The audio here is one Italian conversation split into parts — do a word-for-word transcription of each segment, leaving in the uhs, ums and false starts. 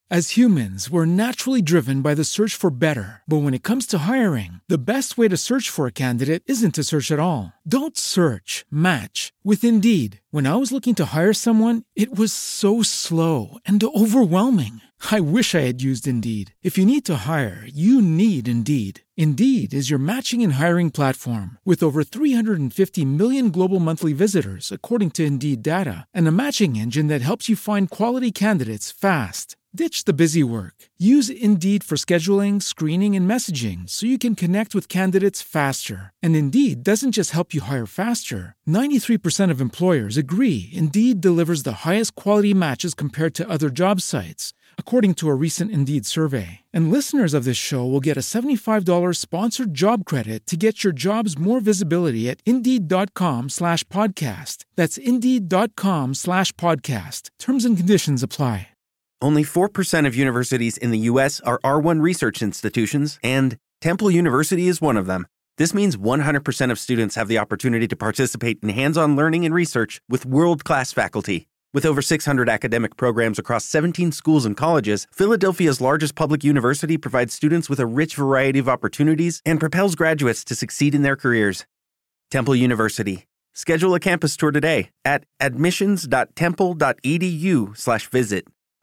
As humans, we're naturally driven by the search for better. But when it comes to hiring, the best way to search for a candidate isn't to search at all. Don't search, match with Indeed. When I was looking to hire someone, it was so slow and overwhelming. I wish I had used Indeed. If you need to hire, you need Indeed. Indeed is your matching and hiring platform with over three hundred fifty million global monthly visitors, according to Indeed data, and a matching engine that helps you find quality candidates fast. Ditch the busy work. Use Indeed for scheduling, screening, and messaging so you can connect with candidates faster. And Indeed doesn't just help you hire faster. ninety-three percent of employers agree Indeed delivers the highest quality matches compared to other job sites, according to a recent Indeed survey. And listeners of this show will get a seventy-five dollars sponsored job credit to get your jobs more visibility at Indeed.com slash podcast. That's Indeed.com slash podcast. Terms and conditions apply. Only four percent of universities in the U S are R one research institutions, and Temple University is one of them. This means one hundred percent of students have the opportunity to participate in hands-on learning and research with world-class faculty. With over six hundred academic programs across seventeen schools and colleges, Philadelphia's largest public university provides students with a rich variety of opportunities and propels graduates to succeed in their careers. Temple University. Schedule a campus tour today at admissions.temple.edu slash visit.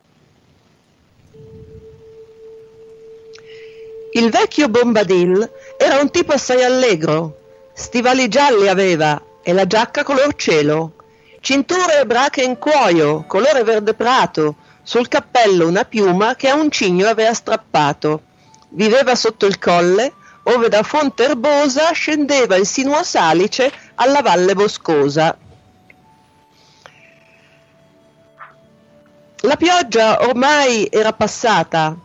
Il vecchio Bombadil era un tipo assai allegro. Stivali gialli aveva e la giacca color cielo, cinture e brache in cuoio, colore verde prato, sul cappello una piuma che a un cigno aveva strappato. Viveva sotto il colle, ove da fonte erbosa scendeva il sinuo salice alla valle boscosa. La pioggia ormai era passata.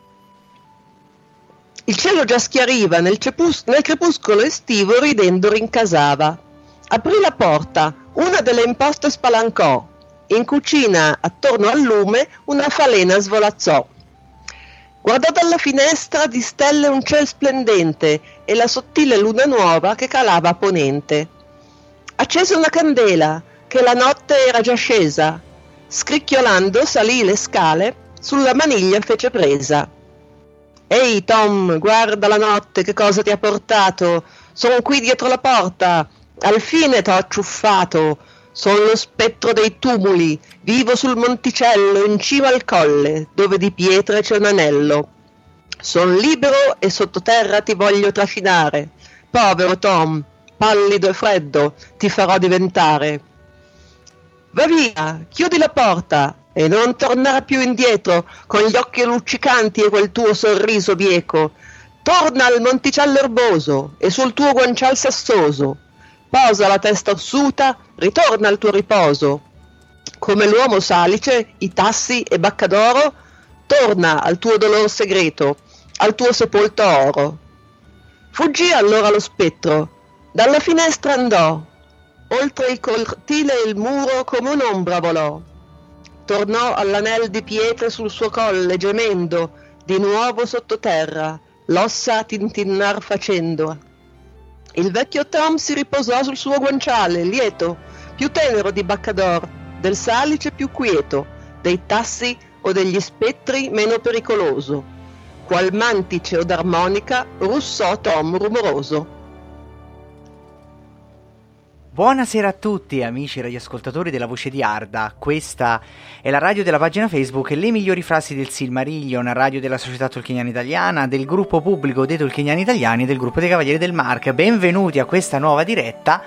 Il cielo già schiariva, nel, cepus- nel crepuscolo estivo ridendo rincasava. Aprì la porta, una delle imposte spalancò. In cucina, attorno al lume, una falena svolazzò. Guardò dalla finestra di stelle un ciel splendente e la sottile luna nuova che calava a ponente. Accese una candela, che la notte era già scesa. Scricchiolando salì le scale, sulla maniglia fece presa. Ehi Tom, guarda la notte, che cosa ti ha portato? Sono qui dietro la porta, al fine t'ho acciuffato. Sono lo spettro dei tumuli, vivo sul monticello in cima al colle, dove di pietre c'è un anello. Son libero e sottoterra ti voglio trascinare. Povero Tom, pallido e freddo, ti farò diventare. Va via, chiudi la porta e non tornare più indietro con gli occhi luccicanti e quel tuo sorriso bieco. Torna al monticello erboso e sul tuo guancial sassoso. Posa la testa ossuta, ritorna al tuo riposo. Come l'uomo salice, i tassi e Baccadoro, torna al tuo dolor segreto, al tuo sepolto oro. Fuggì allora lo spettro, dalla finestra andò, oltre il cortile e il muro come un'ombra volò. Tornò all'anel di pietre sul suo colle, gemendo, di nuovo sottoterra, l'ossa tintinnar facendo. Il vecchio Tom si riposò sul suo guanciale, lieto, più tenero di Baccador, del salice più quieto, dei tassi o degli spettri meno pericoloso. Qual mantice o d'armonica russò Tom rumoroso. Buonasera a tutti amici radioascoltatori della Voce di Arda, questa è la radio della pagina Facebook Le migliori frasi del Silmarillion, radio della Società Tolkieniana Italiana, del gruppo pubblico dei Tolkieniani Italiani e del gruppo dei Cavalieri del Mark. Benvenuti a questa nuova diretta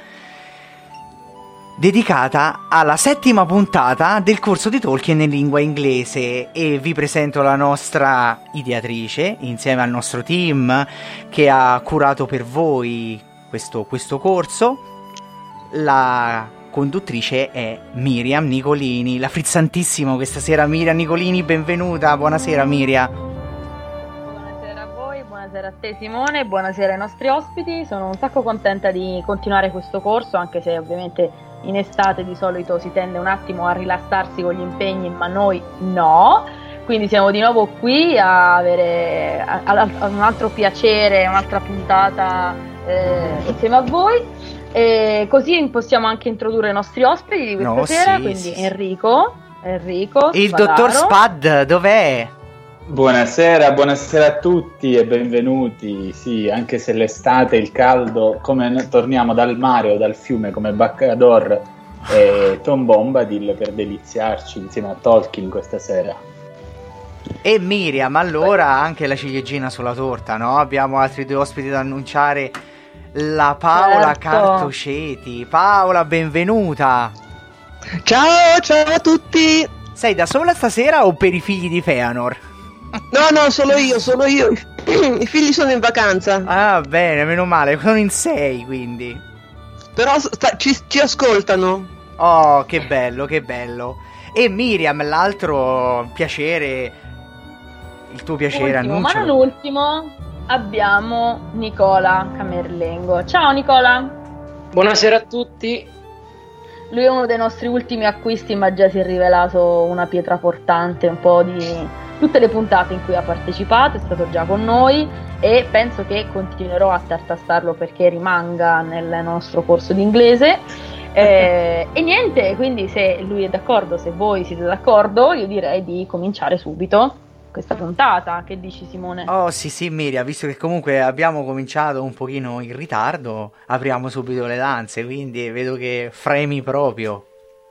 dedicata alla settima puntata del corso di Tolkien in lingua inglese e vi presento la nostra ideatrice insieme al nostro team che ha curato per voi questo, questo corso. La conduttrice è Miriam Nicolini, la frizzantissima questa sera Miriam Nicolini, benvenuta, buonasera Miriam. Buonasera a voi, buonasera a te Simone, buonasera ai nostri ospiti, sono un sacco contenta di continuare questo corso, anche se ovviamente in estate di solito si tende un attimo a rilassarsi con gli impegni, ma noi no, quindi siamo di nuovo qui a avere a, a, a un altro piacere, un'altra puntata eh, insieme a voi. E così possiamo anche introdurre i nostri ospiti di questa no, sera, sì, quindi sì, Enrico, Enrico il Spadaro. dottor Spad, dov'è? Buonasera, buonasera a tutti e benvenuti. Sì, anche se l'estate, il caldo, come noi torniamo dal mare o dal fiume come Baccador e Tom Bombadil per deliziarci insieme a Tolkien questa sera. E Miriam, allora anche la ciliegina sulla torta, no? Abbiamo altri due ospiti da annunciare. La Paola Certo. Cartoceti. Paola, benvenuta. Ciao, ciao a tutti. Sei da sola stasera o per i figli di Feanor? No, no, solo io, solo io. I figli sono in vacanza. Ah, bene, meno male, sono in sei quindi. Però sta- ci, ci ascoltano. Oh, che bello, che bello. E Miriam, l'altro piacere, il tuo piacere, Ultimo, ma annuncialo. non ultimo, abbiamo Nicola Camerlengo. Ciao Nicola! Buonasera a tutti. Lui è uno dei nostri ultimi acquisti, ma già si è rivelato una pietra portante, un po' di tutte le puntate in cui ha partecipato, è stato già con noi e penso che continuerò a tartassarlo perché rimanga nel nostro corso di inglese. Eh, e niente, quindi se lui è d'accordo, se voi siete d'accordo, io direi di cominciare subito questa puntata. Che dici, Simone? Oh sì sì Miriam, visto che comunque abbiamo cominciato un pochino in ritardo, apriamo subito le danze, quindi vedo che fremi proprio.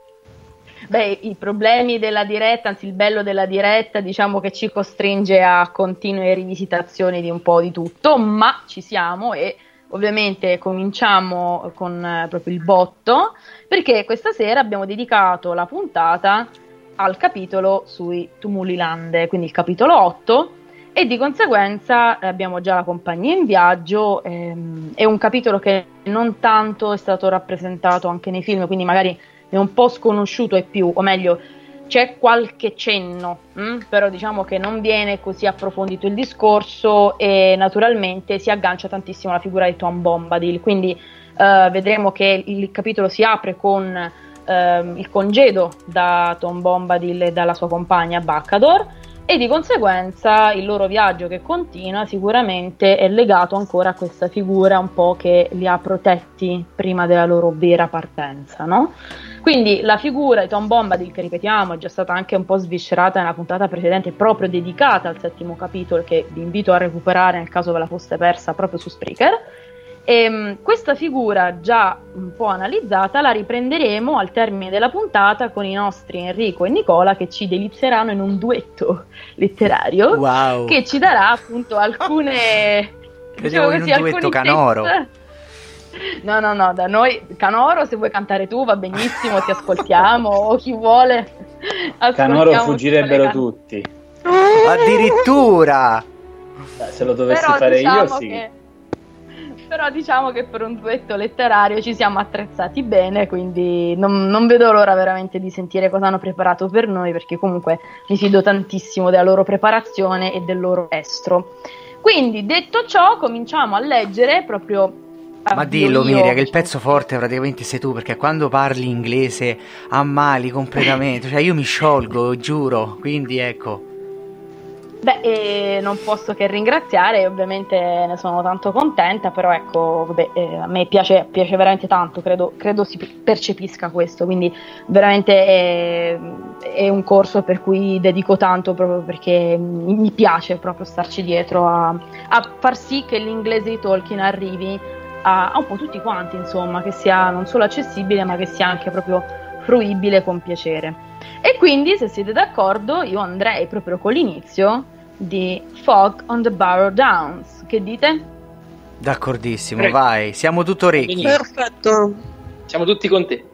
Beh, i problemi della diretta, anzi il bello della diretta, diciamo che ci costringe a continue rivisitazioni di un po' di tutto, ma ci siamo e ovviamente cominciamo con eh, proprio il botto, perché questa sera abbiamo dedicato la puntata al capitolo sui tumuli lande, quindi il capitolo otto, e di conseguenza eh, abbiamo già la compagnia in viaggio, ehm, è un capitolo che non tanto è stato rappresentato anche nei film, quindi magari è un po' sconosciuto ai più, o meglio c'è qualche cenno, mh? Però diciamo che non viene così approfondito il discorso e naturalmente si aggancia tantissimo alla figura di Tom Bombadil, quindi eh, vedremo che il capitolo si apre con eh, il congedo da Tom Bombadil e dalla sua compagna Baccador e di conseguenza il loro viaggio che continua sicuramente è legato ancora a questa figura un po' che li ha protetti prima della loro vera partenza, no? Quindi la figura di Tom Bombadil, che ripetiamo è già stata anche un po' sviscerata nella puntata precedente, proprio dedicata al settimo capitolo, che vi invito a recuperare nel caso ve la foste persa proprio su Spreaker. E, um, questa figura già un po' analizzata la riprenderemo al termine della puntata con i nostri Enrico e Nicola, che ci delizieranno in un duetto letterario, Wow. che ci darà appunto alcune Credevo in un così, duetto alcuni Canoro. tips. No, no, no, da noi Canoro, se vuoi cantare tu va benissimo, ti ascoltiamo, o chi vuole. Canoro ascoltiamo fuggirebbero tutte le tutti. Addirittura. Eh, Se lo dovessi Però fare diciamo io, sì. che- Però diciamo che per un duetto letterario ci siamo attrezzati bene, quindi non, non vedo l'ora veramente di sentire cosa hanno preparato per noi, perché comunque mi fido tantissimo della loro preparazione e del loro estro. Quindi, detto ciò, cominciamo a leggere proprio... Ma avvio dillo io, Miria, che il diciamo. pezzo forte praticamente sei tu, perché quando parli inglese ammali completamente, cioè io mi sciolgo, giuro, quindi ecco. Beh, eh, non posso che ringraziare, ovviamente ne sono tanto contenta, però ecco, vabbè, eh, a me piace, piace veramente tanto, credo, credo si percepisca questo, quindi veramente è, è un corso per cui dedico tanto, proprio perché mi, mi piace proprio starci dietro a, a far sì che l'inglese di Tolkien arrivi a, a un po' tutti quanti, insomma, che sia non solo accessibile, ma che sia anche proprio fruibile con piacere. E quindi, se siete d'accordo, io andrei proprio con l'inizio di Fog on the Barrow Downs. Che dite? D'accordissimo, Prego. vai, siamo tutto orecchi. Perfetto. Siamo tutti con te.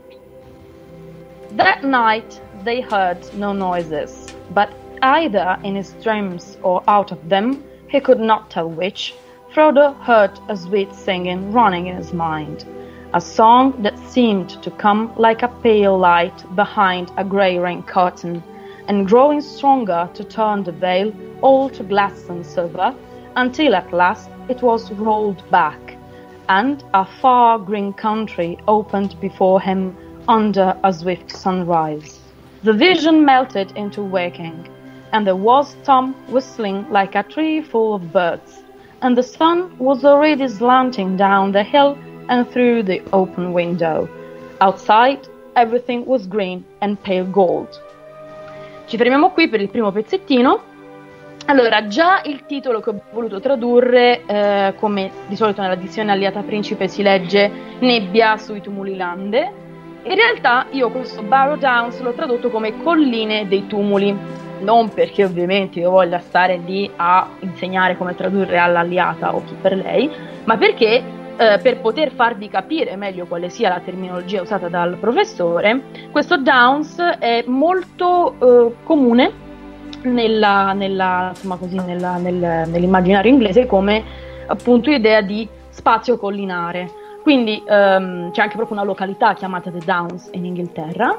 That night they heard no noises, but either in his dreams or out of them, he could not tell which, Frodo heard a sweet singing running in his mind, a song that seemed to come like a pale light behind a grey rain curtain, and growing stronger to turn the veil all to glass and silver, until at last it was rolled back, and a far green country opened before him under a swift sunrise. The vision melted into waking, and there was Tom whistling like a tree full of birds, and the sun was already slanting down the hill and through the open window. Outside, everything was green and pale gold. Ci fermiamo qui per il primo pezzettino Allora, già il titolo che ho voluto tradurre, eh, come di solito nella edizione Alliata Principe si legge Nebbia sui tumuli lande, in realtà io questo Barrow Downs l'ho tradotto come Colline dei tumuli, non perché ovviamente io voglia stare lì a insegnare come tradurre all'Alliata o chi per lei, ma perché eh, per poter farvi capire meglio quale sia la terminologia usata dal professore, questo Downs è molto eh, comune Nella, nella, insomma così, nella, nel, nell'immaginario inglese come appunto idea di spazio collinare, quindi um, c'è anche proprio una località chiamata The Downs in Inghilterra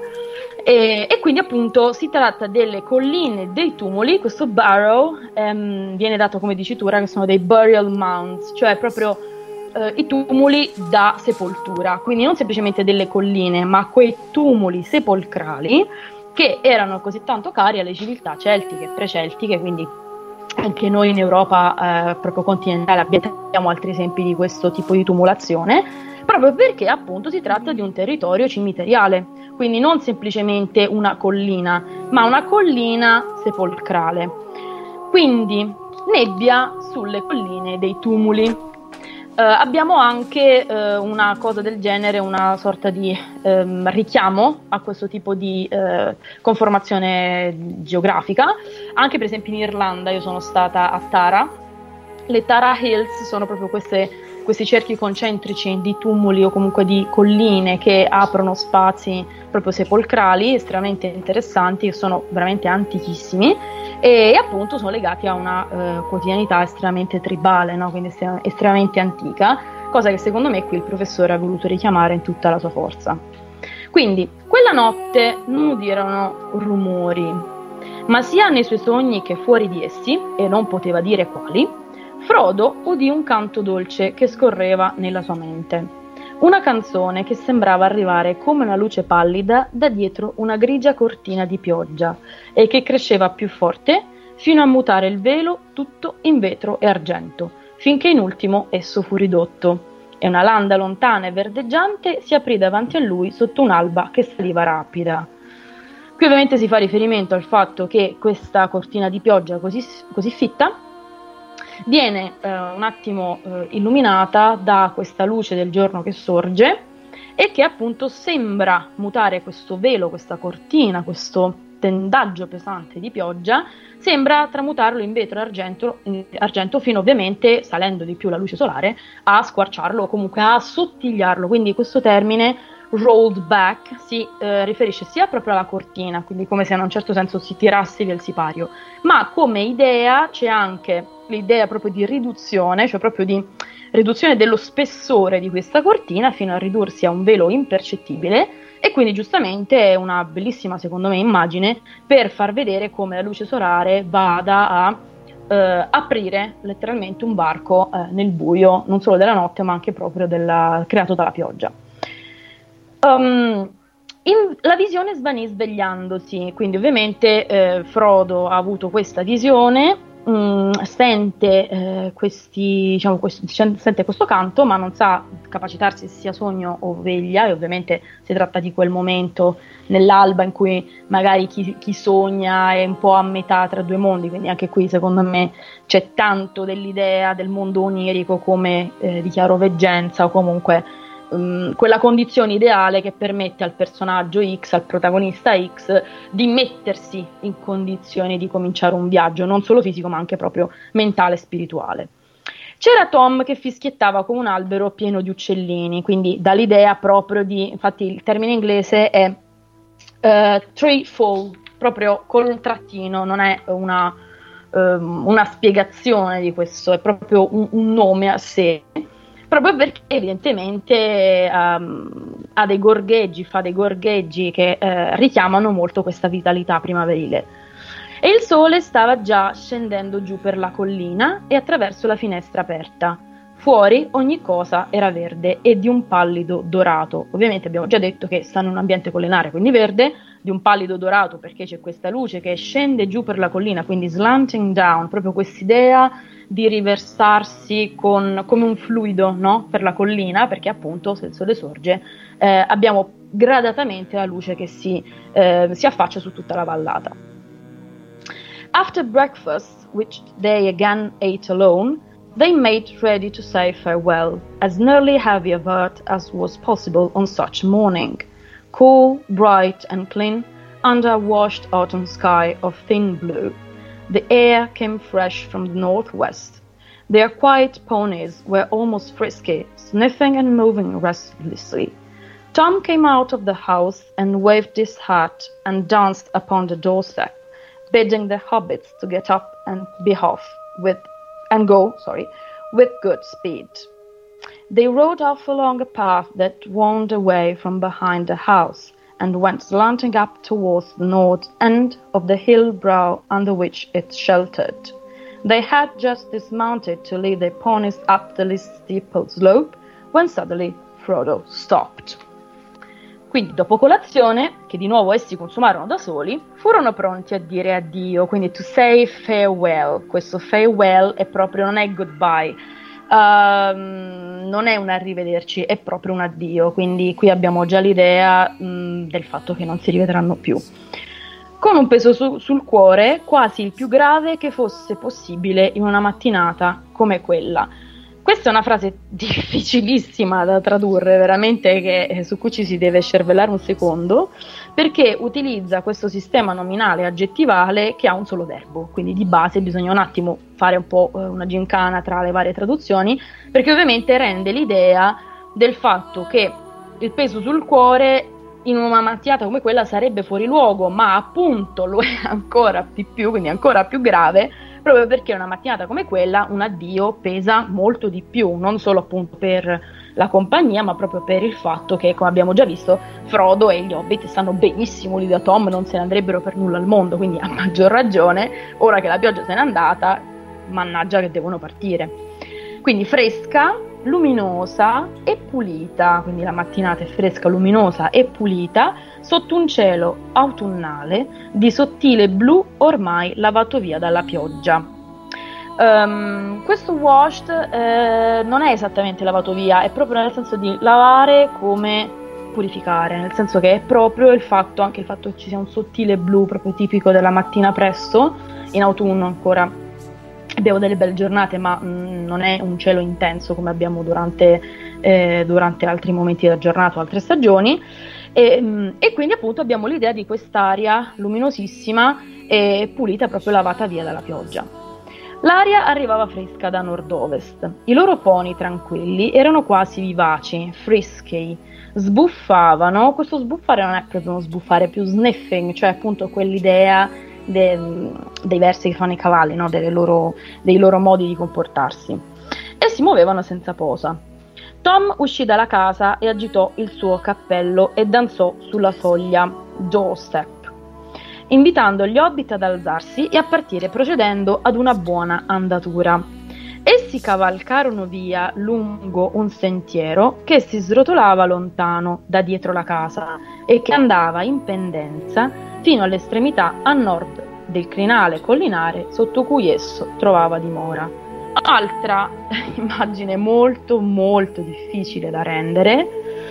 e, e quindi appunto si tratta delle colline dei tumuli. Questo Barrow um, viene dato come dicitura che sono dei burial mounds, cioè proprio uh, i tumuli da sepoltura, quindi non semplicemente delle colline ma quei tumuli sepolcrali che erano così tanto cari alle civiltà celtiche e preceltiche, quindi anche noi in Europa eh, proprio continentale abbiamo altri esempi di questo tipo di tumulazione, proprio perché appunto si tratta di un territorio cimiteriale, quindi non semplicemente una collina, ma una collina sepolcrale. Quindi nebbia sulle colline dei tumuli. Uh, abbiamo anche uh, una cosa del genere, una sorta di um, richiamo a questo tipo di uh, conformazione geografica, anche per esempio in Irlanda. Io sono stata a Tara, le Tara Hills sono proprio queste, questi cerchi concentrici di tumuli o comunque di colline che aprono spazi proprio sepolcrali estremamente interessanti, che sono veramente antichissimi e appunto sono legati a una eh, quotidianità estremamente tribale, no? Quindi estrem- estremamente antica, cosa che secondo me qui il professore ha voluto richiamare in tutta la sua forza. Quindi quella notte non udirono rumori, ma sia nei suoi sogni che fuori di essi, e non poteva dire quali, Frodo udì un canto dolce che scorreva nella sua mente. Una canzone che sembrava arrivare come una luce pallida da dietro una grigia cortina di pioggia e che cresceva più forte fino a mutare il velo tutto in vetro e argento, finché in ultimo esso fu ridotto e una landa lontana e verdeggiante si aprì davanti a lui sotto un'alba che saliva rapida. Qui ovviamente si fa riferimento al fatto che questa cortina di pioggia così, così fitta viene eh, un attimo eh, illuminata da questa luce del giorno che sorge e che appunto sembra mutare questo velo, questa cortina, questo tendaggio pesante di pioggia, sembra tramutarlo in vetro e argento, in argento fino ovviamente, salendo di più la luce solare, a squarciarlo o comunque a assottigliarlo. Quindi questo termine rolled back si eh, riferisce sia proprio alla cortina, quindi come se in un certo senso si tirasse via il sipario, ma come idea c'è anche l'idea proprio di riduzione, cioè proprio di riduzione dello spessore di questa cortina fino a ridursi a un velo impercettibile, e quindi giustamente è una bellissima, secondo me, immagine per far vedere come la luce solare vada a eh, aprire letteralmente un varco eh, nel buio, non solo della notte ma anche proprio della, creato dalla pioggia. Um, in, la visione svanì svegliandosi, quindi ovviamente eh, Frodo ha avuto questa visione, mh, sente, eh, questi, diciamo, questo, sente questo canto, ma non sa capacitarsi se sia sogno o veglia, e ovviamente si tratta di quel momento nell'alba in cui magari chi, chi sogna è un po' a metà tra due mondi, quindi anche qui secondo me c'è tanto dell'idea del mondo onirico come eh, di chiaroveggenza o comunque Um, quella condizione ideale che permette al personaggio X, al protagonista X, di mettersi in condizioni di cominciare un viaggio non solo fisico ma anche proprio mentale e spirituale. C'era Tom che fischiettava come un albero pieno di uccellini, quindi dall'idea proprio di, infatti il termine inglese è uh, threefold, proprio col trattino, non è una, um, una spiegazione di questo, è proprio un, un nome a sé, proprio perché evidentemente um, ha dei gorgheggi, fa dei gorgheggi che eh, richiamano molto questa vitalità primaverile. E il sole stava già scendendo giù per la collina e attraverso la finestra aperta. Fuori ogni cosa era verde e di un pallido dorato. Ovviamente abbiamo già detto che stanno in un ambiente collinare, quindi verde, di un pallido dorato perché c'è questa luce che scende giù per la collina, quindi slanting down, proprio quest'idea di riversarsi con, come un fluido, no? Per la collina, perché appunto se il sole sorge eh, abbiamo gradatamente la luce che si, eh, si affaccia su tutta la vallata. After breakfast, which they again ate alone, they made ready to say farewell, as nearly heavy of heart as was possible on such a morning, cool, bright and clean, under a washed autumn sky of thin blue. The air came fresh from the northwest. Their quiet ponies were almost frisky, sniffing and moving restlessly. Tom came out of the house and waved his hat and danced upon the doorstep, bidding the hobbits to get up and be off with and go, sorry, with good speed. They rode off along a path that wound away from behind the house and went slanting up towards the north end of the hill brow under which it sheltered. They had just dismounted to lead their ponies up the least steep slope when suddenly Frodo stopped. Quindi dopo colazione, che di nuovo essi consumarono da soli, furono pronti a dire addio, quindi to say farewell. Questo farewell è proprio, non è goodbye, uh, non è un arrivederci, è proprio un addio, quindi qui abbiamo già l'idea mh, del fatto che non si rivedranno più. Con un peso su- sul cuore quasi il più grave che fosse possibile in una mattinata come quella. Questa è una frase difficilissima da tradurre, veramente, che, su cui ci si deve scervellare un secondo, perché utilizza questo sistema nominale aggettivale che ha un solo verbo, quindi di base bisogna un attimo fare un po' una gincana tra le varie traduzioni, perché ovviamente rende l'idea del fatto che il peso sul cuore in una mattinata come quella sarebbe fuori luogo, ma appunto lo è ancora di più, quindi ancora più grave, proprio perché una mattinata come quella un addio pesa molto di più, non solo appunto per la compagnia, ma proprio per il fatto che, come abbiamo già visto, Frodo e gli Hobbit stanno benissimo lì da Tom, non se ne andrebbero per nulla al mondo, quindi a maggior ragione, ora che la pioggia se n'è andata, mannaggia che devono partire. Quindi fresca, luminosa e pulita, quindi la mattinata è fresca, luminosa e pulita, sotto un cielo autunnale di sottile blu ormai lavato via dalla pioggia. Um, questo washed eh, non è esattamente lavato via, è proprio nel senso di lavare come purificare, nel senso che è proprio il fatto, anche il fatto che ci sia un sottile blu proprio tipico della mattina presto, in autunno ancora. Abbiamo delle belle giornate, ma mh, non è un cielo intenso come abbiamo durante, eh, durante altri momenti della giornata o altre stagioni, e, mh, e quindi appunto abbiamo l'idea di quest'aria luminosissima e pulita, proprio lavata via dalla pioggia. L'aria arrivava fresca da nord-ovest, i loro pony tranquilli erano quasi vivaci, frisky, sbuffavano. Questo sbuffare non è proprio uno sbuffare, è più sniffing, cioè appunto quell'idea De, dei versi che fanno i cavalli, no? Delle loro, dei loro modi di comportarsi, e si muovevano senza posa. Tom uscì dalla casa e agitò il suo cappello e danzò sulla soglia doorstep, invitando gli hobbit ad alzarsi e a partire procedendo ad una buona andatura. Essi cavalcarono via lungo un sentiero che si srotolava lontano da dietro la casa e che andava in pendenza fino all'estremità a nord del crinale collinare sotto cui esso trovava dimora. Altra immagine molto molto difficile da rendere,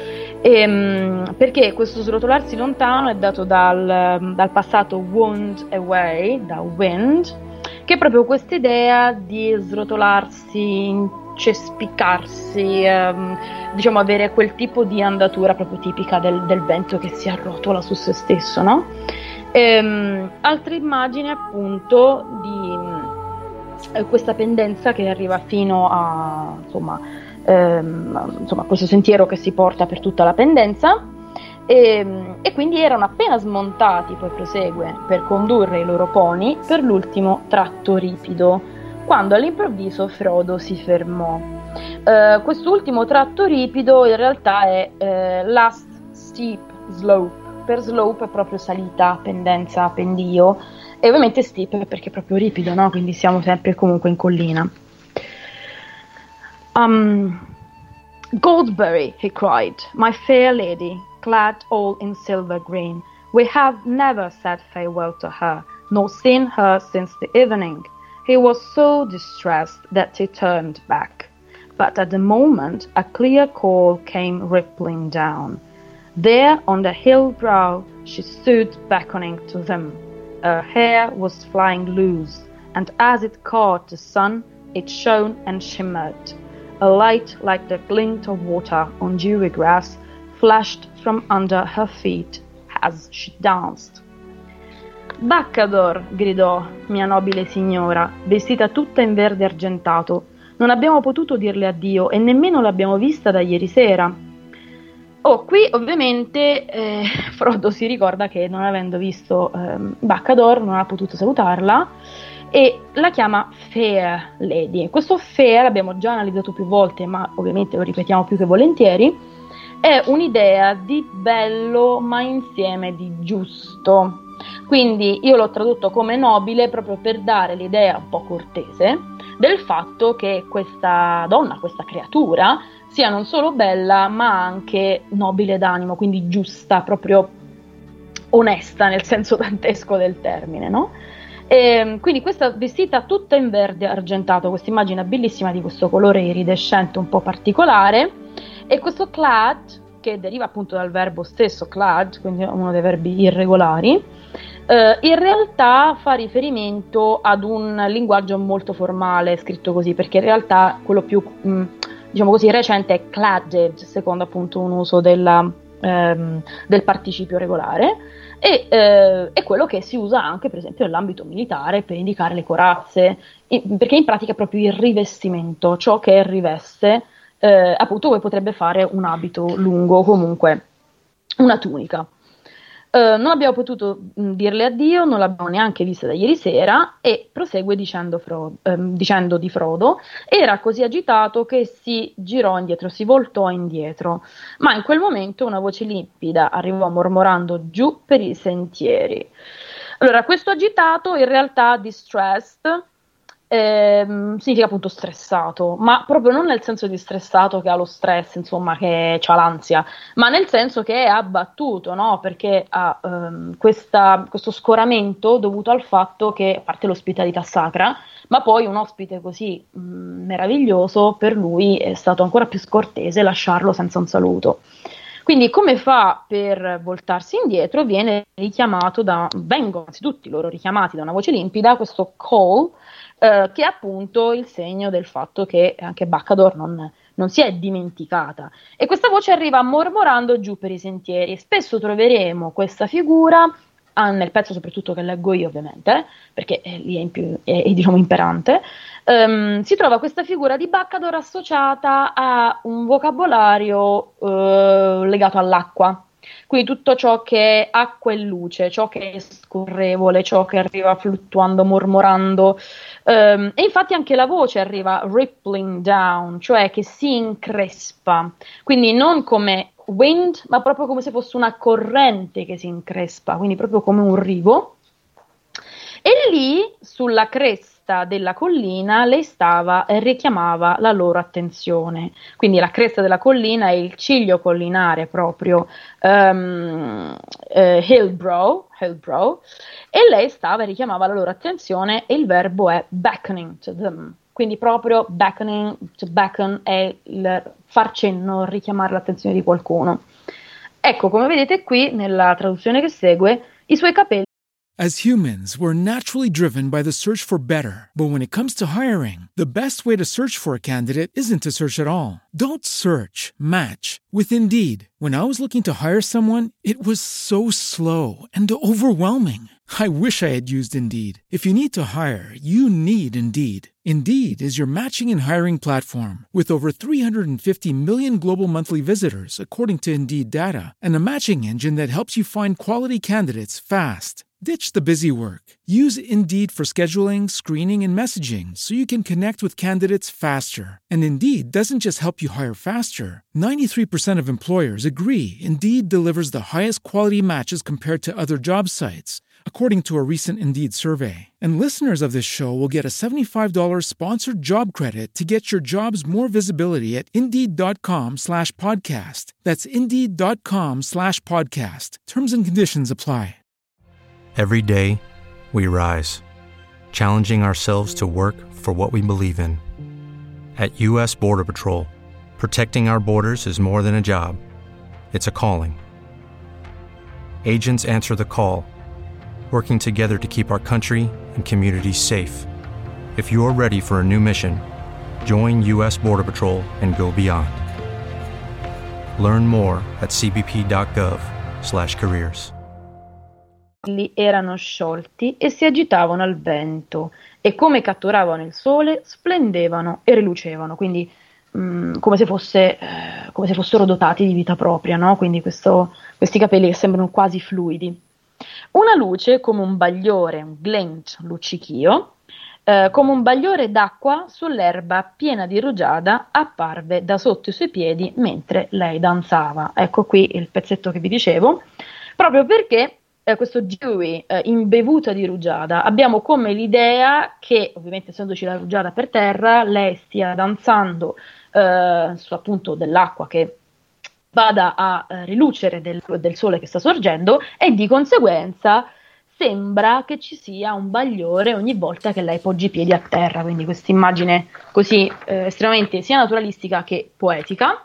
ehm, perché questo srotolarsi lontano è dato dal, dal passato wound away, da wind, che è proprio questa idea di srotolarsi, incespicarsi, ehm, diciamo avere quel tipo di andatura proprio tipica del, del vento che si arrotola su se stesso, no? Ehm, altre immagini appunto di eh, questa pendenza che arriva fino a insomma, ehm, insomma questo sentiero che si porta per tutta la pendenza, e, e quindi erano appena smontati, poi prosegue, per condurre i loro pony per l'ultimo tratto ripido, quando all'improvviso Frodo si fermò. Eh, quest'ultimo tratto ripido in realtà è eh, last steep slope. Per slope è proprio salita, pendenza, pendio, e ovviamente steep perché è proprio ripido, no? Quindi siamo sempre comunque in collina. Um, Goldberry, he cried, my fair lady, clad all in silver green. We have never said farewell to her, nor seen her since the evening. He was so distressed that he turned back. But at the moment a clear call came rippling down. There on the hill brow she stood beckoning to them. Her hair was flying loose, and as it caught the sun, it shone and shimmered. A light like the glint of water on dewy grass flashed from under her feet as she danced. Baccador, gridò mia nobile signora, vestita tutta in verde argentato. Non abbiamo potuto dirle addio e nemmeno l'abbiamo vista da ieri sera. Oh, qui ovviamente eh, Frodo si ricorda che non avendo visto eh, Baccador non ha potuto salutarla e la chiama Fair Lady. Questo Fair l'abbiamo già analizzato più volte, ma ovviamente lo ripetiamo più che volentieri. È un'idea di bello ma insieme di giusto. Quindi io l'ho tradotto come nobile proprio per dare l'idea un po' cortese del fatto che questa donna, questa creatura, sia non solo bella ma anche nobile d'animo, quindi giusta, proprio onesta nel senso dantesco del termine, no? E quindi questa vestita tutta in verde argentato, questa immagine bellissima di questo colore iridescente un po' particolare, e questo clad, che deriva appunto dal verbo stesso clad, quindi uno dei verbi irregolari, eh, in realtà fa riferimento ad un linguaggio molto formale, scritto così, perché in realtà quello più mh, diciamo così recente è cladded, secondo appunto un uso della, ehm, del participio regolare, e eh, è quello che si usa anche per esempio nell'ambito militare per indicare le corazze, in, perché in pratica è proprio il rivestimento, ciò che riveste, eh, appunto come potrebbe fare un abito lungo, comunque una tunica. Uh, non abbiamo potuto mh, dirle addio, non l'abbiamo neanche vista da ieri sera, e prosegue dicendo, Fro- ehm, dicendo di Frodo: era così agitato che si girò indietro, si voltò indietro, ma in quel momento una voce limpida arrivò mormorando giù per i sentieri. Allora, questo agitato in realtà distressed ehm, significa appunto stressato, ma proprio non nel senso di stressato che ha lo stress, insomma, che ha l'ansia, ma nel senso che è abbattuto, no? Perché ha ehm, questa, questo scoramento dovuto al fatto che, a parte l'ospitalità sacra, ma poi un ospite così mh, meraviglioso, per lui è stato ancora più scortese lasciarlo senza un saluto. Quindi come fa per voltarsi indietro? Viene richiamato da, vengono anzi tutti loro richiamati da una voce limpida, questo call, eh, che è appunto il segno del fatto che anche Baccador non, non si è dimenticata. E questa voce arriva mormorando giù per i sentieri. Spesso troveremo questa figura, ah, nel pezzo soprattutto che leggo io ovviamente, perché è, lì è, in più, è, è diciamo imperante, um, si trova questa figura di Baccador associata a un vocabolario uh, legato all'acqua, quindi tutto ciò che è acqua e luce, ciò che è scorrevole, ciò che arriva fluttuando, mormorando, um, e infatti anche la voce arriva rippling down, cioè che si increspa, quindi non come wind, ma proprio come se fosse una corrente che si increspa, quindi proprio come un rivo. E lì, sulla cresta della collina, lei stava e richiamava la loro attenzione. Quindi la cresta della collina è il ciglio collinare proprio, um, uh, Hillbrow, Hillbrow, e lei stava e richiamava la loro attenzione, e il verbo è beckoning to them. Quindi proprio beckoning, to beckon è il far cenno, richiamare l'attenzione di qualcuno. Ecco, come vedete qui nella traduzione che segue, i suoi capelli. As humans, we're naturally driven by the search for better. But when it comes to hiring, the best way to search for a candidate isn't to search at all. Don't search, match with Indeed. When I was looking to hire someone, it was so slow and overwhelming. I wish I had used Indeed. If you need to hire, you need Indeed. Indeed is your matching and hiring platform with over three hundred fifty million global monthly visitors, according to Indeed data, and a matching engine that helps you find quality candidates fast. Ditch the busy work. Use Indeed for scheduling, screening, and messaging so you can connect with candidates faster. And Indeed doesn't just help you hire faster. ninety-three percent of employers agree Indeed delivers the highest quality matches compared to other job sites, according to a recent Indeed survey. And listeners of this show will get a seventy-five dollars sponsored job credit to get your jobs more visibility at Indeed.com slash podcast. That's Indeed.com slash podcast. Terms and conditions apply. Every day, we rise, challenging ourselves to work for what we believe in. At U S Border Patrol, protecting our borders is more than a job. It's a calling. Agents answer the call, working together to keep our country and communities safe. If you're ready for a new mission, join U S Border Patrol and go beyond. Learn more at c b p dot gov slash careers. Erano sciolti e si agitavano al vento e come catturavano il sole splendevano e rilucevano, quindi mh, come, se fosse, eh, come se fossero dotati di vita propria, no? Quindi questo, questi capelli che sembrano quasi fluidi. Una luce come un bagliore, un glint luccichio, eh, come un bagliore d'acqua sull'erba piena di rugiada apparve da sotto i suoi piedi mentre lei danzava. Ecco qui il pezzetto che vi dicevo, proprio perché Eh, questo Dewey eh, imbevuta di rugiada, abbiamo come l'idea che, ovviamente essendoci la rugiada per terra, lei stia danzando eh, su appunto dell'acqua che vada a eh, rilucere del, del sole che sta sorgendo, e di conseguenza sembra che ci sia un bagliore ogni volta che lei poggi i piedi a terra, quindi questa immagine così eh, estremamente sia naturalistica che poetica.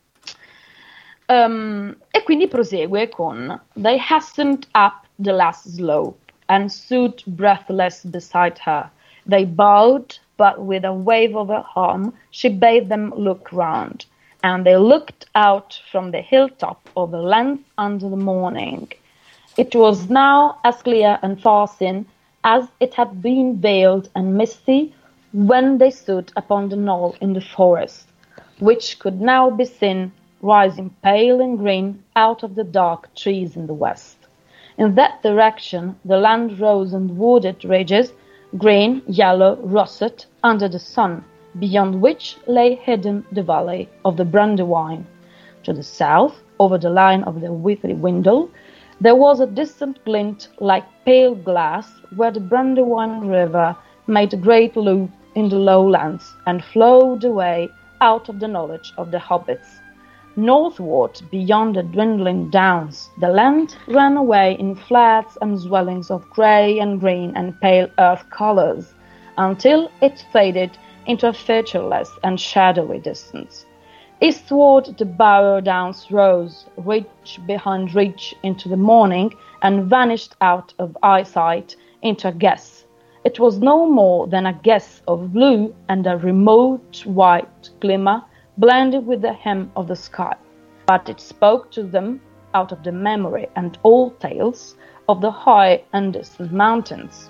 Um, e quindi prosegue con They hastened up the last slope and stood breathless beside her. They bowed, but with a wave of her arm she bade them look round, and they looked out from the hilltop of the land under the morning. It was now as clear and far seen as it had been veiled and misty when they stood upon the knoll in the forest, which could now be seen rising pale and green out of the dark trees in the west. In that direction the land rose in wooded ridges, green, yellow, russet, under the sun, beyond which lay hidden the valley of the Brandywine. To the south, over the line of the Withy Window, there was a distant glint like pale glass where the Brandywine River made a great loop in the lowlands and flowed away out of the knowledge of the hobbits. Northward, beyond the dwindling downs, the land ran away in flats and swellings of grey and green and pale earth colours, until it faded into a featureless and shadowy distance. Eastward the Bower Downs rose, ridge behind ridge, into the morning, and vanished out of eyesight into a guess. It was no more than a guess of blue and a remote white glimmer, blended with the hem of the sky, but it spoke to them out of the memory and old tales of the high and distant mountains.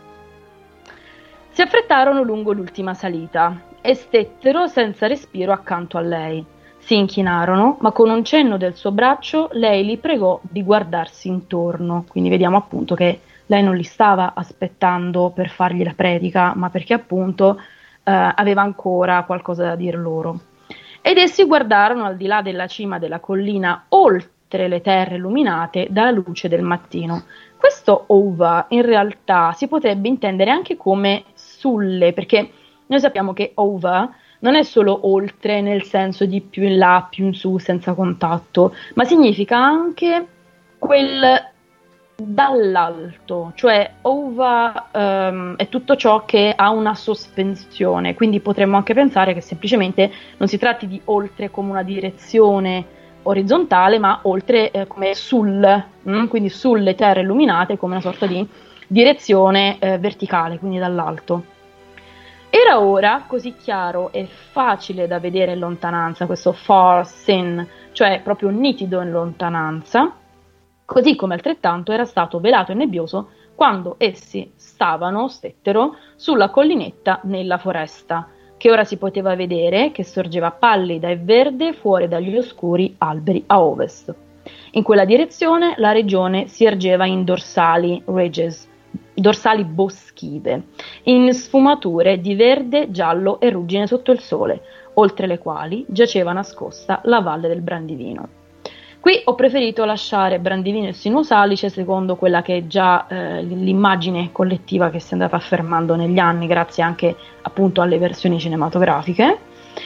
Si affrettarono lungo l'ultima salita e stettero senza respiro accanto a lei. Si inchinarono, ma con un cenno del suo braccio lei li pregò di guardarsi intorno. Quindi vediamo appunto che lei non li stava aspettando per fargli la predica, ma perché appunto eh, aveva ancora qualcosa da dir loro. Ed essi guardarono al di là della cima della collina, oltre le terre illuminate dalla luce del mattino. Questo over in realtà si potrebbe intendere anche come sulle, perché noi sappiamo che over non è solo oltre nel senso di più in là, più in su, senza contatto, ma significa anche quel dall'alto, cioè over um, è tutto ciò che ha una sospensione, quindi potremmo anche pensare che semplicemente non si tratti di oltre come una direzione orizzontale, ma oltre eh, come sul, mh? quindi sulle terre illuminate come una sorta di direzione eh, verticale, quindi dall'alto. Era ora così chiaro e facile da vedere in lontananza, questo far seen, cioè proprio nitido in lontananza, così come altrettanto era stato velato e nebbioso quando essi stavano, stettero, sulla collinetta nella foresta, che ora si poteva vedere che sorgeva pallida e verde fuori dagli oscuri alberi a ovest. In quella direzione la regione si ergeva in dorsali ridges, dorsali boschive, in sfumature di verde, giallo e ruggine sotto il sole, oltre le quali giaceva nascosta la valle del Brandivino. Qui ho preferito lasciare Brandivino e Sinuosalice secondo quella che è già eh, l'immagine collettiva che si è andata affermando negli anni, grazie anche appunto alle versioni cinematografiche.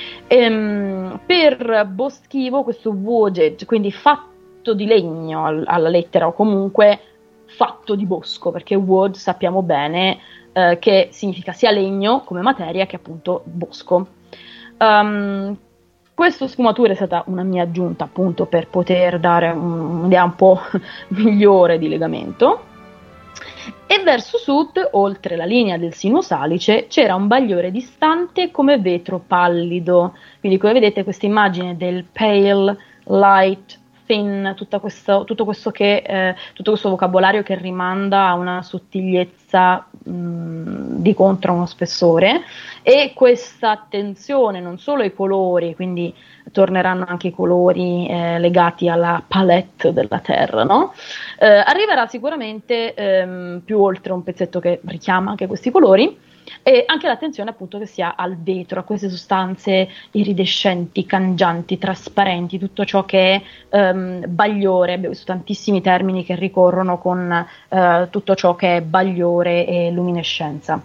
Ehm, per boschivo questo wooded, quindi fatto di legno al, alla lettera, o comunque fatto di bosco, perché wood sappiamo bene eh, che significa sia legno come materia che appunto bosco. Um, Questa sfumatura è stata una mia aggiunta appunto per poter dare un, un'idea un po' migliore di legamento. E verso sud, oltre la linea del Sinuo Salice, c'era un bagliore distante come vetro pallido. Quindi come vedete questa immagine del pale, light, thin, tutta questo, tutto, questo che, eh, tutto questo vocabolario che rimanda a una sottigliezza mh, di contro a uno spessore, e questa attenzione non solo ai colori, quindi torneranno anche i colori eh, legati alla palette della terra, no? Eh, arriverà sicuramente ehm, più oltre un pezzetto che richiama anche questi colori, e anche l'attenzione appunto che si ha al vetro, a queste sostanze iridescenti, cangianti, trasparenti, tutto ciò che è ehm, bagliore. Abbiamo visto tantissimi termini che ricorrono con eh, tutto ciò che è bagliore e luminescenza.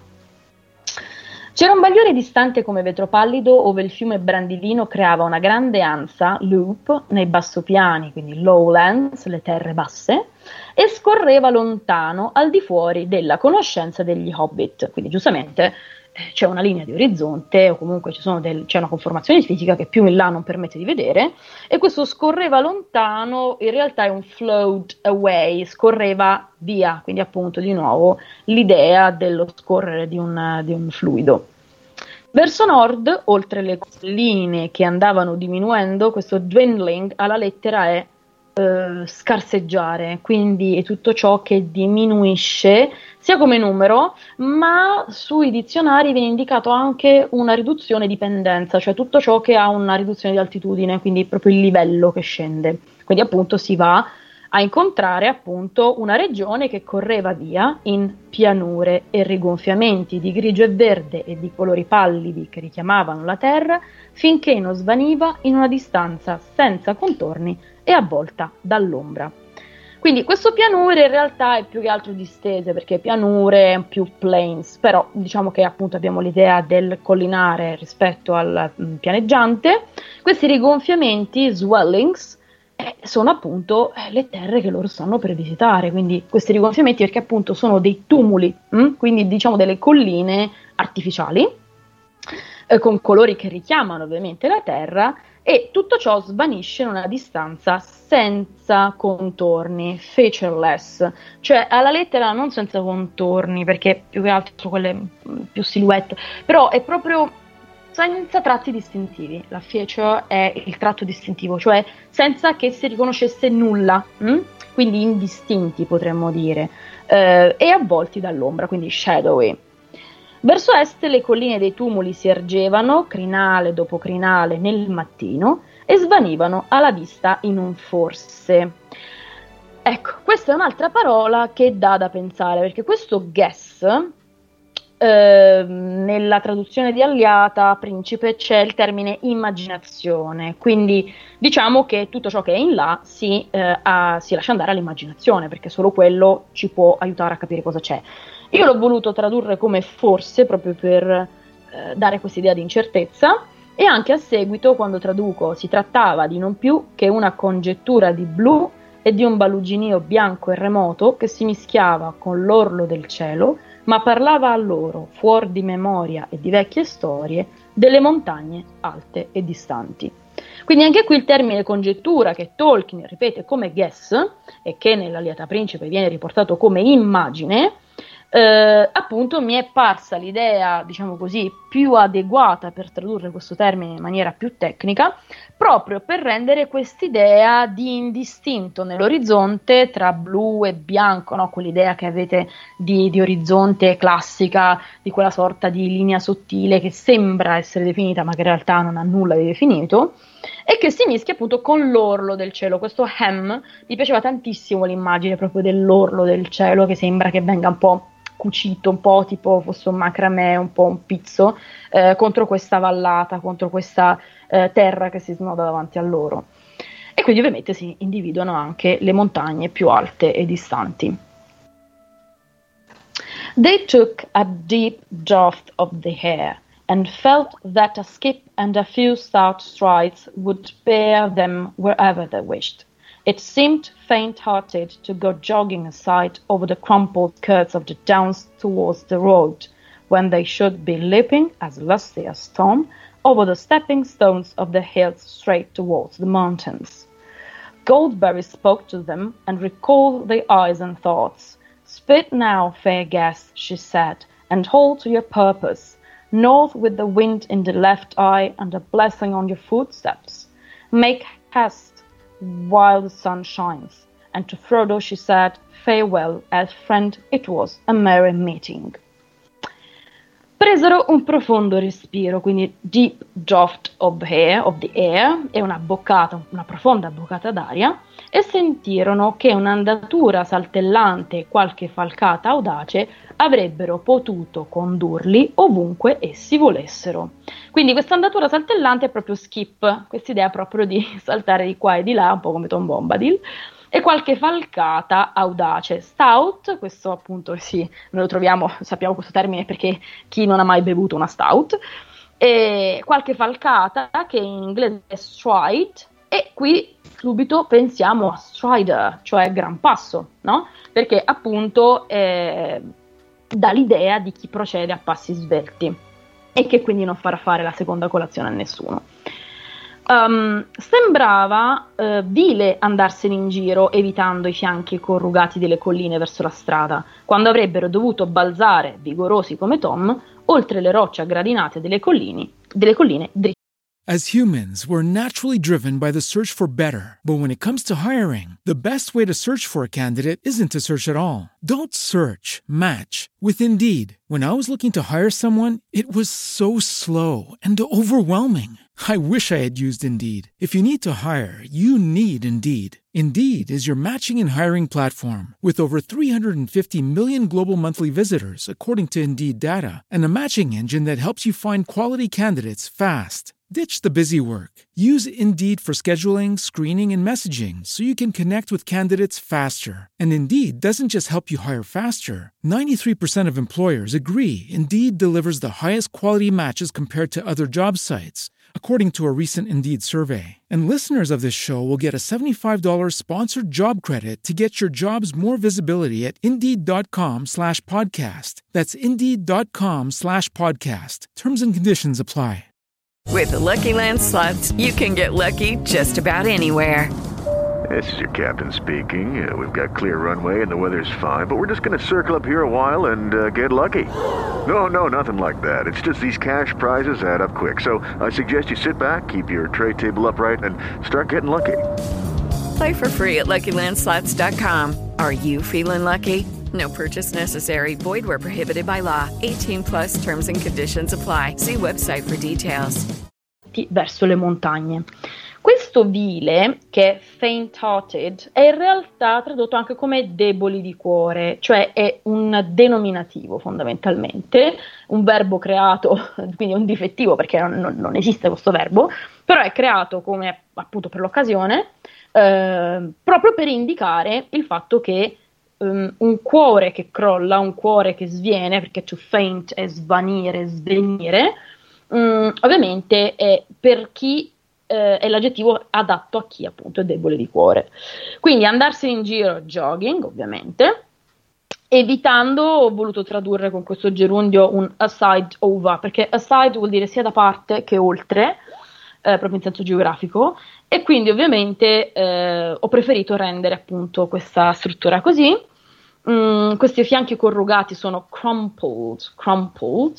C'era un bagliore distante come vetro pallido, ove il fiume Brandivino creava una grande ansa, loop, nei bassopiani, quindi lowlands, le terre basse, e scorreva lontano al di fuori della conoscenza degli hobbit. Quindi giustamente eh, c'è una linea di orizzonte, o comunque ci sono del, c'è una conformazione fisica che più in là non permette di vedere, e questo scorreva lontano in realtà è un flowed away, scorreva via, quindi appunto di nuovo l'idea dello scorrere di un, di un fluido. Verso nord, oltre le colline che andavano diminuendo, questo dwindling alla lettera è eh, scarseggiare, quindi è tutto ciò che diminuisce sia come numero, ma sui dizionari viene indicato anche una riduzione di pendenza, cioè tutto ciò che ha una riduzione di altitudine, quindi proprio il livello che scende. Quindi appunto si va a incontrare appunto una regione che correva via in pianure e rigonfiamenti di grigio e verde e di colori pallidi che richiamavano la terra, finché non svaniva in una distanza senza contorni e avvolta dall'ombra. Quindi questo pianure in realtà è più che altro distese, perché pianure è più plains, però diciamo che appunto abbiamo l'idea del collinare rispetto al mh, pianeggiante. Questi rigonfiamenti, swellings, Eh, sono appunto eh, le terre che loro stanno per visitare, quindi questi rigonfiamenti, perché appunto sono dei tumuli, mh? quindi diciamo delle colline artificiali eh, con colori che richiamano ovviamente la terra, e tutto ciò svanisce in una distanza senza contorni, featureless, cioè alla lettera non senza contorni, perché più che altro sono quelle mh, più silhouette, però è proprio senza tratti distintivi. La feature è il tratto distintivo, cioè senza che si riconoscesse nulla, mh? quindi indistinti potremmo dire, eh, e avvolti dall'ombra, quindi shadowy. Verso est le colline dei tumuli si ergevano, crinale dopo crinale, nel mattino, e svanivano alla vista in un forse. Ecco, questa è un'altra parola che dà da pensare, perché questo guess, eh, nella traduzione di Aliata Principe c'è il termine immaginazione, quindi diciamo che tutto ciò che è in là si, eh, ha, si lascia andare all'immaginazione, perché solo quello ci può aiutare a capire cosa c'è. Io l'ho voluto tradurre come forse, proprio per eh, dare questa idea di incertezza, e anche a seguito, quando traduco, si trattava di non più che una congettura di blu e di un baluginio bianco e remoto che si mischiava con l'orlo del cielo, ma parlava a loro, fuori di memoria e di vecchie storie, delle montagne alte e distanti. Quindi anche qui il termine congettura, che Tolkien ripete come guess e che nell'Aliata Principe viene riportato come immagine, eh, appunto mi è parsa l'idea, diciamo così, più adeguata per tradurre questo termine in maniera più tecnica, proprio per rendere quest'idea di indistinto nell'orizzonte tra blu e bianco, no? Quell'idea che avete di, di orizzonte classica, di quella sorta di linea sottile che sembra essere definita ma che in realtà non ha nulla di definito, e che si mischia appunto con l'orlo del cielo. Questo hem, mi piaceva tantissimo l'immagine proprio dell'orlo del cielo, che sembra che venga un po' cucito, un po' tipo fosse un macramè, un po' un pizzo, eh, contro questa vallata, contro questa eh, terra che si snoda davanti a loro. E quindi ovviamente si individuano anche le montagne più alte e distanti. They took a deep draught of the air and felt that a skip and a few stout strides would bear them wherever they wished. It seemed faint-hearted to go jogging aside over the crumpled skirts of the downs towards the road, when they should be leaping, as lusty as Tom, over the stepping stones of the hills straight towards the mountains. Goldberry spoke to them and recalled their eyes and thoughts, Spit now, fair guest, she said, and hold to your purpose. North with the wind in the left eye and a blessing on your footsteps. Make haste while the sun shines. And to Frodo she said, farewell, as friend, it was a merry meeting. Presero un profondo respiro, quindi deep draught of air, of the air, e una boccata, una profonda boccata d'aria, e sentirono che un'andatura saltellante e qualche falcata audace avrebbero potuto condurli ovunque essi volessero. Quindi questa andatura saltellante è proprio Skip, quest'idea proprio di saltare di qua e di là, un po' come Tom Bombadil, e qualche falcata audace. Stout, questo appunto sì, noi lo troviamo, sappiamo questo termine perché chi non ha mai bevuto una stout, e qualche falcata che in inglese è stride, e qui subito pensiamo a strider, cioè gran passo, no? Perché appunto eh, dà l'idea di chi procede a passi svelti e che quindi non farà fare la seconda colazione a nessuno. Um, sembrava uh, vile andarsene in giro evitando i fianchi corrugati delle colline verso la strada, quando avrebbero dovuto balzare, vigorosi come Tom, oltre le rocce aggradinate delle colline, delle colline dritte. As humans, we're naturally driven by the search for better. But when it comes to hiring, the best way to search for a candidate isn't to search at all. Don't search, match with Indeed. When I was looking to hire someone, it was so slow and overwhelming. I wish I had used Indeed. If you need to hire, you need Indeed. Indeed is your matching and hiring platform with over three hundred fifty million global monthly visitors, according to Indeed data, and a matching engine that helps you find quality candidates fast. Ditch the busy work. Use Indeed for scheduling, screening, and messaging so you can connect with candidates faster. And Indeed doesn't just help you hire faster. ninety-three percent of employers agree Indeed delivers the highest quality matches compared to other job sites, according to a recent Indeed survey. And listeners of this show will get a seventy-five dollars sponsored job credit to get your jobs more visibility at Indeed.com slash podcast. That's Indeed.com slash podcast. Terms and conditions apply. With the Lucky Land Slots, you can get lucky just about anywhere. This is your captain speaking. Uh, we've got clear runway and the weather's fine, but we're just going to circle up here a while and uh, get lucky. No, no, nothing like that. It's just these cash prizes add up quick. So I suggest you sit back, keep your tray table upright, and start getting lucky. Play for free at Lucky Land Slots dot com. Are you feeling lucky? No purchase necessary. Void where prohibited by law. eighteen plus terms and conditions apply. See website for details. Verso le montagne. Questo vile, che è faint-hearted, è in realtà tradotto anche come deboli di cuore, cioè è un denominativo fondamentalmente, un verbo creato, quindi un difettivo perché non, non, non esiste questo verbo, però è creato come appunto per l'occasione, eh, proprio per indicare il fatto che um, un cuore che crolla, un cuore che sviene, perché to faint è svanire, svenire, um, ovviamente è per chi eh, è l'aggettivo adatto a chi appunto è debole di cuore. Quindi andarsi in giro jogging, ovviamente, evitando, ho voluto tradurre con questo gerundio un aside over, perché aside vuol dire sia da parte che oltre, eh, proprio in senso geografico, e quindi ovviamente eh, ho preferito rendere appunto questa struttura così. Mm, questi fianchi corrugati sono crumpled, crumpled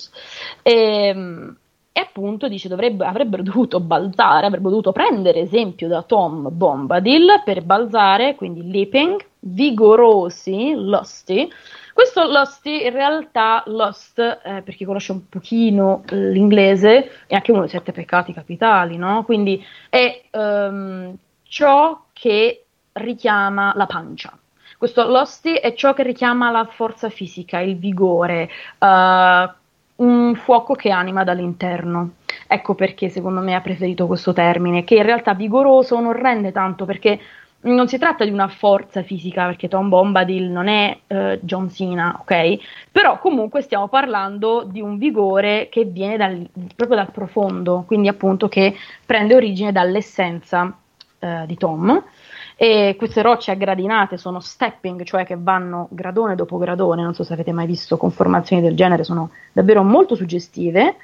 e, e appunto dice dovrebbe, avrebbero dovuto balzare, avrebbero dovuto prendere esempio da Tom Bombadil per balzare, quindi leaping, vigorosi, lusty. Questo lusty in realtà, lust, eh, per chi conosce un pochino eh, l'inglese, è anche uno dei sette peccati capitali, no? Quindi è um, ciò che richiama la pancia. Questo lusty è ciò che richiama la forza fisica, il vigore, uh, un fuoco che anima dall'interno. Ecco perché secondo me ha preferito questo termine, che in realtà vigoroso non rende tanto, perché non si tratta di una forza fisica, perché Tom Bombadil non è uh, John Cena, ok? Però comunque stiamo parlando di un vigore che viene dal, proprio dal profondo, quindi appunto che prende origine dall'essenza uh, di Tom. E queste rocce aggradinate sono stepping, cioè che vanno gradone dopo gradone, non so se avete mai visto conformazioni del genere, sono davvero molto suggestive,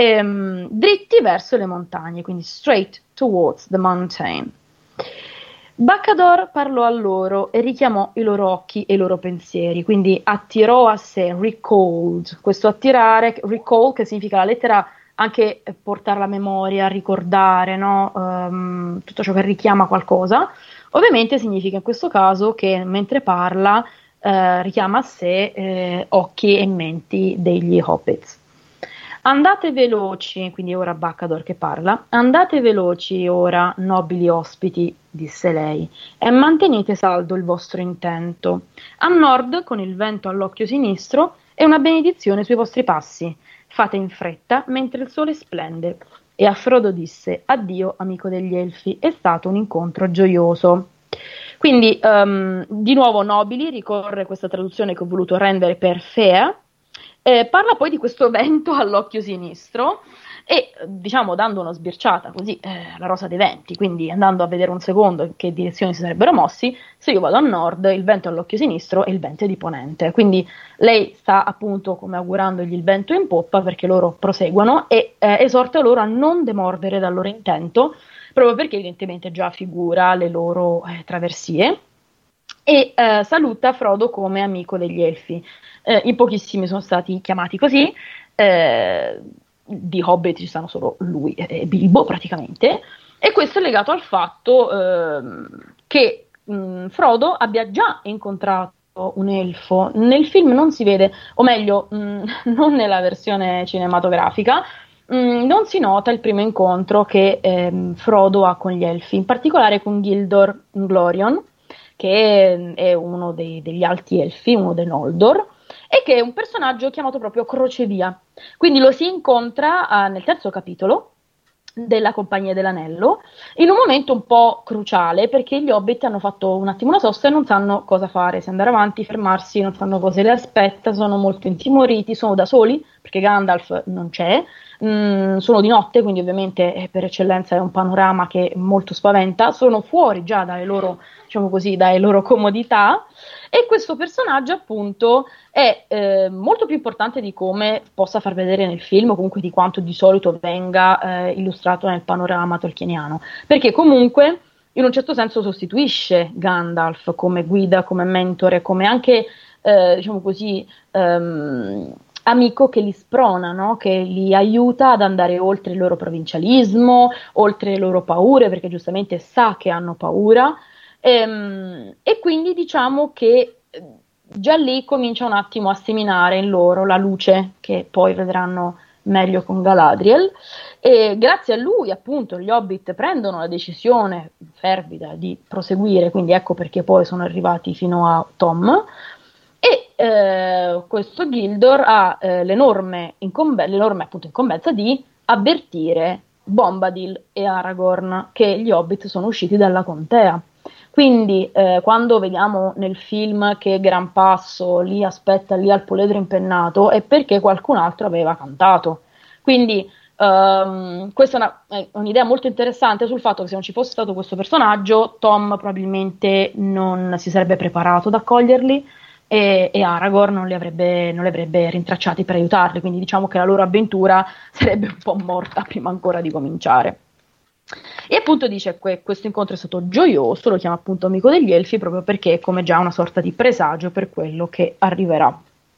ehm, dritti verso le montagne, quindi straight towards the mountain. Baccador parlò a loro e richiamò i loro occhi e i loro pensieri, quindi attirò a sé, recalled, questo attirare, recall che significa la lettera anche portare la memoria, ricordare, no? Um, tutto ciò che richiama qualcosa, ovviamente significa in questo caso che mentre parla eh, richiama a sé eh, occhi e menti degli hobbits. Andate veloci, quindi ora Baccador che parla, andate veloci ora, nobili ospiti, disse lei, e mantenete saldo il vostro intento. A nord, con il vento all'occhio sinistro, è una benedizione sui vostri passi. Fate in fretta mentre il sole splende. E a Frodo disse, addio amico degli Elfi, è stato un incontro gioioso. Quindi, um, di nuovo nobili, ricorre questa traduzione che ho voluto rendere per Fea. Eh, parla poi di questo vento all'occhio sinistro e diciamo dando una sbirciata così eh, la rosa dei venti, quindi andando a vedere un secondo in che direzione si sarebbero mossi. Se io vado a nord il vento all'occhio sinistro e il vento è di ponente, quindi lei sta appunto come augurandogli il vento in poppa perché loro proseguono e eh, esorta loro a non demordere dal loro intento, proprio perché evidentemente già figura le loro eh, traversie, e eh, saluta Frodo come amico degli Elfi. Eh, in pochissimi sono stati chiamati così, eh, di Hobbit ci stanno solo lui e Bilbo praticamente, e questo è legato al fatto eh, che mh, Frodo abbia già incontrato un elfo. Nel film non si vede, o meglio, mh, non nella versione cinematografica, mh, non si nota il primo incontro che eh, Frodo ha con gli elfi, in particolare con Gildor Glorion, che è uno dei, degli alti elfi, uno dei Noldor, e che è un personaggio chiamato proprio Crocevia. Quindi lo si incontra uh, nel terzo capitolo della Compagnia dell'Anello, in un momento un po' cruciale, perché gli Hobbit hanno fatto un attimo una sosta e non sanno cosa fare, se andare avanti, fermarsi, non sanno cosa le aspetta, sono molto intimoriti, sono da soli, perché Gandalf non c'è, mm, sono di notte, quindi ovviamente eh, per eccellenza è un panorama che molto spaventa, sono fuori già dalle loro, diciamo così, dalle loro comodità, e questo personaggio appunto è eh, molto più importante di come possa far vedere nel film, o comunque di quanto di solito venga eh, illustrato nel panorama tolkieniano, perché comunque in un certo senso sostituisce Gandalf come guida, come mentore, come anche eh, diciamo così ehm, amico che li sprona, no? Che li aiuta ad andare oltre il loro provincialismo, oltre le loro paure, perché giustamente sa che hanno paura. Ehm, e quindi diciamo che già lì comincia un attimo a seminare in loro la luce, che poi vedranno meglio con Galadriel, e grazie a lui appunto gli Hobbit prendono la decisione fervida di proseguire, quindi ecco perché poi sono arrivati fino a Tom, e eh, questo Gildor ha eh, l'enorme, incombe- l'enorme appunto incombenza di avvertire Bombadil e Aragorn che gli Hobbit sono usciti dalla contea. Quindi eh, quando vediamo nel film che Gran Passo lì aspetta lì al puledro impennato è perché qualcun altro aveva cantato. Quindi um, questa è, una, è un'idea molto interessante sul fatto che se non ci fosse stato questo personaggio Tom probabilmente non si sarebbe preparato ad accoglierli e, e Aragorn non li, avrebbe, non li avrebbe rintracciati per aiutarli, quindi diciamo che la loro avventura sarebbe un po' morta prima ancora di cominciare. E appunto dice che questo incontro è stato gioioso, lo chiama appunto amico degli Elfi proprio perché è come già una sorta di presagio per quello che arriverà.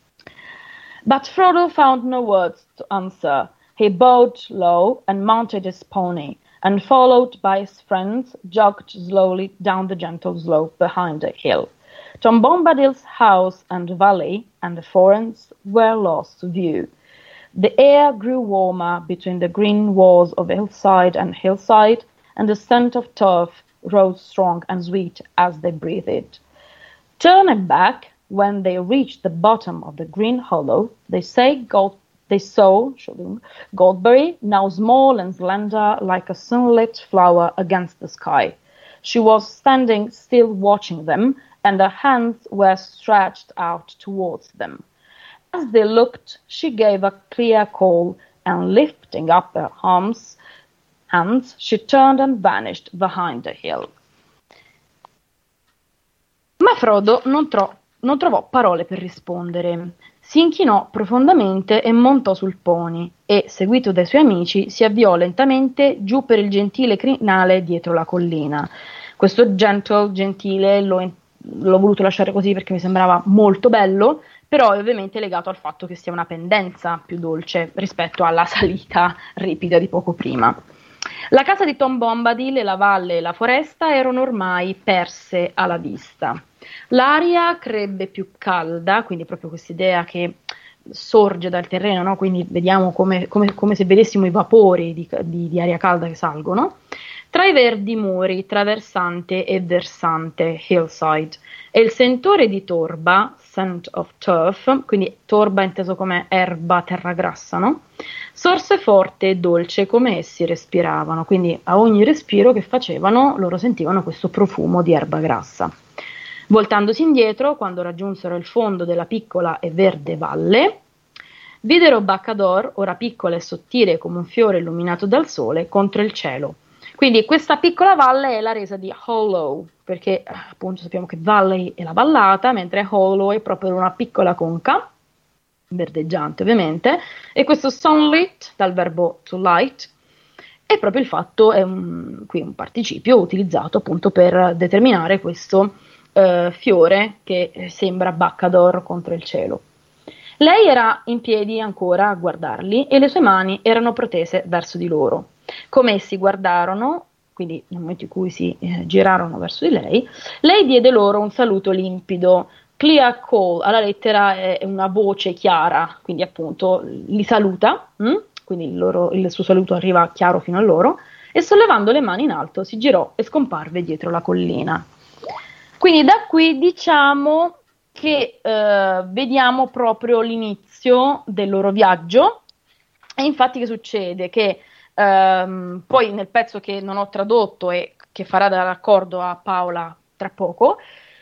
But Frodo found no words to answer. He bowed low and mounted his pony, and followed by his friends, jogged slowly down the gentle slope behind the hill. Tom Bombadil's house and valley and the forest were lost to view. The air grew warmer between the green walls of hillside and hillside, and the scent of turf rose strong and sweet as they breathed it. Turning back, when they reached the bottom of the green hollow, they, say gold, they saw Goldberry, now small and slender like a sunlit flower against the sky. She was standing still watching them, and her hands were stretched out towards them. As they looked, she gave a clear call, and lifting up her arms, hands, she turned and vanished behind the hill. Ma Frodo non, tro- non trovò parole per rispondere. Si inchinò profondamente e montò sul pony e, seguito dai suoi amici, si avviò lentamente giù per il gentile crinale dietro la collina. Questo gentle, gentile, l'ho, l'ho voluto lasciare così perché mi sembrava molto bello, però è ovviamente legato al fatto che sia una pendenza più dolce rispetto alla salita ripida di poco prima. La casa di Tom Bombadil e la valle e la foresta erano ormai perse alla vista. L'aria crebbe più calda, quindi proprio quest'idea che sorge dal terreno, no? Quindi vediamo come, come, come se vedessimo i vapori di, di, di aria calda che salgono, tra i verdi muri, tra versante e versante, hillside, e il sentore di torba, scent of turf, quindi torba inteso come erba, terra grassa, no? Sorse forte e dolce come essi respiravano, quindi a ogni respiro che facevano loro sentivano questo profumo di erba grassa. Voltandosi indietro, quando raggiunsero il fondo della piccola e verde valle, videro Baccador, ora piccola e sottile come un fiore illuminato dal sole, contro il cielo. Quindi questa piccola valle è la resa di Hollow, perché appunto sappiamo che Valley è la vallata, mentre Hollow è proprio una piccola conca, verdeggiante ovviamente, e questo sunlit, dal verbo to light, è proprio il fatto, è un, qui un participio utilizzato appunto per determinare questo Uh, fiore che sembra Baccador contro il cielo. Lei era in piedi ancora a guardarli e le sue mani erano protese verso di loro. Come essi guardarono, quindi nel momento in cui si eh, girarono verso di lei, lei diede loro un saluto limpido, clear call, alla lettera è una voce chiara, quindi appunto li saluta, hm? Quindi il, loro, il suo saluto arriva chiaro fino a loro, e sollevando le mani in alto si girò e scomparve dietro la collina. Quindi da qui diciamo che eh, vediamo proprio l'inizio del loro viaggio, e infatti che succede? Che ehm, poi nel pezzo che non ho tradotto e che farà da raccordo a Paola tra poco,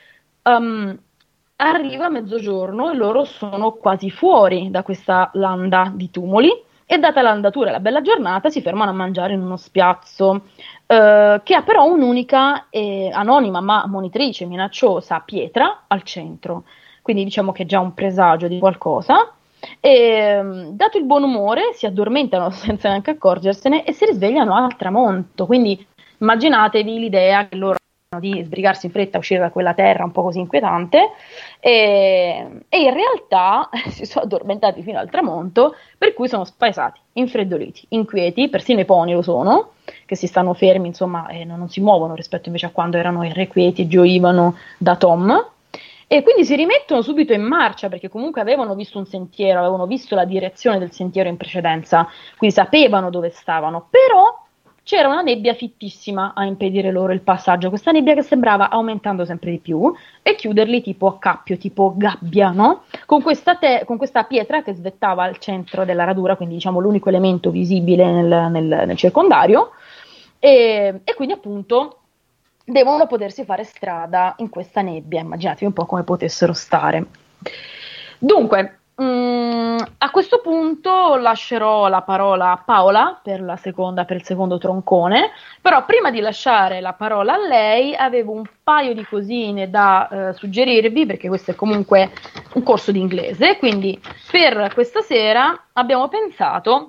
um, arriva mezzogiorno e loro sono quasi fuori da questa landa di tumuli, e data l'andatura e la bella giornata si fermano a mangiare in uno spiazzo eh, che ha però un'unica e anonima ma monitrice minacciosa pietra al centro, quindi diciamo che è già un presagio di qualcosa, e dato il buon umore si addormentano senza neanche accorgersene e si risvegliano al tramonto, quindi immaginatevi l'idea che loro di sbrigarsi in fretta a uscire da quella terra un po' così inquietante, e, e in realtà si sono addormentati fino al tramonto, per cui sono spaesati, infreddoliti, inquieti, persino i poni lo sono, che si stanno fermi insomma e non, non si muovono rispetto invece a quando erano irrequieti e gioivano da Tom, e quindi si rimettono subito in marcia perché comunque avevano visto un sentiero, avevano visto la direzione del sentiero in precedenza, quindi sapevano dove stavano, però c'era una nebbia fittissima a impedire loro il passaggio, questa nebbia che sembrava aumentando sempre di più e chiuderli tipo a cappio, tipo gabbia, no? Con questa, te- con questa pietra che svettava al centro della radura, quindi diciamo l'unico elemento visibile nel, nel, nel circondario, e, e quindi appunto devono potersi fare strada in questa nebbia, immaginatevi un po' come potessero stare. Dunque, Mm, a questo punto lascerò la parola a Paola per la seconda, per il secondo troncone, però prima di lasciare la parola a lei avevo un paio di cosine da eh, suggerirvi, perché questo è comunque un corso di inglese, quindi per questa sera abbiamo pensato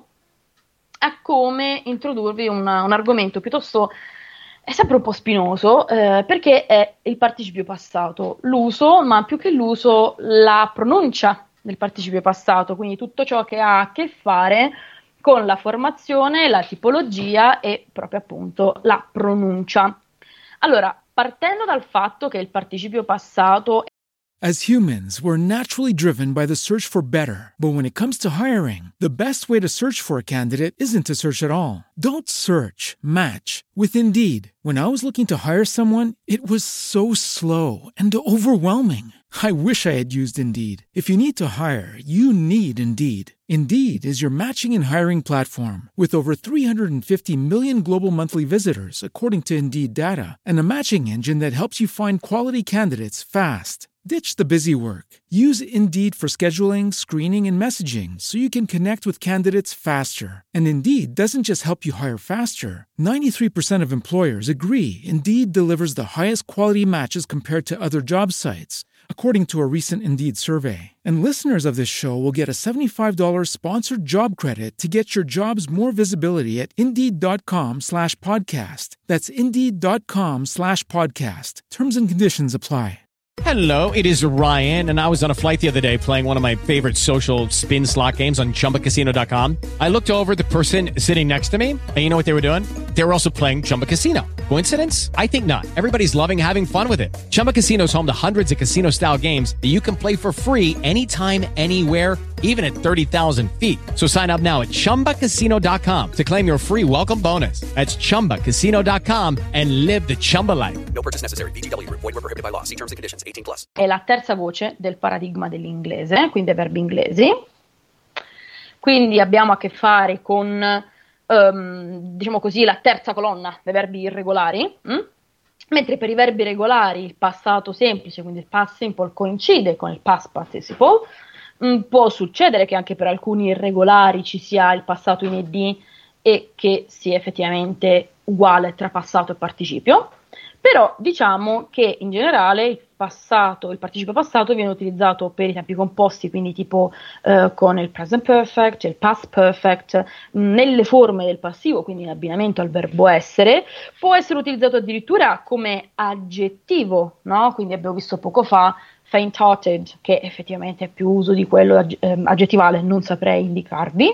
a come introdurvi una, un argomento piuttosto, è sempre un po' spinoso, eh, perché è il participio passato, l'uso, ma più che l'uso, la pronuncia del participio passato, quindi tutto ciò che ha a che fare con la formazione, la tipologia e proprio appunto la pronuncia. Allora, partendo dal fatto che il participio passato... As humans, we're naturally driven by the search for better. But when it comes to hiring, the best way to search for a candidate isn't to search at all. Don't search, match with Indeed. When I was looking to hire someone, it was so slow and overwhelming. I wish I had used Indeed. If you need to hire, you need Indeed. Indeed is your matching and hiring platform with over three hundred fifty million global monthly visitors, according to Indeed data, and a matching engine that helps you find quality candidates fast. Ditch the busy work. Use Indeed for scheduling, screening, and messaging so you can connect with candidates faster. And Indeed doesn't just help you hire faster. ninety-three percent of employers agree Indeed delivers the highest quality matches compared to other job sites. according to a recent Indeed survey. And listeners of this show will get a seventy-five dollars sponsored job credit to get your jobs more visibility at Indeed.com slash podcast. That's Indeed.com slash podcast. Terms and conditions apply. Hello, it is Ryan, and I was on a flight the other day playing one of my favorite social spin slot games on Chumba Casino dot com. I looked over at the person sitting next to me, and you know what they were doing? They were also playing Chumba Casino. Coincidence? I think not. Everybody's loving having fun with it. Chumba Casino is home to hundreds of casino-style games that you can play for free anytime, anywhere, even at thirty thousand feet. So sign up now at Chumba Casino dot com to claim your free welcome bonus. That's Chumba Casino dot com and live the Chumba life. No purchase necessary. V G W. Void where prohibited by law. See terms and conditions. eighteen plus. È la terza voce del paradigma dell'inglese, quindi dei verbi inglesi. Quindi abbiamo a che fare con, um, diciamo così, la terza colonna dei verbi irregolari. Hm? Mentre per i verbi regolari il passato semplice, quindi il past simple, coincide con il past participle. Mm, può succedere che anche per alcuni irregolari ci sia il passato in ed e che sia effettivamente uguale tra passato e participio, però diciamo che in generale il passato, il participio passato viene utilizzato per i tempi composti, quindi tipo eh, con il present perfect, il past perfect, mh, nelle forme del passivo, quindi in abbinamento al verbo essere, può essere utilizzato addirittura come aggettivo, no? Quindi abbiamo visto poco fa faint-hearted, che effettivamente è più uso di quello ag- ehm, aggettivale, non saprei indicarvi,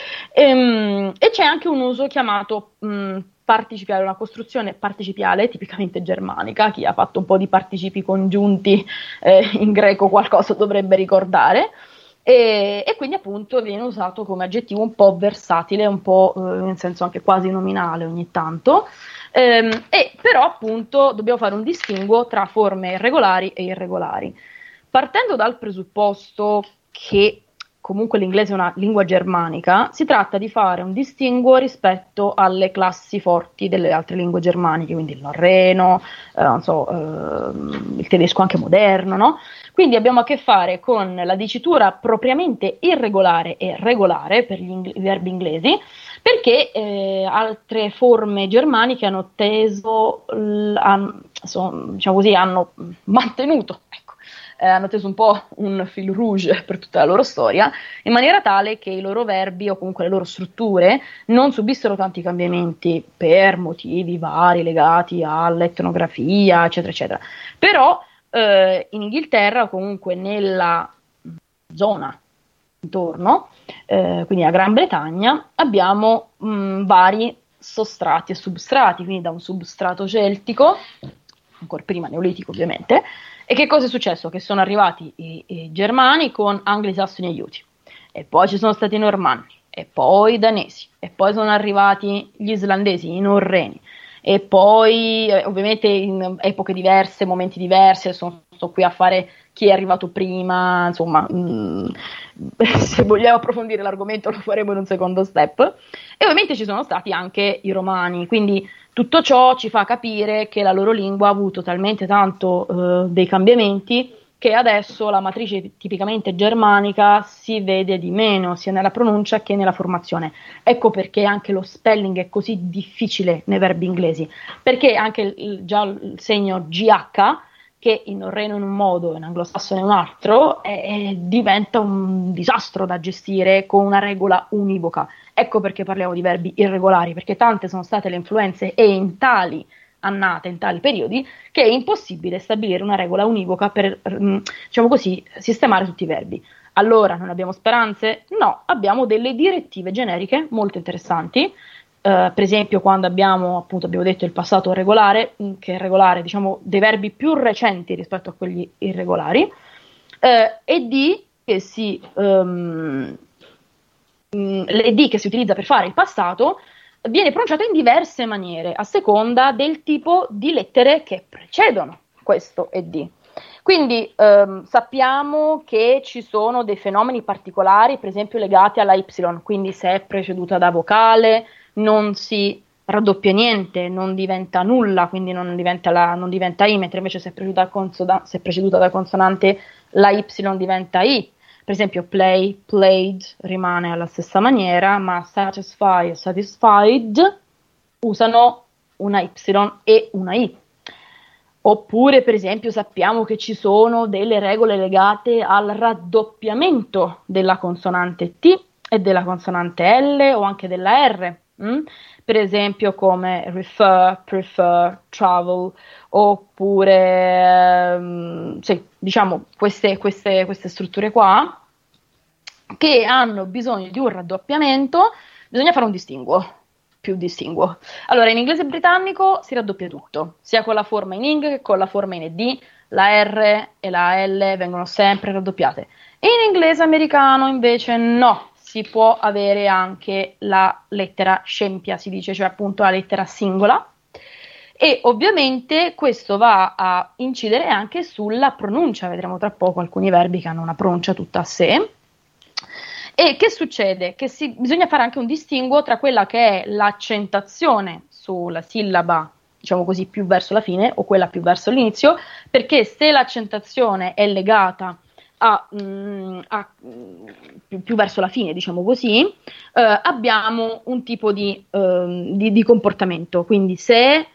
ehm, e c'è anche un uso chiamato mh, participiale, una costruzione participiale tipicamente germanica. Chi ha fatto un po' di participi congiunti eh, in greco qualcosa dovrebbe ricordare, e, e quindi appunto viene usato come aggettivo un po' versatile, un po' eh, in senso anche quasi nominale ogni tanto. Um, e però appunto dobbiamo fare un distinguo tra forme regolari e irregolari, partendo dal presupposto che comunque l'inglese è una lingua germanica. Si tratta di fare un distinguo rispetto alle classi forti delle altre lingue germaniche, quindi il norreno, eh, non so, eh, il tedesco anche moderno, no? Quindi abbiamo a che fare con la dicitura propriamente irregolare e regolare per gli ing- verbi inglesi, perché eh, altre forme germaniche hanno teso, l- hanno, so, diciamo così, hanno mantenuto, ecco, eh, hanno teso un po' un fil rouge per tutta la loro storia, in maniera tale che i loro verbi o comunque le loro strutture non subissero tanti cambiamenti per motivi vari legati all'etnografia, eccetera, eccetera. Però eh, in Inghilterra o comunque nella zona intorno, eh, quindi a Gran Bretagna, abbiamo mh, vari sotstrati e substrati, quindi da un substrato celtico, ancora prima neolitico ovviamente. E che cosa è successo? Che sono arrivati i, i germani con anglosassoni aiuti, e poi ci sono stati i normanni, e poi i danesi, e poi sono arrivati gli islandesi, i norreni, e poi eh, ovviamente in epoche diverse, momenti diversi. Sono sto qui a fare chi è arrivato prima, insomma, mh, se vogliamo approfondire l'argomento lo faremo in un secondo step. E ovviamente ci sono stati anche i romani, quindi tutto ciò ci fa capire che la loro lingua ha avuto talmente tanto eh, dei cambiamenti che adesso la matrice tipicamente germanica si vede di meno, sia nella pronuncia che nella formazione. Ecco perché anche lo spelling è così difficile nei verbi inglesi, perché anche il, già il segno G H, che in norreno in un modo e in anglosassone in un altro, eh, diventa un disastro da gestire con una regola univoca. Ecco perché parliamo di verbi irregolari, perché tante sono state le influenze e in tali annate, in tali periodi, che è impossibile stabilire una regola univoca per, diciamo così, sistemare tutti i verbi. Allora, non abbiamo speranze? No, abbiamo delle direttive generiche molto interessanti. Uh, per esempio quando abbiamo, appunto abbiamo detto, il passato regolare, mh, che è regolare, diciamo, dei verbi più recenti rispetto a quelli irregolari, uh, e D che si um, mh, l'E D che si utilizza per fare il passato viene pronunciato in diverse maniere a seconda del tipo di lettere che precedono questo E D. Quindi ehm, sappiamo che ci sono dei fenomeni particolari, per esempio legati alla Y, quindi se è preceduta da vocale non si raddoppia niente, non diventa nulla, quindi non diventa, la, non diventa I, mentre invece se è, preceduta da consona- se è preceduta da consonante la Y diventa I. Per esempio play, played rimane alla stessa maniera, ma satisfy e satisfied usano una Y e una I. Oppure, per esempio, sappiamo che ci sono delle regole legate al raddoppiamento della consonante T e della consonante L o anche della R, mh? Per esempio come refer, prefer, travel, oppure ehm, sì, diciamo queste, queste, queste strutture qua che hanno bisogno di un raddoppiamento. Bisogna fare un distinguo, più distinguo. Allora, in inglese britannico si raddoppia tutto, sia con la forma in ing che con la forma in ed. La R e la L vengono sempre raddoppiate. In inglese americano invece no, si può avere anche la lettera scempia, si dice, cioè appunto la lettera singola, e ovviamente questo va a incidere anche sulla pronuncia. Vedremo tra poco alcuni verbi che hanno una pronuncia tutta a sé. E che succede? Che si, bisogna fare anche un distinguo tra quella che è l'accentazione sulla sillaba, diciamo così, più verso la fine o quella più verso l'inizio, perché se l'accentazione è legata a, mm, a più, più verso la fine, diciamo così, eh, abbiamo un tipo di, um, di, di comportamento. Quindi se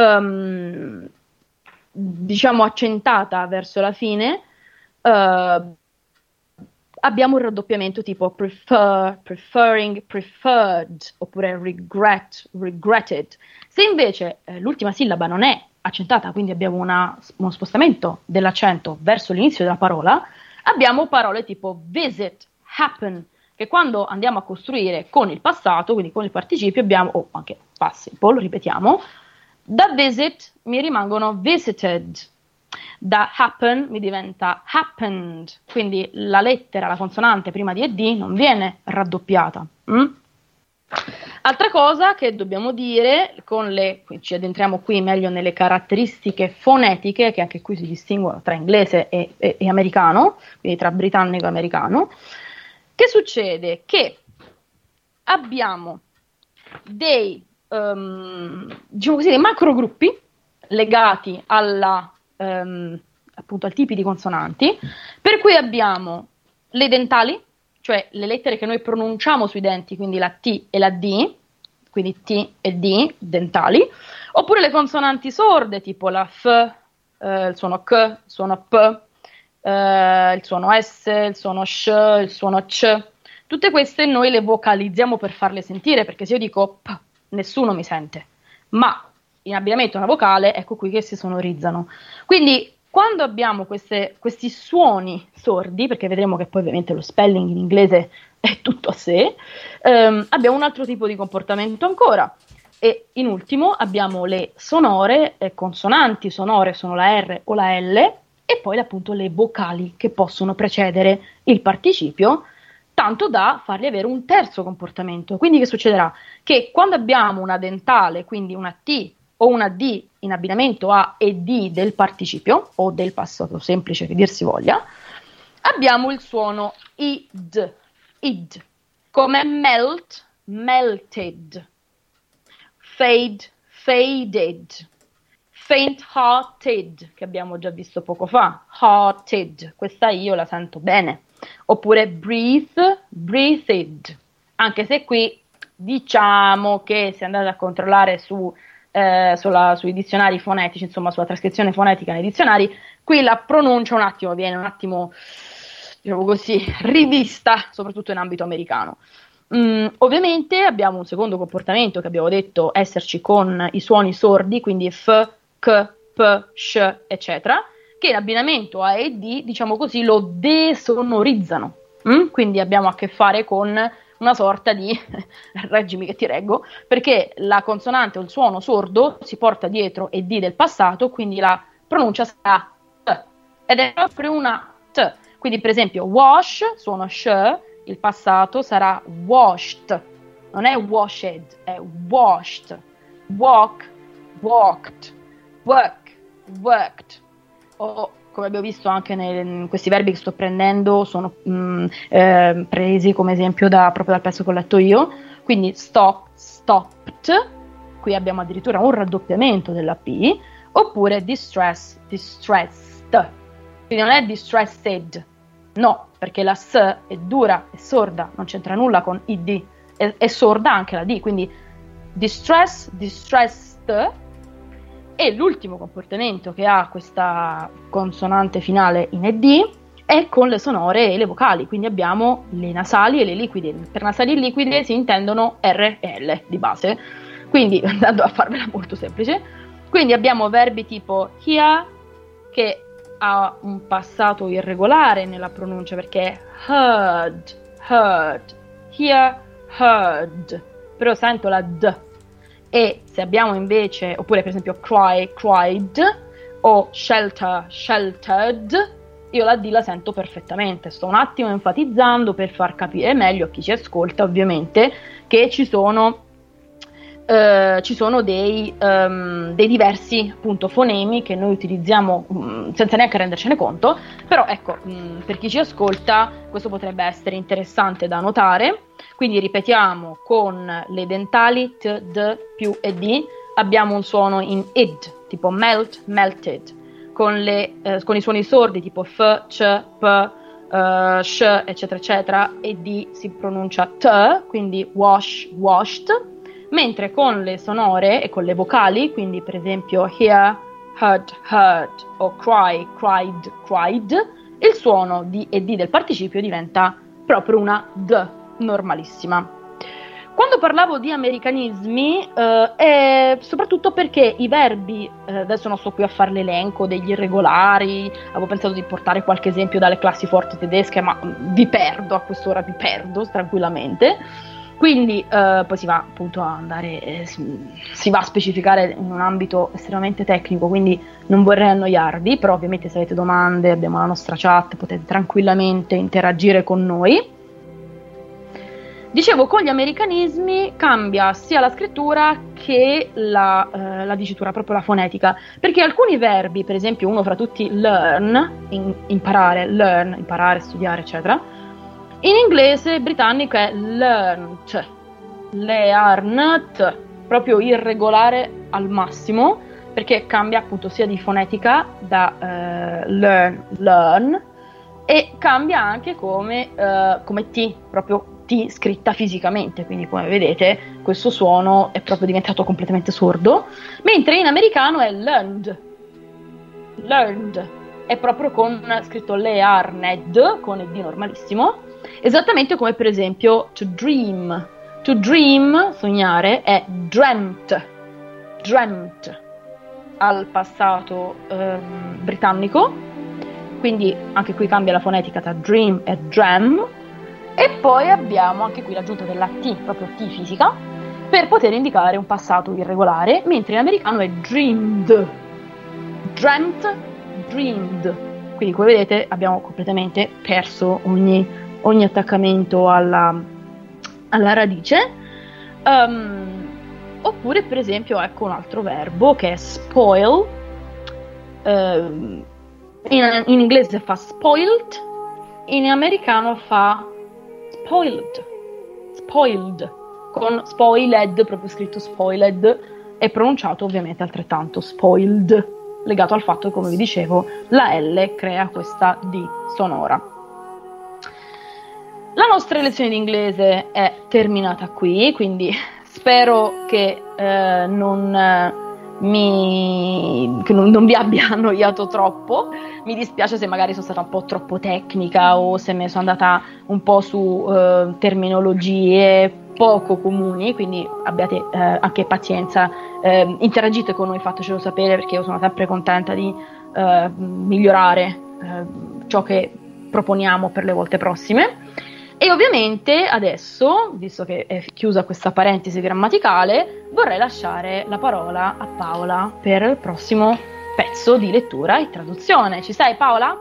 um, diciamo accentata verso la fine, uh, abbiamo un raddoppiamento tipo prefer, preferring, preferred, oppure regret, regretted. Se invece eh, l'ultima sillaba non è accentata, quindi abbiamo una, uno spostamento dell'accento verso l'inizio della parola, abbiamo parole tipo visit, happen, che quando andiamo a costruire con il passato, quindi con il participio, abbiamo, o anche participle, lo ripetiamo, da visit mi rimangono visited, da happen mi diventa happened, quindi la lettera, la consonante prima di ed non viene raddoppiata. Mm? Altra cosa che dobbiamo dire, con le, ci addentriamo qui meglio nelle caratteristiche fonetiche, che anche qui si distinguono tra inglese e, e, e americano, quindi tra britannico e americano. Che succede? Che abbiamo dei, um, diciamo così, dei macrogruppi legati alla Um, appunto al tipi di consonanti, per cui abbiamo le dentali, cioè le lettere che noi pronunciamo sui denti, quindi la T e la D, quindi T e D, dentali, oppure le consonanti sorde, tipo la F, eh, il suono K, il suono P, eh, il suono S, il suono SH, il suono C. Tutte queste noi le vocalizziamo per farle sentire, perché se io dico P, nessuno mi sente, ma in abbinamento a una vocale, ecco qui che si sonorizzano. Quindi quando abbiamo queste, questi suoni sordi, perché vedremo che poi ovviamente lo spelling in inglese è tutto a sé, ehm, abbiamo un altro tipo di comportamento ancora. E in ultimo abbiamo le sonore, eh, consonanti sonore sono la R o la L, e poi appunto le vocali che possono precedere il participio, tanto da fargli avere un terzo comportamento. Quindi che succederà? Che quando abbiamo una dentale, quindi una T o una D in abbinamento a e D del participio o del passato semplice che dir si voglia, abbiamo il suono id, id, come melt, melted, fade, faded, faint-hearted, che abbiamo già visto poco fa, hearted, questa io la sento bene, oppure breathe, breathed, anche se qui diciamo che se andate a controllare su Eh, sulla, sui dizionari fonetici, insomma sulla trascrizione fonetica nei dizionari, qui la pronuncia un attimo viene un attimo, diciamo così, rivista, soprattutto in ambito americano. Mm, ovviamente abbiamo un secondo comportamento che abbiamo detto esserci con i suoni sordi, quindi F, K, P, Sh, eccetera, che in abbinamento a E D, diciamo così, lo desonorizzano. Mm? Quindi abbiamo a che fare con una sorta di, reggimi che ti reggo, perché la consonante o il suono sordo si porta dietro E D del passato, quindi la pronuncia sarà T, ed è proprio una T. Quindi per esempio wash, suono sh, il passato sarà washed, non è washed, è washed, walk, walked, work, worked, o come abbiamo visto anche nei, in questi verbi che sto prendendo sono mh, eh, presi come esempio da, proprio dal pezzo che ho letto io, quindi stop, stopped, qui abbiamo addirittura un raddoppiamento della P, oppure distress, distressed, quindi non è distressed, no, perché la S è dura, è sorda, non c'entra nulla con id, è, è sorda anche la D, quindi distress, distressed, E l'ultimo comportamento che ha questa consonante finale in ed è con le sonore e le vocali, quindi abbiamo le nasali e le liquide. Per nasali e liquide si intendono R e L di base, quindi andando a farvela molto semplice, quindi abbiamo verbi tipo hear, che ha un passato irregolare nella pronuncia perché è heard, heard, hear, heard, però sento la D. E se abbiamo invece, oppure per esempio cry, cried, o shelter, sheltered, io la D la sento perfettamente. Sto un attimo enfatizzando per far capire meglio a chi ci ascolta, ovviamente, che ci sono Uh, ci sono dei, um, dei diversi appunto fonemi che noi utilizziamo um, senza neanche rendercene conto, però ecco, um, per chi ci ascolta questo potrebbe essere interessante da notare. Quindi ripetiamo, con le dentali T, D più e D abbiamo un suono in id, tipo melt, melted, con, le, eh, con i suoni sordi tipo F, C, P, uh, Sh, eccetera eccetera, e D si pronuncia T, quindi wash, washed. Mentre con le sonore e con le vocali, quindi per esempio hear, heard, heard o cry, cried, cried, il suono di e di del participio diventa proprio una D normalissima. Quando parlavo di americanismi eh, è soprattutto perché i verbi, eh, adesso non sto qui a fare l'elenco degli irregolari, avevo pensato di portare qualche esempio dalle classi forti tedesche, ma vi perdo, a quest'ora vi perdo tranquillamente. Quindi eh, poi si va appunto a andare, eh, si, si va a specificare in un ambito estremamente tecnico, quindi non vorrei annoiarvi, però ovviamente se avete domande abbiamo la nostra chat, potete tranquillamente interagire con noi. Dicevo, con gli americanismi cambia sia la scrittura che la, eh, la dicitura, proprio la fonetica, perché alcuni verbi, per esempio uno fra tutti learn, in, imparare, learn, imparare, studiare eccetera, in inglese britannico è learnt, learned, proprio irregolare al massimo, perché cambia appunto sia di fonetica da uh, learn, learn, e cambia anche come, uh, come T, proprio T scritta fisicamente, quindi come vedete questo suono è proprio diventato completamente sordo, mentre in americano è learned, learned, è proprio con scritto learned, con il D normalissimo. Esattamente come per esempio to dream. To dream, sognare, è dreamt, dreamt al passato ehm, britannico, quindi anche qui cambia la fonetica tra dream e dram, e poi abbiamo anche qui l'aggiunta della T, proprio T fisica, per poter indicare un passato irregolare, mentre in americano è dreamed, dreamt, dreamed, quindi come vedete abbiamo completamente perso ogni ogni attaccamento alla, alla radice. Um, oppure per esempio ecco un altro verbo che è spoil, uh, in, in inglese fa spoiled, in americano fa spoiled, spoiled, con spoiled, proprio scritto spoiled, e pronunciato ovviamente altrettanto spoiled, legato al fatto che, come vi dicevo, la L crea questa D sonora. La nostra lezione di inglese è terminata qui, quindi spero che eh, non, eh, mi, che non, non vi abbia annoiato troppo. Mi dispiace se magari sono stata un po' troppo tecnica o se me sono andata un po' su eh, terminologie poco comuni, quindi abbiate eh, anche pazienza, eh, interagite con noi, fatecelo sapere, perché io sono sempre contenta di eh, migliorare eh, ciò che proponiamo per le volte prossime. E ovviamente adesso, visto che è chiusa questa parentesi grammaticale, vorrei lasciare la parola a Paola per il prossimo pezzo di lettura e traduzione. Ci sei, Paola?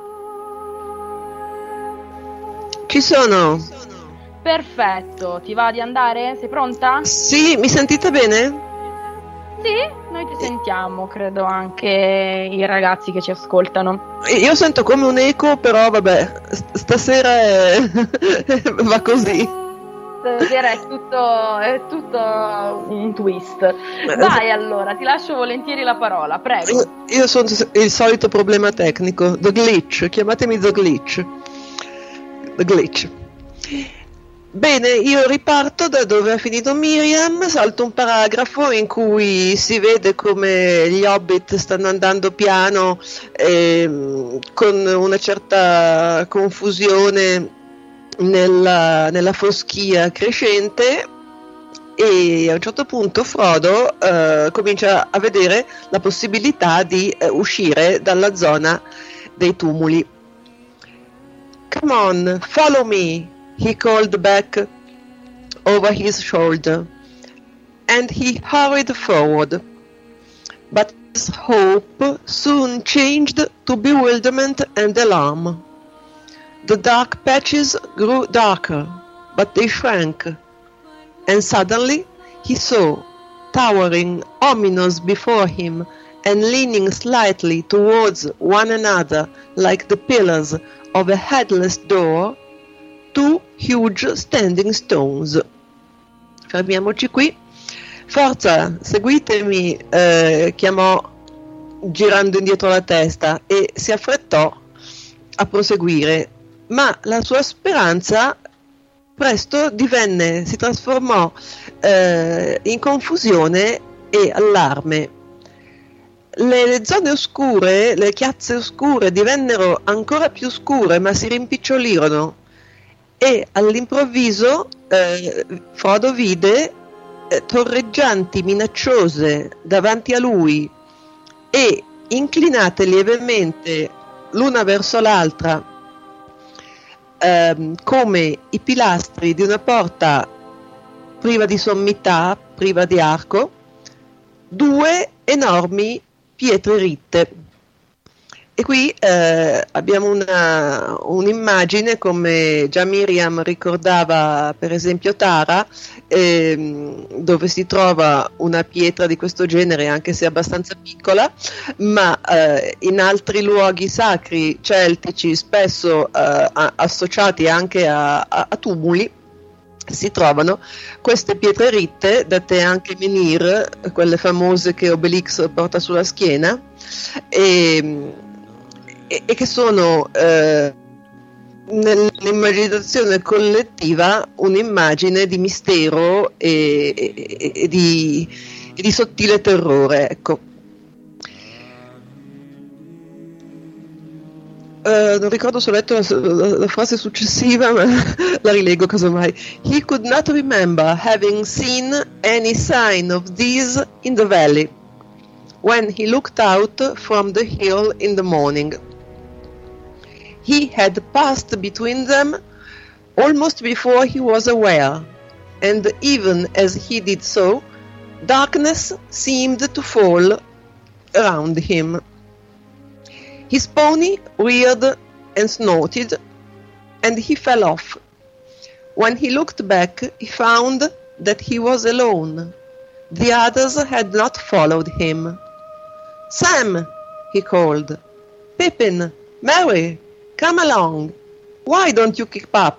Ci sono. Perfetto, ti va di andare? Sei pronta? Sì, mi sentite bene? Sì, noi ti sentiamo, credo anche i ragazzi che ci ascoltano. Io sento come un eco, però vabbè, stasera è... va così. Stasera è tutto, è tutto un twist. Vai allora, ti lascio volentieri la parola, prego. Io, io sono il solito problema tecnico, the glitch, chiamatemi the glitch. The glitch. Bene, io riparto da dove ha finito Miriam, salto un paragrafo in cui si vede come gli Hobbit stanno andando piano eh, con una certa confusione nella, nella foschia crescente, e a un certo punto Frodo eh, comincia a vedere la possibilità di eh, uscire dalla zona dei tumuli. "Come on, follow me," he called back over his shoulder, and he hurried forward. But his hope soon changed to bewilderment and alarm. The dark patches grew darker, but they shrank, and suddenly he saw, towering ominous before him and leaning slightly towards one another like the pillars of a headless door, two huge standing stones. Fermiamoci qui. "Forza, seguitemi", eh, chiamò girando indietro la testa, e si affrettò a proseguire, ma la sua speranza presto divenne, si trasformò eh, in confusione e allarme. Le, le zone oscure, le chiazze oscure divennero ancora più scure, ma si rimpicciolirono, e all'improvviso eh, Frodo vide eh, torreggianti minacciose davanti a lui e inclinate lievemente l'una verso l'altra ehm, come i pilastri di una porta priva di sommità, priva di arco, due enormi pietre ritte. E qui eh, abbiamo una, un'immagine, come già Miriam ricordava per esempio Tara, ehm, dove si trova una pietra di questo genere, anche se abbastanza piccola, ma eh, in altri luoghi sacri celtici, spesso eh, associati anche a, a, a tumuli, si trovano queste pietre ritte, dette anche menhir, quelle famose che Obelix porta sulla schiena, e e che sono eh, nell'immaginazione collettiva un'immagine di mistero e, e, e, di, e di sottile terrore, ecco. Uh, non ricordo se ho letto la, la, la frase successiva, ma la rilego casomai. "He could not remember having seen any sign of these in the valley when he looked out from the hill in the morning. He had passed between them almost before he was aware, and even as he did so, darkness seemed to fall around him. His pony reared and snorted, and he fell off. When he looked back, he found that he was alone. The others had not followed him. 'Sam!' he called. 'Pippin! Merry! Come along! Why don't you keep up?'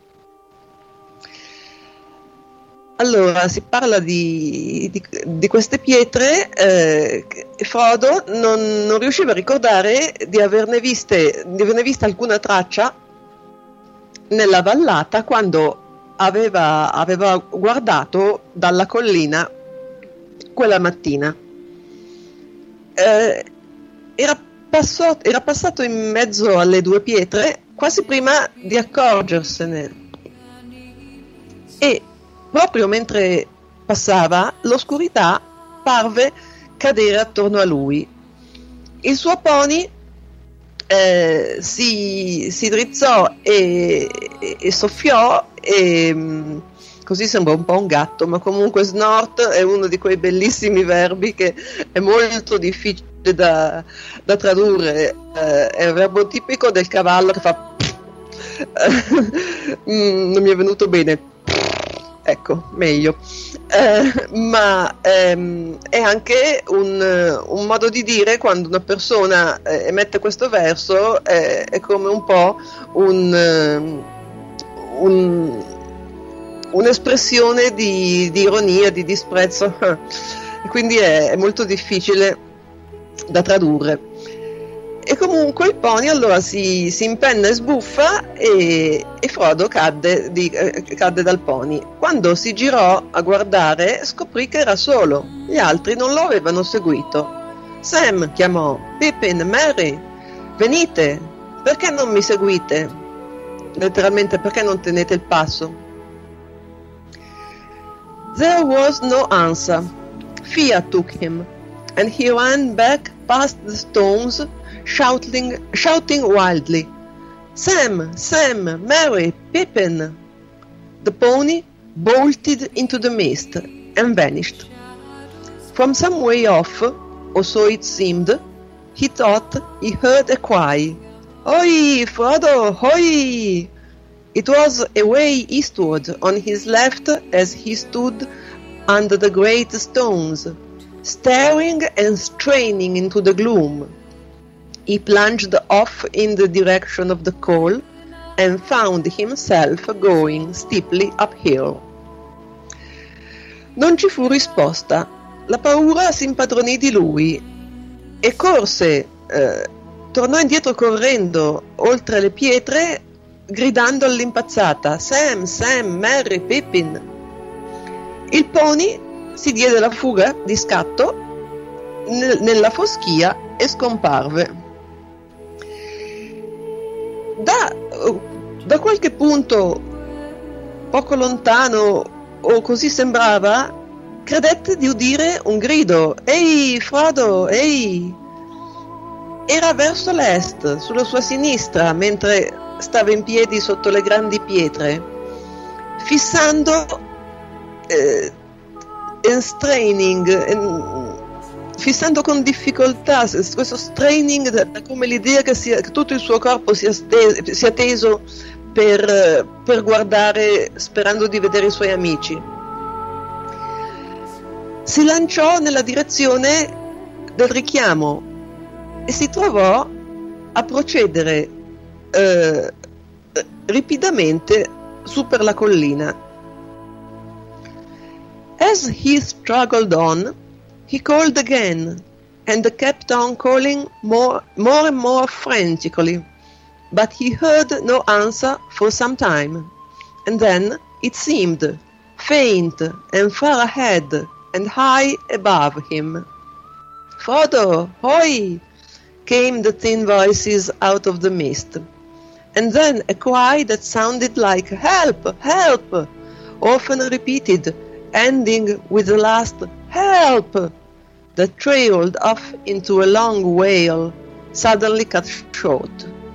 Allora, si parla di, di, di queste pietre, eh, Frodo non, non riusciva a ricordare di averne viste, di averne vista alcuna traccia nella vallata quando aveva, aveva guardato dalla collina quella mattina. Eh, era, passato, era passato in mezzo alle due pietre quasi prima di accorgersene, e proprio mentre passava, l'oscurità parve cadere attorno a lui. Il suo pony eh, si, si drizzò e, e, e soffiò, e così sembra un po' un gatto, ma comunque snort è uno di quei bellissimi verbi che è molto difficile da, da tradurre. Eh, è un verbo tipico del cavallo che fa mm, non mi è venuto bene. Ecco, meglio. Eh, ma ehm, è anche un, un modo di dire quando una persona eh, emette questo verso, eh, è come un po' un, un, un'espressione di, di ironia, di disprezzo, e quindi è, è molto difficile da tradurre. E comunque il pony allora si, si impenna e sbuffa e, e Frodo cadde, di, eh, cadde dal pony. Quando si girò a guardare scoprì che era solo, gli altri non lo avevano seguito. Sam chiamò: Pippin, Merry, venite, perché non mi seguite? Letteralmente, perché non tenete il passo? There was no answer. Fear took him, and he ran back past the stones, shouting, shouting wildly, Sam, Sam, Merry, Pippin. The pony bolted into the mist and vanished. From some way off, or so it seemed, he thought he heard a cry. Hoi, Frodo, hoi! It was away eastward on his left as he stood under the great stones, staring and straining into the gloom. He plunged off in the direction of the call and found himself going steeply uphill. Non ci fu risposta. La paura si impadronì di lui e corse, eh, tornò indietro correndo oltre le pietre, gridando all'impazzata: Sam, Sam, Merry, Pippin. Il pony si diede la fuga di scatto n- nella foschia e scomparve. Da, da qualche punto poco lontano, o così sembrava, credette di udire un grido: Ehi, Frodo, ehi! Era verso l'est, sulla sua sinistra, mentre stava in piedi sotto le grandi pietre, fissando eh, and straining, and, fissando con difficoltà, questo straining da, da come l'idea che, sia, che tutto il suo corpo sia, ste, sia teso per, per guardare, sperando di vedere i suoi amici. Si lanciò nella direzione del richiamo e si trovò a procedere eh, ripidamente su per la collina. As he struggled on, he called again, and kept on calling more, more and more frantically, but he heard no answer for some time, and then it seemed faint and far ahead and high above him. Frodo, hoi! Came the thin voices out of the mist, and then a cry that sounded like help, help, often repeated, ending with the last help, that trailed off into a long wail, suddenly cut short.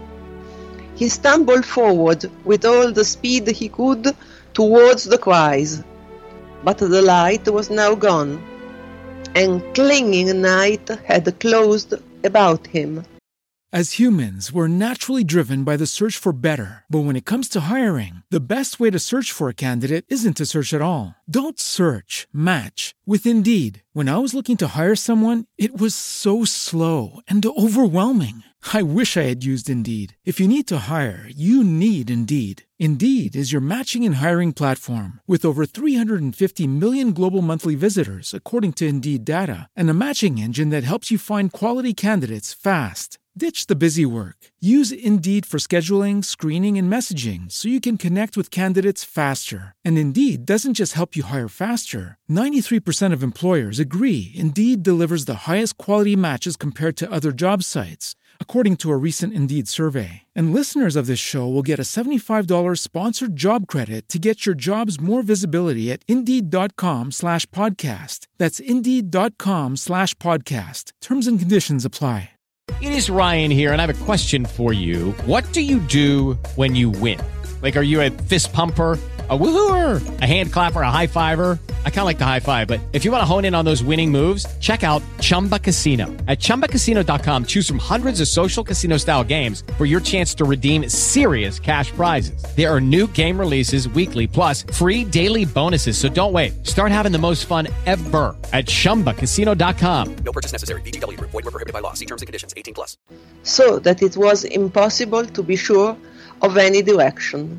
He stumbled forward with all the speed he could towards the cries, but the light was now gone, and clinging night had closed about him. As humans, we're naturally driven by the search for better. But when it comes to hiring, the best way to search for a candidate isn't to search at all. Don't search, match with Indeed. When I was looking to hire someone, it was so slow and overwhelming. I wish I had used Indeed. If you need to hire, you need Indeed. Indeed is your matching and hiring platform with over three hundred fifty million global monthly visitors, according to Indeed data, and a matching engine that helps you find quality candidates fast. Ditch the busy work. Use Indeed for scheduling, screening, and messaging so you can connect with candidates faster. And Indeed doesn't just help you hire faster. ninety-three percent of employers agree Indeed delivers the highest quality matches compared to other job sites, according to a recent Indeed survey. And listeners of this show will get a seventy-five dollars sponsored job credit to get your jobs more visibility at Indeed.com slash podcast. That's Indeed.com slash podcast. Terms and conditions apply. It is Ryan here, and I have a question for you. What do you do when you win? Like, are you a fist pumper, a woohooer, a hand clapper, a high fiver? I kind of like the high five, but if you want to hone in on those winning moves, check out Chumba Casino. At Chumba Casino dot com, choose from hundreds of social casino-style games for your chance to redeem serious cash prizes. There are new game releases weekly, plus free daily bonuses, so don't wait. Start having the most fun ever at Chumba Casino dot com. No purchase necessary. V G W. Void where prohibited by law. See terms and conditions. eighteen plus. So that it was impossible to be sure of any direction.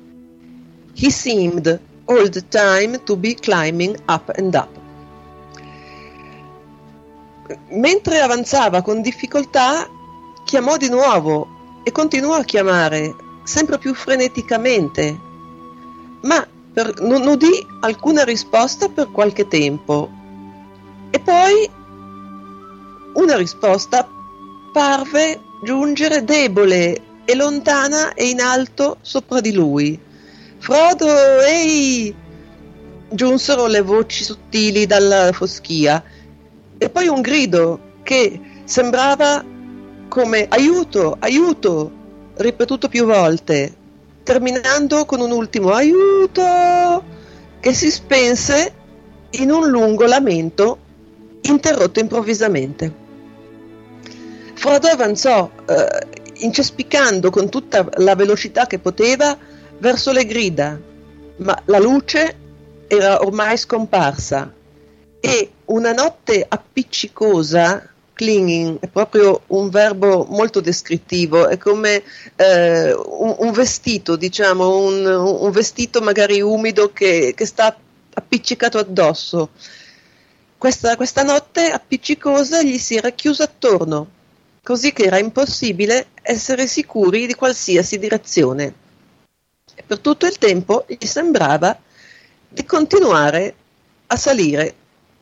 He seemed all the time to be climbing up and up. Mentre avanzava con difficoltà, chiamò di nuovo e continuò a chiamare sempre più freneticamente, ma per, non udì alcuna risposta per qualche tempo. E poi una risposta parve giungere debole e lontana e in alto sopra di lui. Frodo, ehi! Giunsero le voci sottili dalla foschia, e poi un grido che sembrava come aiuto, aiuto, ripetuto più volte, terminando con un ultimo aiuto che si spense in un lungo lamento interrotto improvvisamente. Frodo avanzò, eh, incespicando con tutta la velocità che poteva verso le grida, ma la luce era ormai scomparsa e una notte appiccicosa, clinging è proprio un verbo molto descrittivo, è come eh, un, un vestito, diciamo, un, un vestito magari umido che, che sta appiccicato addosso. Questa, questa notte appiccicosa gli si era chiusa attorno, così che era impossibile essere sicuri di qualsiasi direzione. E per tutto il tempo gli sembrava di continuare a salire.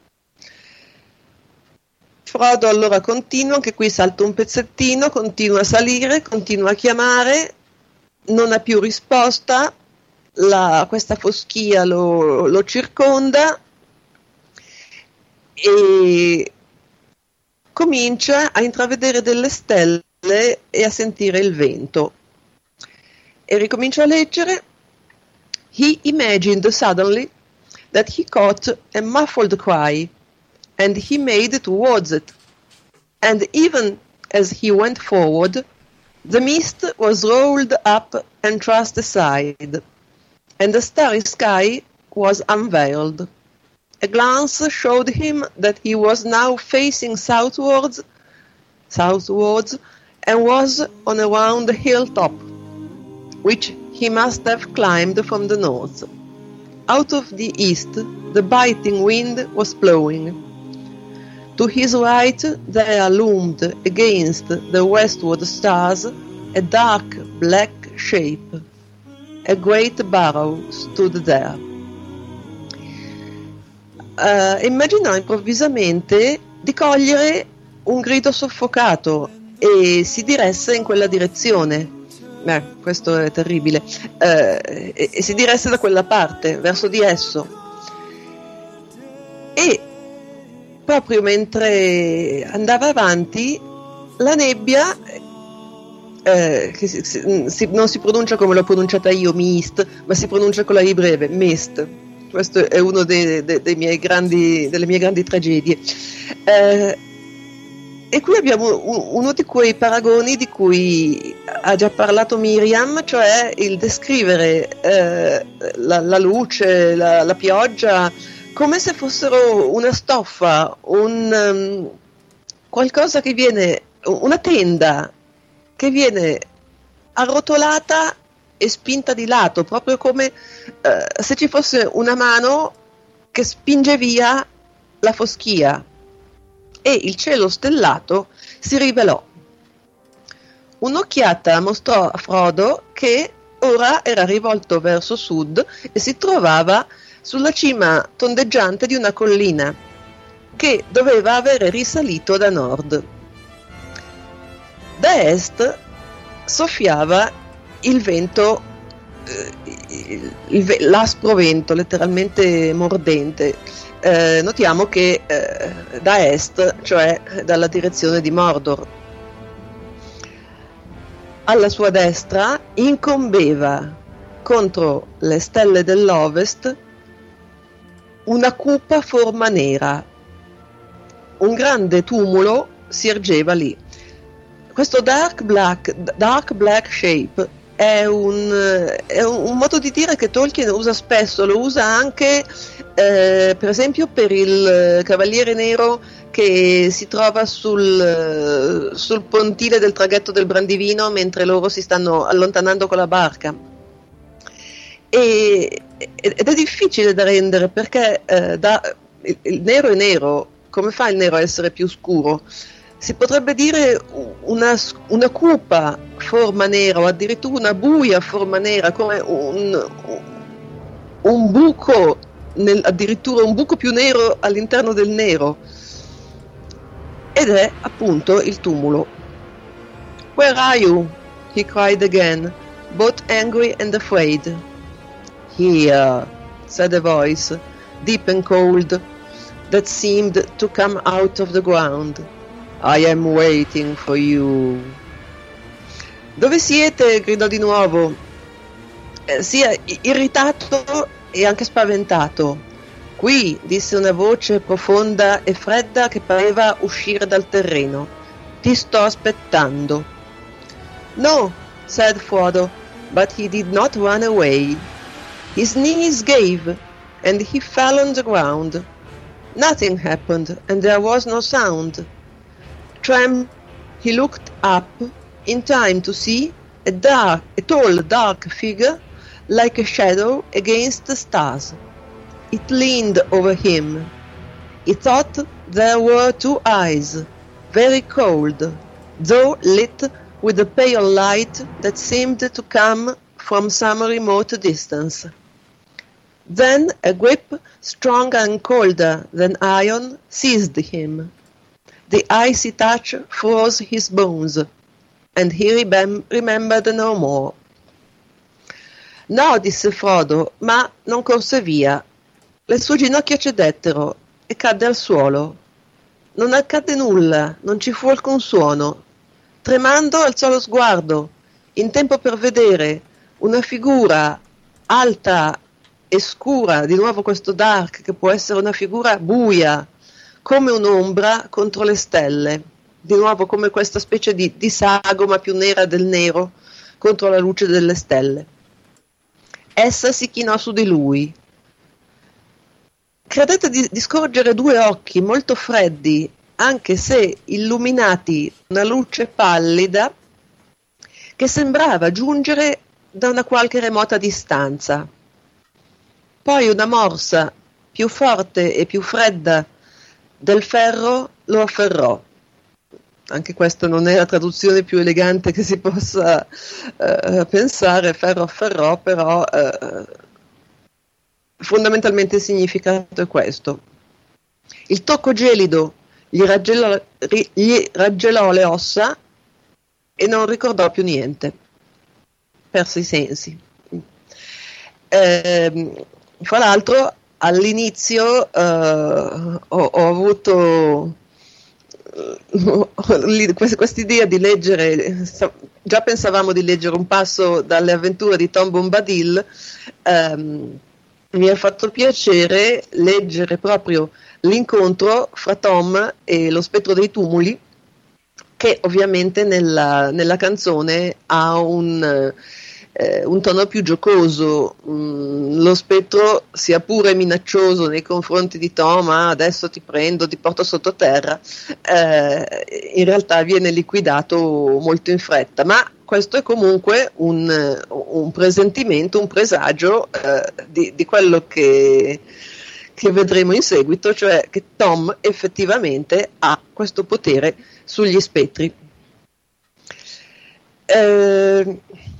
Frodo allora continua, anche qui salta un pezzettino, continua a salire, continua a chiamare, non ha più risposta, la, questa foschia lo, lo circonda e comincia a intravedere delle stelle e a sentire il vento. E ricomincia a leggere. He imagined suddenly that he caught a muffled cry, and he made towards it. And even as he went forward, the mist was rolled up and thrust aside, and the starry sky was unveiled. A glance showed him that he was now facing southwards, southwards, and was on a round hilltop, which he must have climbed from the north. Out of the east, the biting wind was blowing. To his right, there loomed against the westward stars a dark black shape. A great barrow stood there. Uh, immaginò improvvisamente di cogliere un grido soffocato e si diresse in quella direzione. Eh, questo è terribile. Uh, e, e si diresse da quella parte, verso di esso. E proprio mentre andava avanti, la nebbia, eh, che si, si, non si pronuncia come l'ho pronunciata io, mist, ma si pronuncia con la I breve, mist. Questo è uno dei, dei, dei miei grandi, delle mie grandi tragedie. Eh, e qui abbiamo uno di quei paragoni di cui ha già parlato Miriam, cioè il descrivere eh, la, la luce, la, la pioggia, come se fossero una stoffa, un, um, qualcosa che viene, una tenda che viene arrotolata e spinta di lato, proprio come uh, se ci fosse una mano che spinge via la foschia, e il cielo stellato si rivelò. Un'occhiata mostrò a Frodo che ora era rivolto verso sud e si trovava sulla cima tondeggiante di una collina che doveva avere risalito da nord. Da est soffiava il vento, eh, il, il, l'aspro vento, letteralmente mordente. Eh, notiamo che eh, da est, cioè dalla direzione di Mordor. Alla sua destra incombeva contro le stelle dell'ovest una cupa forma nera. Un grande tumulo si ergeva lì. Questo dark black, dark black shape è un, è un modo di dire che Tolkien usa spesso, lo usa anche eh, per esempio per il Cavaliere Nero che si trova sul, sul pontile del traghetto del Brandivino mentre loro si stanno allontanando con la barca. E, ed è difficile da rendere perché eh, da, il, il nero è nero. Come fa il nero a essere più scuro? si potrebbe dire una, una cupa forma nera o addirittura una buia forma nera, come un, un buco, nel, addirittura un buco più nero all'interno del nero, ed è appunto il tumulo. "Where are you?" he cried again, both angry and afraid. "Here," said a voice, deep and cold, that seemed to come out of the ground. "I am waiting for you." "Dove siete?" gridò di nuovo, eh, sia irritato e anche spaventato. "Qui", disse una voce profonda e fredda che pareva uscire dal terreno. "Ti sto aspettando." "No," said Frodo, but he did not run away. His knees gave, and he fell on the ground. Nothing happened, and there was no sound. Trem, he looked up in time to see a dark, a tall, dark figure, like a shadow against the stars. It leaned over him. He thought there were two eyes, very cold, though lit with a pale light that seemed to come from some remote distance. Then a grip stronger and colder than iron seized him. The icy touch froze his bones, and he remem- remembered no more. "No", disse Frodo, ma non corse via. Le sue ginocchia cedettero e cadde al suolo. Non accadde nulla, non ci fu alcun suono. Tremando alzò lo sguardo, in tempo per vedere una figura alta e scura, di nuovo questo dark, che può essere una figura buia, come un'ombra contro le stelle, di nuovo come questa specie di, di sagoma più nera del nero contro la luce delle stelle. Essa si chinò su di lui. Credette di, di scorgere due occhi molto freddi, anche se illuminati da una luce pallida che sembrava giungere da una qualche remota distanza. Poi una morsa più forte e più fredda del ferro lo afferrò. Anche questa non è la traduzione più elegante che si possa uh, pensare, ferro afferrò, però uh, fondamentalmente il significato è questo. Il tocco gelido gli raggelò, gli raggelò le ossa e non ricordò più niente. Perse i sensi. Eh, fra l'altro all'inizio uh, ho, ho avuto uh, questa idea di leggere, già pensavamo di leggere un passo dalle avventure di Tom Bombadil. Um, mi ha fatto piacere leggere proprio l'incontro fra Tom e lo spettro dei tumuli, che ovviamente nella, nella canzone ha un Eh, un tono più giocoso. Mm, lo spettro, sia pure minaccioso nei confronti di Tom, ah, adesso ti prendo, ti porto sottoterra, eh, in realtà viene liquidato molto in fretta, ma questo è comunque un, un presentimento, un presagio eh, di, di quello che, che vedremo in seguito, cioè che Tom effettivamente ha questo potere sugli spettri. Eh,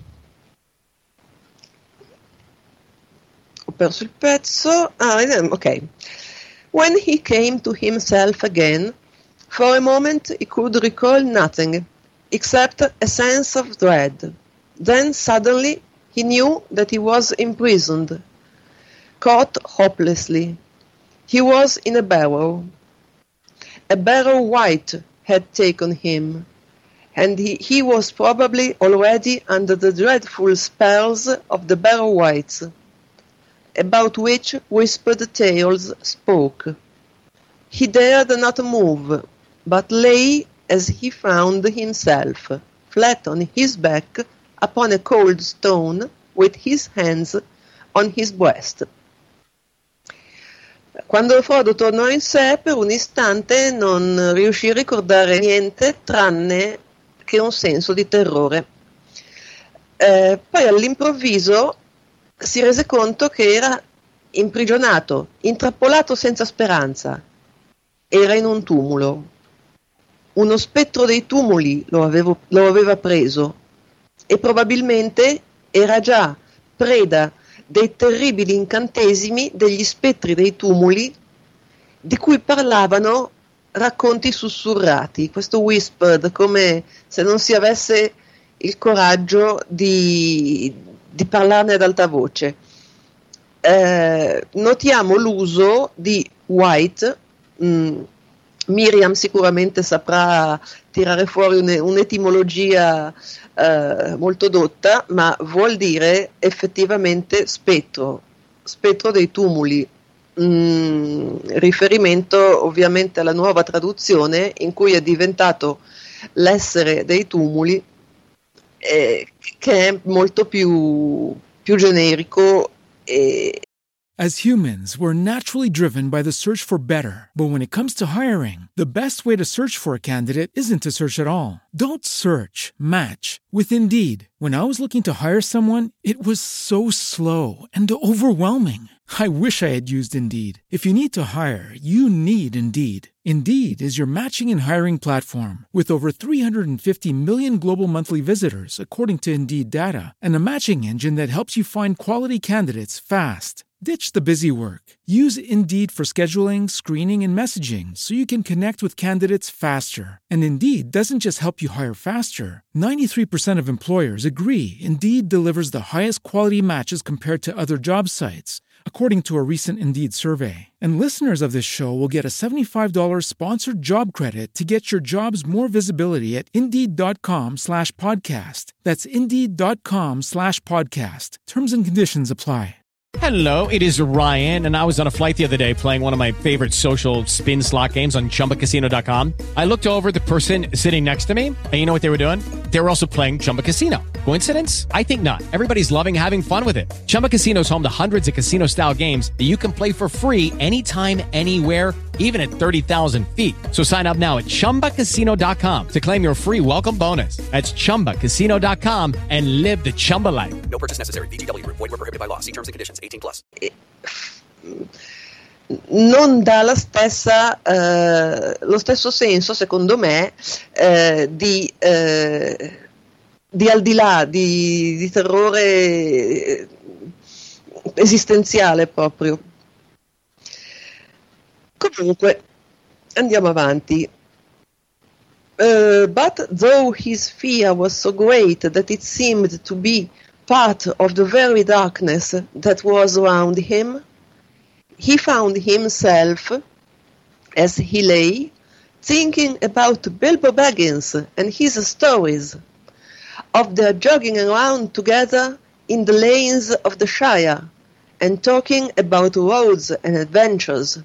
Ho perso il pezzo. Ah, ok. When he came to himself again, for a moment he could recall nothing except a sense of dread. Then suddenly he knew that he was imprisoned, caught hopelessly. He was in a barrow. A barrow white had taken him, and he, he was probably already under the dreadful spells of the barrow whites, about which whispered tales spoke. He dared not move, but lay as he found himself, flat on his back upon a cold stone, with his hands on his breast. Quando Frodo tornò in sé, per un istante non riuscì a ricordare niente tranne che un senso di terrore. Eh, poi all'improvviso si rese conto che era imprigionato, intrappolato senza speranza. Era in un tumulo. uno spettro dei tumuli lo, avevo, lo aveva preso e probabilmente era già preda dei terribili incantesimi degli spettri dei tumuli di cui parlavano racconti sussurrati, questo whispered, come se non si avesse il coraggio di, di parlarne ad alta voce. Eh, notiamo l'uso di white, mh, Miriam sicuramente saprà tirare fuori un, un'etimologia eh, molto dotta, ma vuol dire effettivamente spettro, spettro dei tumuli. Mm, riferimento ovviamente alla nuova traduzione in cui è diventato l'essere dei tumuli, eh, che è molto più, più generico. E... As humans, we're naturally driven by the search for better. But when it comes to hiring, the best way to search for a candidate isn't to search at all. Don't search, match with Indeed. When I was looking to hire someone, it was so slow and overwhelming. I wish I had used Indeed. If you need to hire, you need Indeed. Indeed is your matching and hiring platform with over three hundred fifty million global monthly visitors, according to Indeed data, and a matching engine that helps you find quality candidates fast. Ditch the busy work. Use Indeed for scheduling, screening, and messaging so you can connect with candidates faster. And Indeed doesn't just help you hire faster. ninety-three percent of employers agree Indeed delivers the highest quality matches compared to other job sites, according to a recent Indeed survey. And listeners of this show will get a seventy-five dollars sponsored job credit to get your jobs more visibility at Indeed.com slash podcast. That's Indeed.com slash podcast. Terms and conditions apply. Hello, it is Ryan, and I was on a flight the other day playing one of my favorite social spin slot games on Chumba Casino dot com. I looked over at the person sitting next to me, and you know what they were doing? They were also playing Chumba Casino. Coincidence? I think not. Everybody's loving having fun with it. Chumba Casino is home to hundreds of casino-style games that you can play for free anytime, anywhere, even at thirty thousand feet. So sign up now at Chumba Casino dot com to claim your free welcome bonus. That's Chumba Casino dot com and live the Chumba life. No purchase necessary. V G W. Void where prohibited by law. See terms and conditions. eighteen plus. Non dà la stessa, eh, lo stesso senso, secondo me, eh, di, eh, di al di là, di, di terrore esistenziale proprio. Comunque, andiamo avanti. Uh, but though his fear was so great that it seemed to be part of the very darkness that was around him, he found himself, as he lay, thinking about Bilbo Baggins and his stories, of their jogging around together in the lanes of the Shire, and talking about roads and adventures.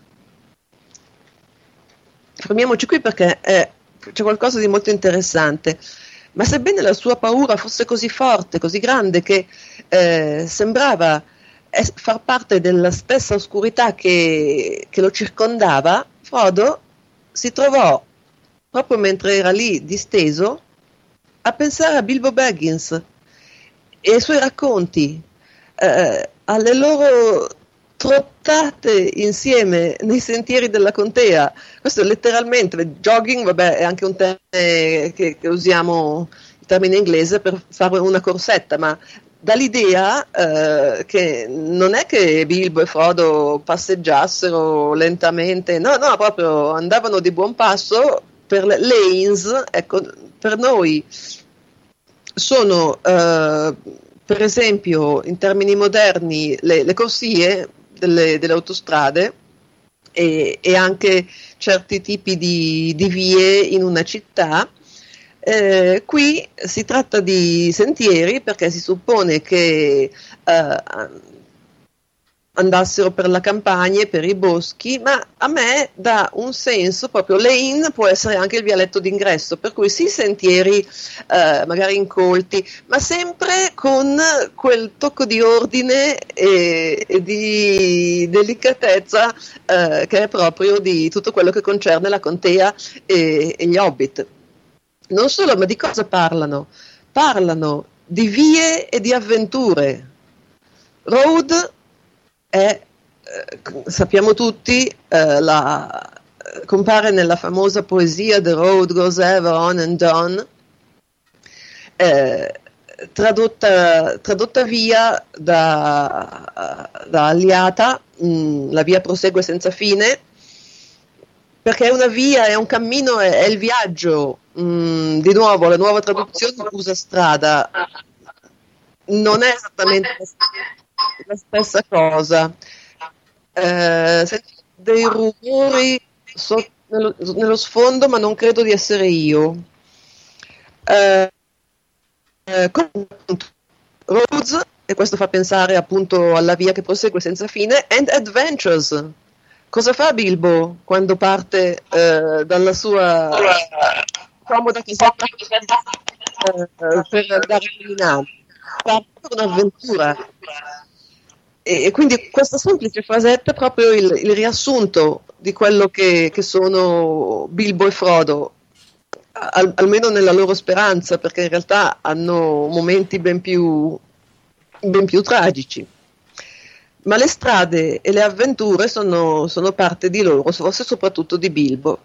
Fermiamoci qui perché è, c'è qualcosa di molto interessante. Ma sebbene la sua paura fosse così forte, così grande, che eh, sembrava es- far parte della stessa oscurità che, che lo circondava, Frodo si trovò, proprio mentre era lì disteso, a pensare a Bilbo Baggins e ai suoi racconti, eh, alle loro trottate insieme nei sentieri della contea. Questo è letteralmente jogging, vabbè, è anche un termine che, che usiamo, il termine inglese, per fare una corsetta, ma dà l'idea eh, che non è che Bilbo e Frodo passeggiassero lentamente, no, no, proprio andavano di buon passo per le lanes. Ecco, per noi sono eh, per esempio in termini moderni le, le corsie delle, delle autostrade e, e anche certi tipi di, di vie in una città. Eh, qui si tratta di sentieri perché si suppone che eh, andassero per la campagna e per i boschi, ma a me dà un senso proprio. Lane può essere anche il vialetto d'ingresso, per cui sì, sentieri eh, magari incolti, ma sempre con quel tocco di ordine e, e di delicatezza eh, che è proprio di tutto quello che concerne la contea e, e gli hobbit. Non solo, ma di cosa parlano? Parlano di vie e di avventure. Road è, eh, sappiamo tutti, eh, la, compare nella famosa poesia The Road Goes Ever On and On, eh, tradotta, tradotta via da, da Aliata, mh, la via prosegue senza fine, perché è una via, è un cammino, è, è il viaggio. mh, di nuovo la nuova traduzione usa strada, non è esattamente la stessa cosa. Eh, sento dei rumori so, nello, nello sfondo, ma non credo di essere io. Eh, eh, Roads, e questo fa pensare appunto alla via che prosegue senza fine, and Adventures. Cosa fa Bilbo quando parte eh, dalla sua comoda casetta eh, per andare a Milano? Parte per un'avventura. E, e quindi questa semplice frasetta è proprio il, il riassunto di quello che, che sono Bilbo e Frodo, al, almeno nella loro speranza, perché in realtà hanno momenti ben più, ben più tragici. Ma le strade e le avventure sono, sono parte di loro, forse soprattutto di Bilbo.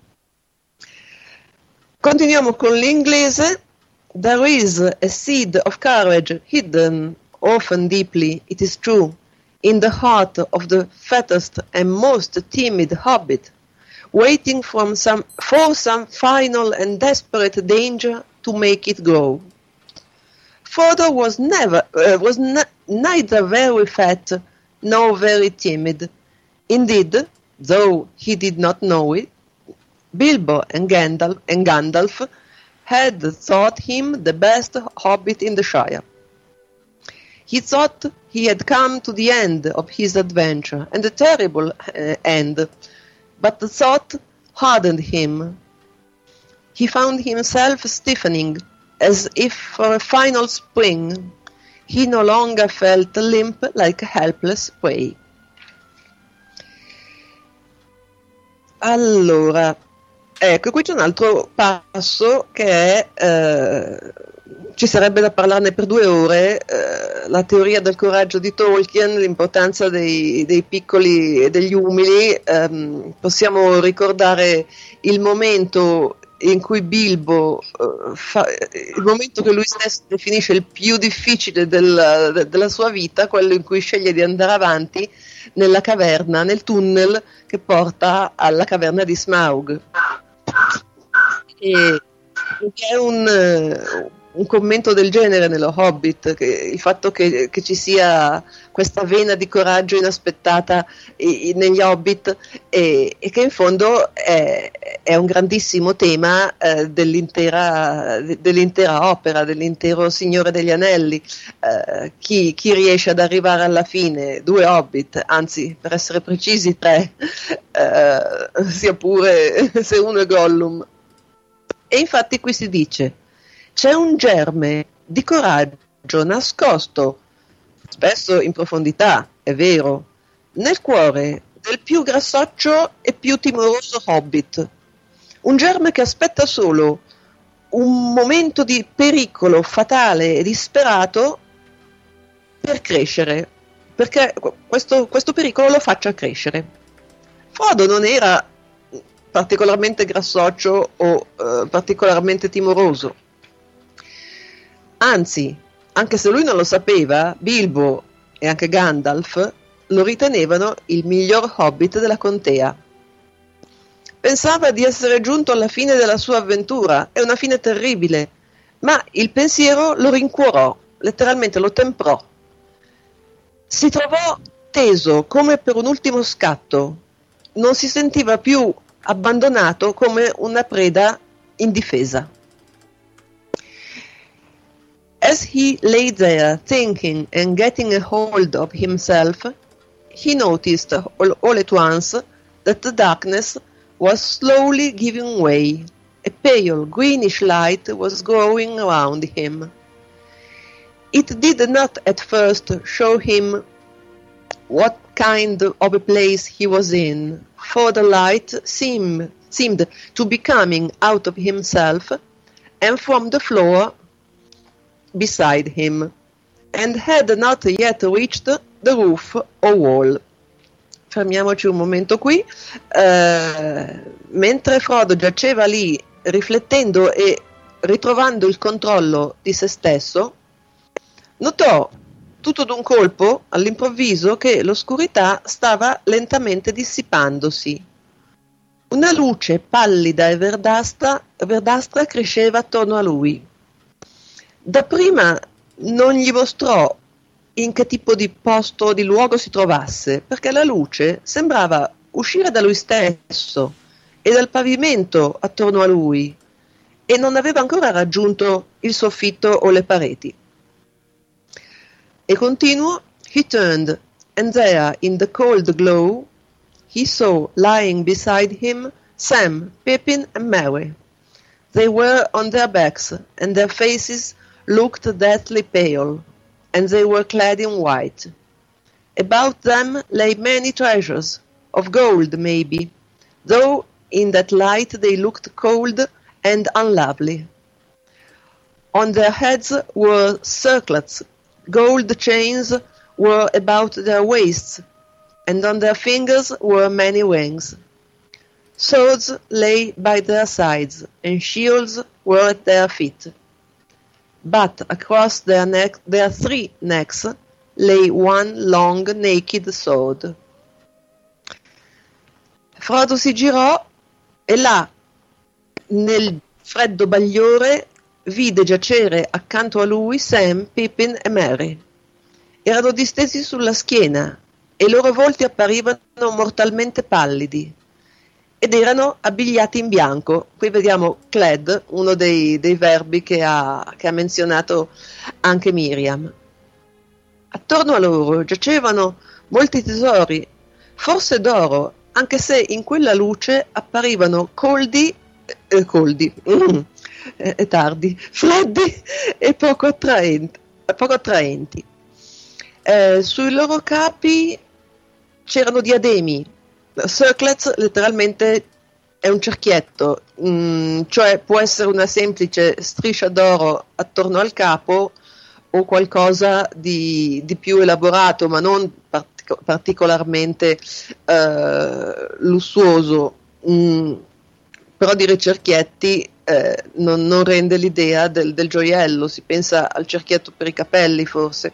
Continuiamo con l'inglese. There is a seed of courage hidden, often deeply, it is true, in the heart of the fattest and most timid hobbit, waiting from some, for some final and desperate danger to make it grow. Frodo was never uh, was n- neither very fat nor very timid. Indeed, though he did not know it, Bilbo and Gandalf, and Gandalf had thought him the best hobbit in the Shire. He thought he had come to the end of his adventure, and a terrible uh, end, but the thought hardened him. He found himself stiffening, as if for a final spring. He no longer felt limp like a helpless prey. Allora, ecco, qui c'è un altro passo che è, eh, ci sarebbe da parlarne per due ore, eh, la teoria del coraggio di Tolkien, l'importanza dei, dei piccoli e degli umili. Ehm, possiamo ricordare il momento in cui Bilbo, uh, fa, il momento che lui stesso definisce il più difficile della, de, della sua vita, quello in cui sceglie di andare avanti nella caverna, nel tunnel che porta alla caverna di Smaug. E è un, un commento del genere nello Hobbit, che il fatto che, che ci sia questa vena di coraggio inaspettata i, negli Hobbit, e, e che in fondo è, è un grandissimo tema eh, dell'intera, dell'intera opera, dell'intero Signore degli Anelli. Eh, chi, chi riesce ad arrivare alla fine, due Hobbit, anzi per essere precisi tre, eh, sia pure se uno è Gollum. E infatti qui si dice: c'è un germe di coraggio nascosto, spesso in profondità, è vero, nel cuore del più grassoccio e più timoroso Hobbit. Un germe che aspetta solo un momento di pericolo fatale e disperato per crescere, perché questo, questo pericolo lo faccia crescere. Frodo non era particolarmente grassoccio o eh, particolarmente timoroso. Anzi, anche se lui non lo sapeva, Bilbo e anche Gandalf lo ritenevano il miglior hobbit della contea. Pensava di essere giunto alla fine della sua avventura, è una fine terribile, ma il pensiero lo rincuorò, letteralmente lo temprò. Si trovò teso come per un ultimo scatto, non si sentiva più abbandonato come una preda indifesa. As he lay there thinking and getting a hold of himself, he noticed all, all at once that the darkness was slowly giving way. A pale greenish light was growing around him. It did not at first show him what kind of a place he was in, for the light seemed, seemed to be coming out of himself and from the floor beside him, and had not yet reached the roof or wall. fermiamoci un momento qui. Eh, mentre Frodo giaceva lì riflettendo e ritrovando il controllo di se stesso, notò tutto d'un colpo, all'improvviso, che l'oscurità stava lentamente dissipandosi. Una luce pallida e verdastra, verdastra cresceva attorno a lui. Dapprima non gli mostrò in che tipo di posto o di luogo si trovasse, perché la luce sembrava uscire da lui stesso e dal pavimento attorno a lui, e non aveva ancora raggiunto il soffitto o le pareti. E continuo, he turned, and there, in the cold glow, he saw lying beside him Sam, Pippin, and Merry. They were on their backs, and their faces looked deathly pale, and they were clad in white. About them lay many treasures, of gold maybe, though in that light they looked cold and unlovely. On their heads were circlets, gold chains were about their waists, and on their fingers were many rings. Swords lay by their sides, and shields were at their feet. But across their neck, their three necks, lay one long naked sword. Frodo si girò e là, nel freddo bagliore, vide giacere accanto a lui Sam, Pippin e Merry. Erano distesi sulla schiena e i loro volti apparivano mortalmente pallidi ed erano abbigliati in bianco. Qui vediamo clad, uno dei, dei verbi che ha, che ha menzionato anche Miriam. Attorno a loro giacevano molti tesori, forse d'oro, anche se in quella luce apparivano coldi, eh, coldi, mm, eh, è tardi, freddi e poco attraenti. Poco attraenti. Eh, sui loro capi c'erano diademi. Circlets letteralmente è un cerchietto, mm, cioè può essere una semplice striscia d'oro attorno al capo o qualcosa di, di più elaborato, ma non partic- particolarmente eh, lussuoso. Mm, però dire cerchietti eh, non, non rende l'idea del, del gioiello, si pensa al cerchietto per i capelli forse.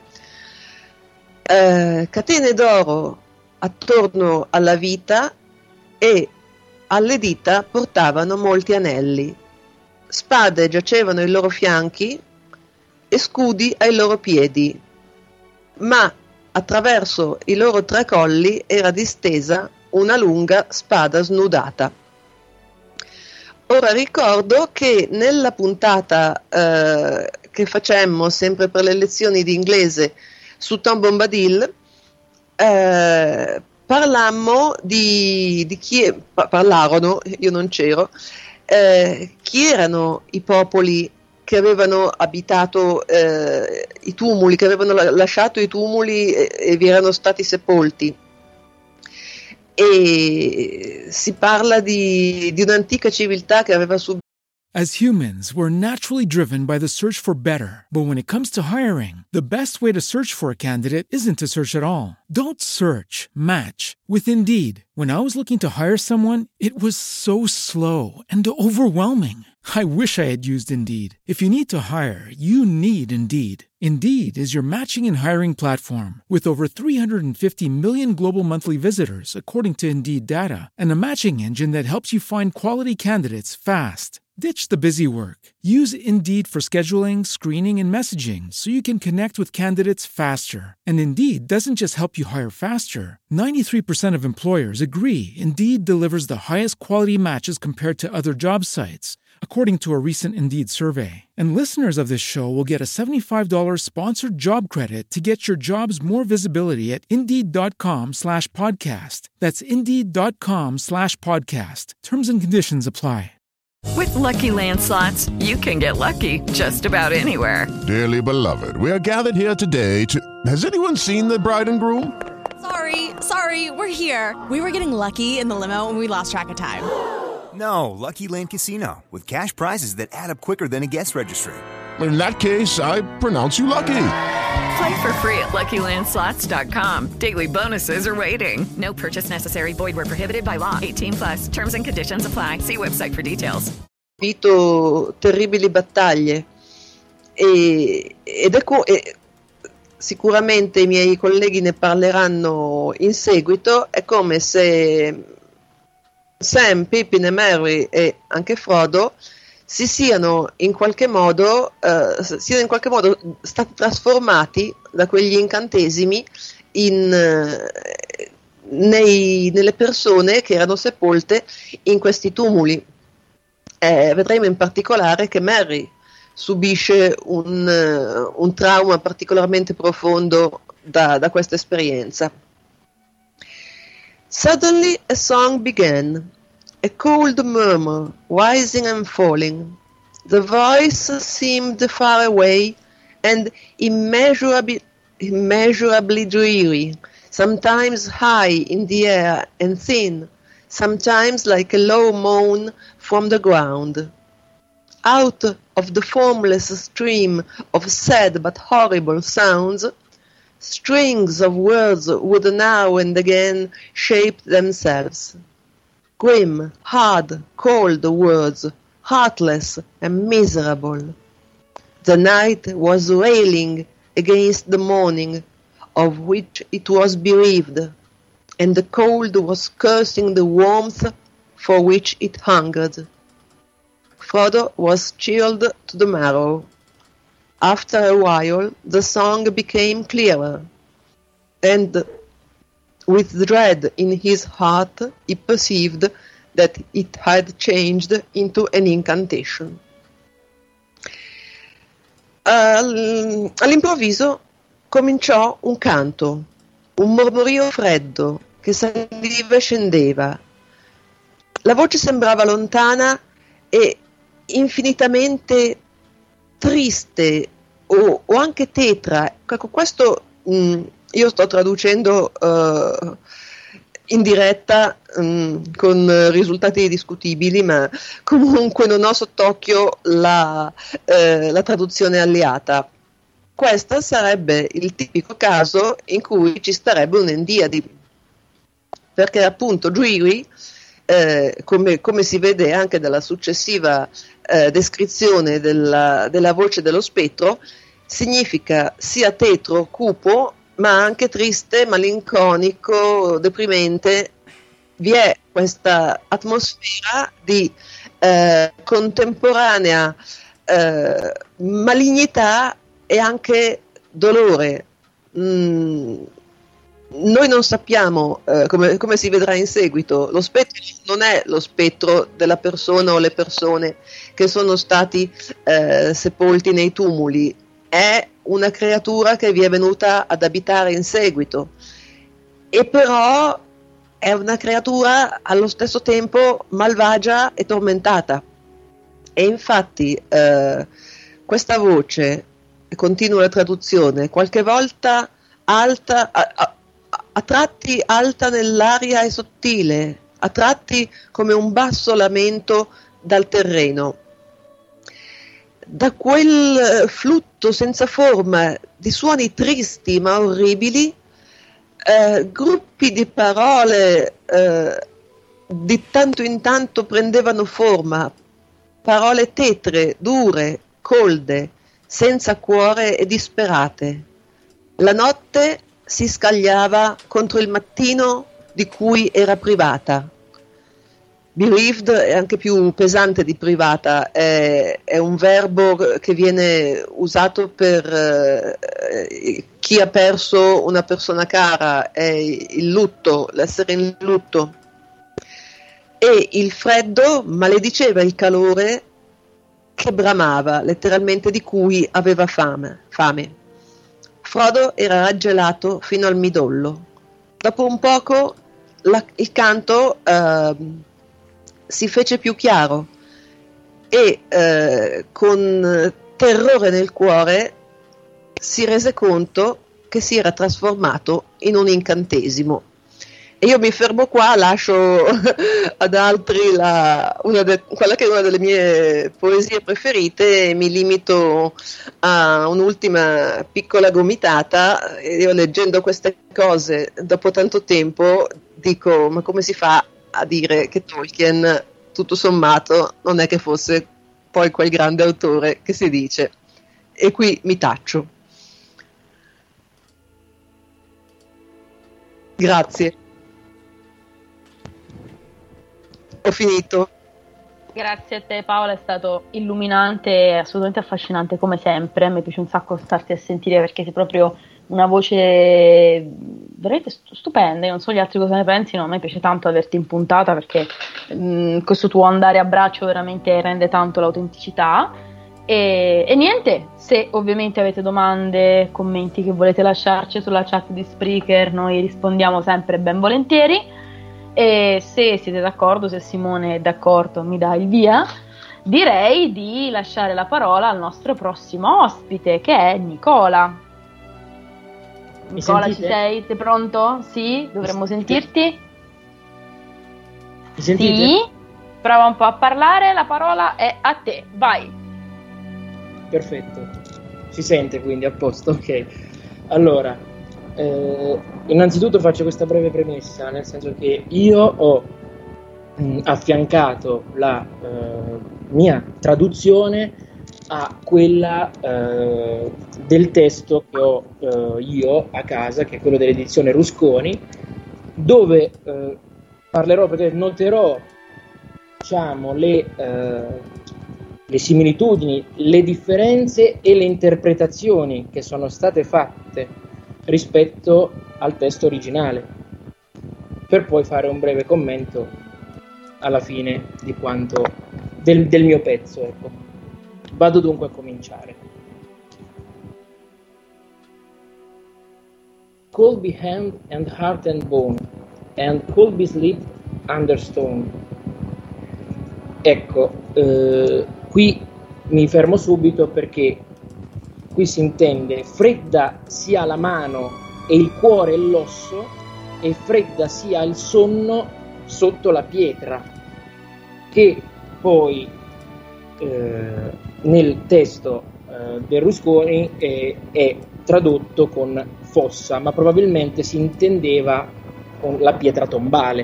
Eh, catene d'oro attorno alla vita e alle dita portavano molti anelli. Spade giacevano ai loro fianchi e scudi ai loro piedi, ma attraverso i loro tre colli era distesa una lunga spada snudata. Ora ricordo che nella puntata eh, che facemmo sempre per le lezioni di inglese su Tom Bombadil Eh, parlammo di, di chi parlarono, io non c'ero, eh, chi erano i popoli che avevano abitato eh, i tumuli, che avevano la- lasciato i tumuli e, e vi erano stati sepolti. E si parla di, di un'antica civiltà che aveva subito. As humans, we're naturally driven by the search for better. But when it comes to hiring, the best way to search for a candidate isn't to search at all. Don't search, match with Indeed. When I was looking to hire someone, it was so slow and overwhelming. I wish I had used Indeed. If you need to hire, you need Indeed. Indeed is your matching and hiring platform with over three hundred fifty million global monthly visitors, according to Indeed data, and a matching engine that helps you find quality candidates fast. Ditch the busy work. Use Indeed for scheduling, screening, and messaging so you can connect with candidates faster. And Indeed doesn't just help you hire faster. ninety-three percent of employers agree Indeed delivers the highest quality matches compared to other job sites, according to a recent Indeed survey. And listeners of this show will get a seventy-five dollars sponsored job credit to get your jobs more visibility at Indeed.com slash podcast. That's Indeed.com slash podcast. Terms and conditions apply. With Lucky Land Slots, you can get lucky just about anywhere. Dearly beloved, we are gathered here today to... Has anyone seen the bride and groom? Sorry, sorry, we're here. We were getting lucky in the limo and we lost track of time. No, Lucky Land Casino, with cash prizes that add up quicker than a guest registry. In that case, I pronounce you lucky. Play for free at lucky land slots dot com. Daily bonuses are waiting. No purchase necessary. Void where prohibited by law. eighteen plus. Terms and conditions apply. See website for details. Vito terribili battaglie e, ed è co- e sicuramente i miei colleghi ne parleranno in seguito. È come se Sam, Pippin e Merry e anche Frodo si siano in qualche modo uh, siano in qualche modo stati trasformati da quegli incantesimi in uh, nei, nelle persone che erano sepolte in questi tumuli. Eh, vedremo in particolare che Merry subisce un, uh, un trauma particolarmente profondo da, da questa esperienza. Suddenly a song began. A cold murmur, rising and falling. The voice seemed far away and immeasurably, immeasurably dreary, sometimes high in the air and thin, sometimes like a low moan from the ground. Out of the formless stream of sad but horrible sounds, strings of words would now and again shape themselves. Grim, hard, cold words, heartless and miserable. The night was railing against the morning, of which it was bereaved, and the cold was cursing the warmth for which it hungered. Frodo was chilled to the marrow. After a while, the song became clearer, and with dread in his heart, he perceived that it had changed into an incantation. Uh, all'improvviso cominciò un canto, un mormorio freddo che saliva e scendeva. La voce sembrava lontana e infinitamente triste o, o anche tetra. Ecco, questo mh, io sto traducendo uh, in diretta mh, con risultati discutibili, ma comunque non ho sott'occhio la, eh, la traduzione alleata. Questo sarebbe il tipico caso in cui ci starebbe un'endiadi, perché appunto dreary, eh, come, come si vede anche dalla successiva eh, descrizione della, della voce dello spettro, significa sia tetro, cupo, ma anche triste, malinconico, deprimente. Vi è questa atmosfera di eh, contemporanea eh, malignità e anche dolore. Mm, noi non sappiamo, eh, come, come si vedrà in seguito, lo spettro non è lo spettro della persona o le persone che sono stati eh, sepolti nei tumuli, è una creatura che vi è venuta ad abitare in seguito, e però è una creatura allo stesso tempo malvagia e tormentata. E infatti eh, questa voce, continua la traduzione, qualche volta alta, a, a, a tratti alta nell'aria e sottile, a tratti come un basso lamento dal terreno. Da quel flutto senza forma di suoni tristi ma orribili, eh, gruppi di parole eh, di tanto in tanto prendevano forma, parole tetre, dure, colde, senza cuore e disperate. La notte si scagliava contro il mattino di cui era privata. Bereaved è anche più pesante di privata, è, è un verbo che viene usato per eh, chi ha perso una persona cara, è il lutto, l'essere in lutto. E il freddo malediceva il calore che bramava, letteralmente, di cui aveva fame. fame. Frodo era raggelato fino al midollo. Dopo un poco la, il canto eh, si fece più chiaro e eh, con terrore nel cuore si rese conto che si era trasformato in un incantesimo. E io mi fermo qua, lascio ad altri la, una de, quella che è una delle mie poesie preferite e mi limito a un'ultima piccola gomitata. E io leggendo queste cose dopo tanto tempo dico: ma come si fa a dire che Tolkien tutto sommato non è che fosse poi quel grande autore che si dice? E qui mi taccio. Grazie. Ho finito. Grazie a te Paola, è stato illuminante e assolutamente affascinante come sempre. Mi piace un sacco starti a sentire perché sei proprio una voce veramente stupenda. Io non so gli altri cosa ne pensino, a me piace tanto averti in puntata perché mh, questo tuo andare a braccio veramente rende tanto l'autenticità. E, e niente, se ovviamente avete domande, commenti che volete lasciarci sulla chat di Spreaker, noi rispondiamo sempre ben volentieri. E se siete d'accordo, se Simone è d'accordo, mi dà il via, direi di lasciare la parola al nostro prossimo ospite, che è Nicola. Mi Nicola, sentite? ci sei? Sei pronto? Sì? Dovremmo sentirti? Mi sentite? Sì? Prova un po' a parlare, la parola è a te, vai. Perfetto, si sente quindi, a posto, ok. Allora, eh, innanzitutto faccio questa breve premessa, nel senso che io ho mh, affiancato la eh, mia traduzione a quella eh, del testo che ho eh, io a casa, che è quello dell'edizione Rusconi, dove eh, parlerò, perché noterò, diciamo, le... Eh, le similitudini, le differenze e le interpretazioni che sono state fatte rispetto al testo originale, per poi fare un breve commento alla fine di quanto del, del mio pezzo, ecco. Vado dunque a cominciare. Colby hand and heart and bone, and Colby sleep under stone. Ecco, eh, qui mi fermo subito perché qui si intende fredda sia la mano e il cuore e l'osso, e fredda sia il sonno sotto la pietra, che poi eh, nel testo eh, del Rusconi è, è tradotto con fossa, ma probabilmente si intendeva con la pietra tombale.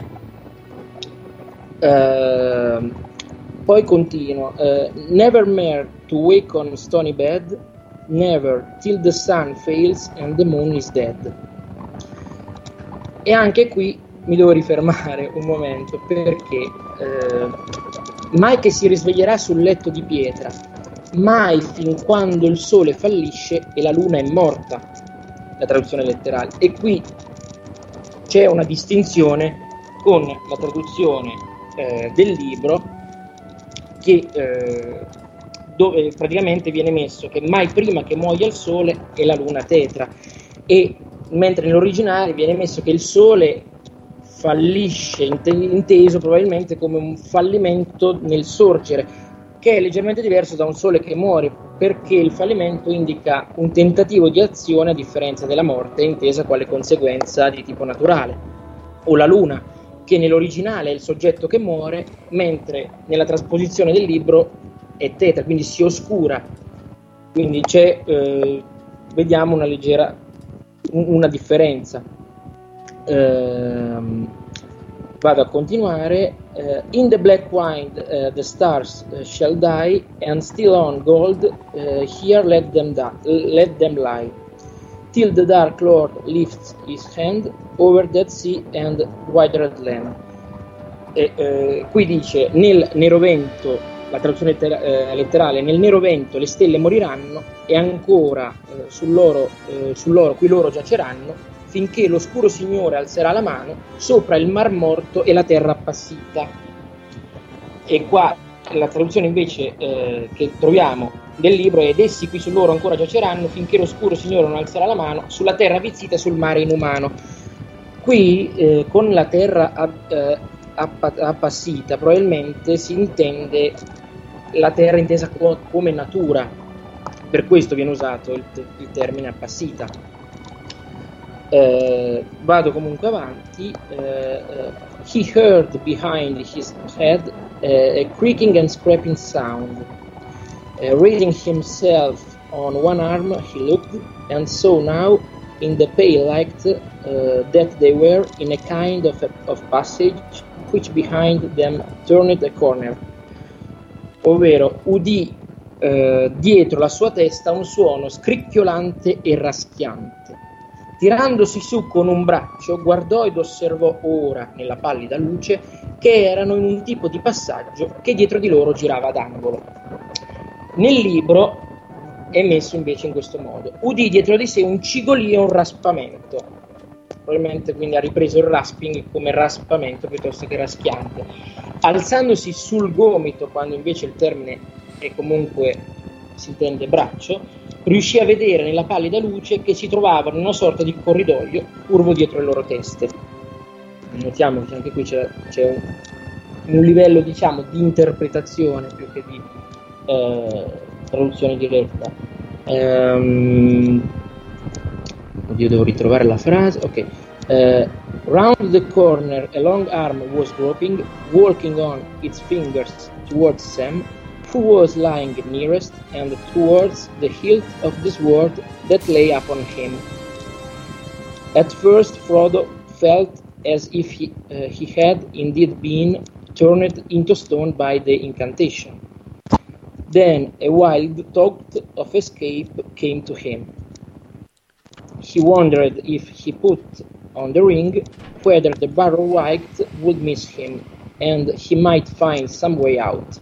Eh, Poi continuo, uh, never mere to wake on stony bed, never till the sun fails and the moon is dead. E anche qui mi devo rifermare un momento, perché uh, mai che si risveglierà sul letto di pietra, mai fin quando il sole fallisce e la luna è morta, la traduzione letterale. E qui c'è una distinzione con la traduzione uh, del libro, che eh, dove praticamente viene messo che mai prima che muoia il sole e la luna tetra, e mentre nell'originale viene messo che il sole fallisce, inteso probabilmente come un fallimento nel sorgere, che è leggermente diverso da un sole che muore, perché il fallimento indica un tentativo di azione a differenza della morte, intesa quale conseguenza di tipo naturale, o la luna, che nell'originale è il soggetto che muore, mentre nella trasposizione del libro è tetra, quindi si oscura. Quindi c'è, eh, vediamo una leggera, una differenza. Eh, vado a continuare. Uh, in the black wind uh, the stars uh, shall die, and still on gold uh, here let them, die, let them lie. Till the Dark Lord lifts his hand over Dead Sea and Withered Land. E, eh, qui dice, nel nerovento, la traduzione lettera- eh, letterale, nel nerovento le stelle moriranno, e ancora eh, sull'oro, eh, sull'oro qui loro giaceranno, finché l'oscuro Signore alzerà la mano sopra il Mar Morto e la terra appassita. E qua la traduzione invece eh, che troviamo del libro, ed essi qui su loro ancora giaceranno finché l'oscuro Signore non alzerà la mano sulla terra avvizzita e sul mare inumano. Qui eh, con la terra app, eh, app, appassita probabilmente si intende la terra intesa co- come natura, per questo viene usato il, il termine appassita. Uh, vado comunque avanti. Uh, uh, he heard behind his head uh, a creaking and scraping sound. Uh, raising himself on one arm, he looked and saw now in the pale light uh, that they were in a kind of, a, of passage which behind them turned a corner. Ovvero udì uh, dietro la sua testa un suono scricchiolante e raschiante. Tirandosi su con un braccio, guardò ed osservò ora, nella pallida luce, che erano in un tipo di passaggio che dietro di loro girava ad angolo. Nel libro è messo invece in questo modo: udì dietro di sé un cigolio e un raspamento. Probabilmente quindi ha ripreso il rasping come raspamento piuttosto che raschiante. Alzandosi sul gomito, quando invece il termine è comunque si intende braccio, riuscì a vedere nella pallida luce che si trovavano in una sorta di corridoio curvo dietro le loro teste. Notiamo che anche qui c'è, c'è un, un livello, diciamo, di interpretazione più che di eh, traduzione diretta. Ehm, oddio, devo ritrovare la frase. Ok. Uh, round the corner a long arm was groping, walking on its fingers towards Sam, who was lying nearest, and towards the hilt of the sword that lay upon him. At first Frodo felt as if he, uh, he had indeed been turned into stone by the incantation. Then a wild thought of escape came to him. He wondered if he put on the ring whether the Barrow Wight would miss him, and he might find some way out.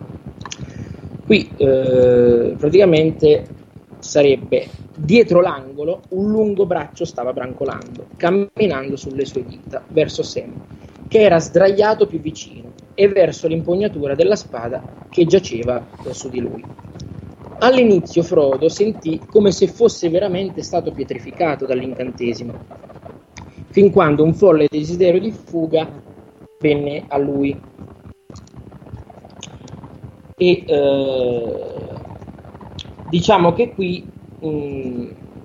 Qui eh, praticamente sarebbe dietro l'angolo un lungo braccio stava brancolando, camminando sulle sue dita verso Sam, che era sdraiato più vicino, e verso l'impugnatura della spada che giaceva su di lui. All'inizio Frodo sentì come se fosse veramente stato pietrificato dall'incantesimo, fin quando un folle desiderio di fuga venne a lui. E eh, diciamo che qui mh,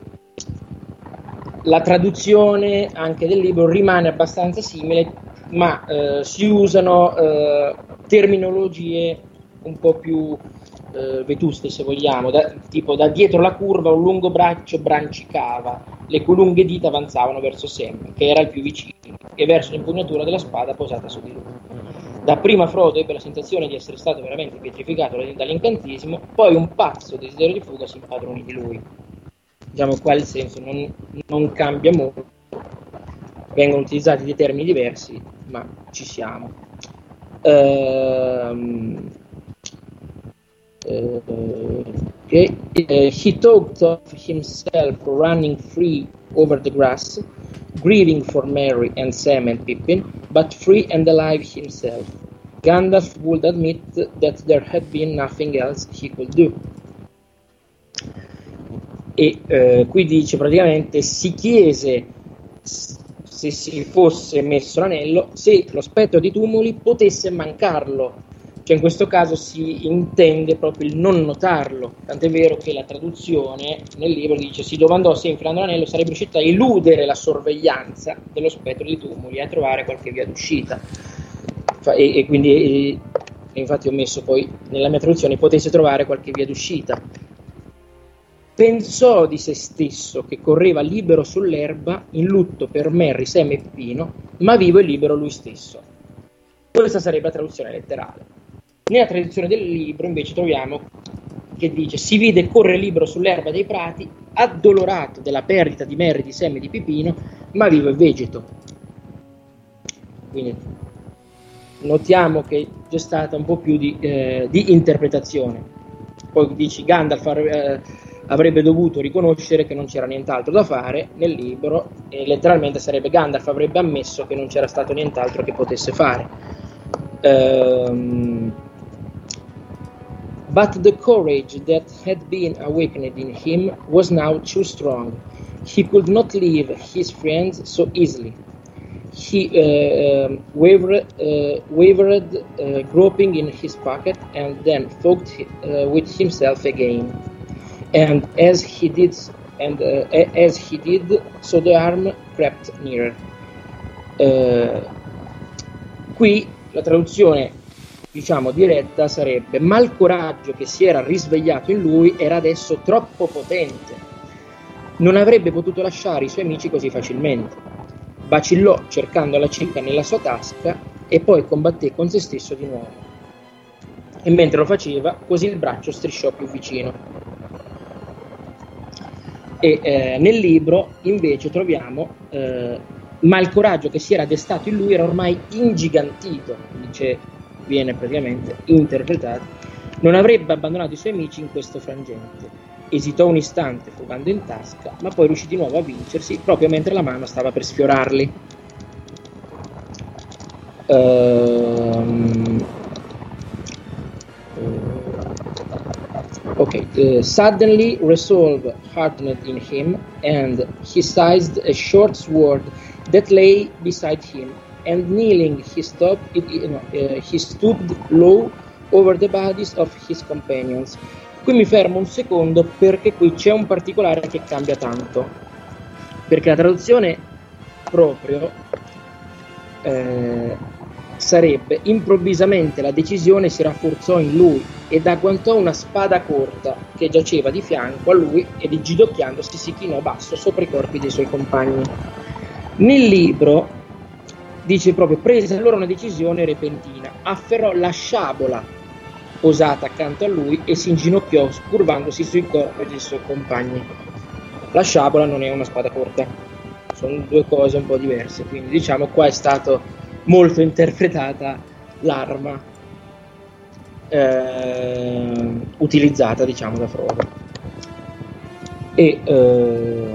la traduzione anche del libro rimane abbastanza simile, ma eh, si usano eh, terminologie un po' più eh, vetuste, se vogliamo, da, tipo da dietro la curva un lungo braccio brancicava, le cui lunghe dita avanzavano verso Sam, che era il più vicino, e verso l'impugnatura della spada posata su di lui. Dapprima Frodo ebbe la sensazione di essere stato veramente pietrificato dall'incantesimo, poi un pazzo desiderio di fuga si impadronì di lui. Diciamo qua il senso non, non cambia molto, vengono utilizzati dei termini diversi, ma ci siamo. Um, uh, okay. uh, he talked of himself running free over the grass, grieving for Merry and Sam and Pippin, but free and alive himself. Gandalf would admit that there had been nothing else he could do. E eh, qui dice praticamente si chiese se si fosse messo l'anello se lo spettro di Tumuli potesse mancarlo, cioè in questo caso si intende proprio il non notarlo, tant'è vero che la traduzione nel libro dice si domandò se infilando l'anello sarebbe riuscito a eludere la sorveglianza dello spettro di Tumuli e a trovare qualche via d'uscita, e, e quindi e, e infatti ho messo poi nella mia traduzione potesse trovare qualche via d'uscita. Pensò di se stesso che correva libero sull'erba in lutto per Merry, Sam e Pippino, ma vivo e libero lui stesso. Questa sarebbe la traduzione letterale. Nella traduzione del libro invece troviamo che dice si vide correre libero sull'erba dei prati, addolorato della perdita di Merry, di Sam e di Pippino, ma vivo e vegeto. Quindi notiamo che c'è stata un po' più di, eh, di interpretazione. Poi dici Gandalf eh, avrebbe dovuto riconoscere che non c'era nient'altro da fare nel libro, e letteralmente sarebbe Gandalf avrebbe ammesso che non c'era stato nient'altro che potesse fare. Um, but the courage that had been awakened in him was now too strong. He could not leave his friends so easily. He uh, um, wavered, uh, wavered uh, groping in his pocket, and then thought uh, with himself again. And as he did and uh, as he did, so the arm crept nearer. Uh, qui la traduzione, diciamo, diretta sarebbe: ma il coraggio che si era risvegliato in lui era adesso troppo potente. Non avrebbe potuto lasciare i suoi amici così facilmente. Vacillò cercando la cieca nella sua tasca e poi combatté con se stesso di nuovo. E mentre lo faceva, così il braccio strisciò più vicino. E eh, nel libro invece troviamo eh, ma il coraggio che si era destato in lui era ormai ingigantito, dice, viene praticamente interpretato. Non avrebbe abbandonato i suoi amici in questo frangente. Esitò un istante fugando in tasca, ma poi riuscì di nuovo a vincersi proprio mentre la mano stava per sfiorarli. Um, Okay, uh, suddenly resolve hardened in him, and he seized a short sword that lay beside him, and kneeling he stopped, it, uh, he stooped low over the bodies of his companions. Qui mi fermo un secondo perché qui c'è un particolare che cambia tanto, perché la traduzione proprio eh, sarebbe: improvvisamente la decisione si rafforzò in lui ed agguantò una spada corta che giaceva di fianco a lui ed inginocchiandosi si chinò basso sopra i corpi dei suoi compagni. Nel libro dice proprio: prese allora una decisione repentina, afferrò la sciabola posata accanto a lui e si inginocchiò curvandosi sui corpi dei suoi compagni. La sciabola non è una spada corta, sono due cose un po' diverse, quindi diciamo qua è stato molto interpretata l'arma eh, utilizzata, diciamo, da Frodo. E eh,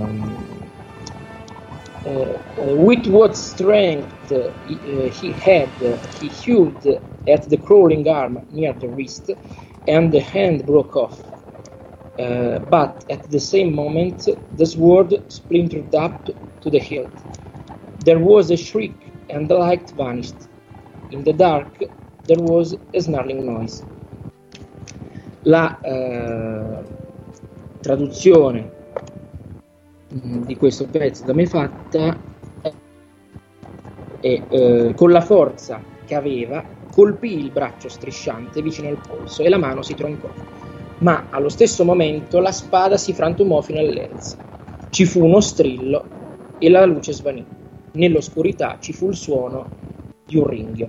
uh, with what strength uh, he had, he hewed at the crawling arm near the wrist, and the hand broke off. Uh, but at the same moment, the sword splintered up to the hilt. There was a shriek, and the light vanished. In the dark, there was a snarling noise. La uh, traduzione di questo pezzo da me fatta e uh, con la forza che aveva colpì il braccio strisciante vicino al polso e la mano si troncò, ma allo stesso momento la spada si frantumò fino all'elsa. Ci fu uno strillo e la luce svanì. Nell'oscurità ci fu il suono di un ringhio.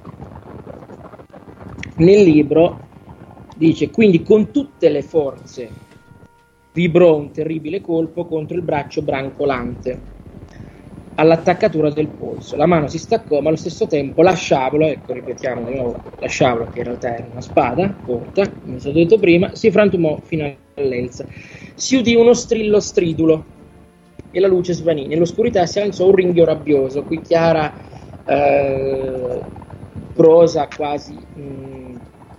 Nel libro dice: quindi con tutte le forze vibrò un terribile colpo contro il braccio brancolante all'attaccatura del polso. La mano si staccò, ma allo stesso tempo la sciabola, ecco, ripetiamo di nuovo, la sciabola, che in realtà era una spada corta, come ho detto prima, si frantumò fino all'elsa. Si udì uno strillo stridulo e la luce svanì. Nell'oscurità si alzò un ringhio rabbioso, qui chiara eh, prosa quasi mh,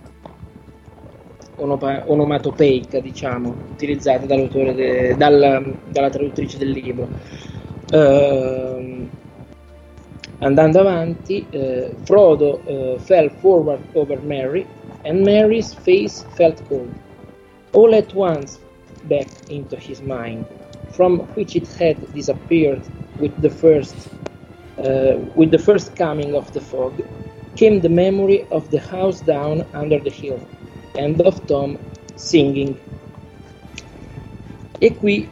onop- onomatopeica, diciamo, utilizzata dall'autore de- dal, dalla traduttrice del libro. Uh, andando avanti, uh, Frodo uh, fell forward over Merry, and Merry's face felt cold. All at once back into his mind, from which it had disappeared with the first uh, with the first coming of the fog, came the memory of the house down under the hill, and of Tom singing. E qui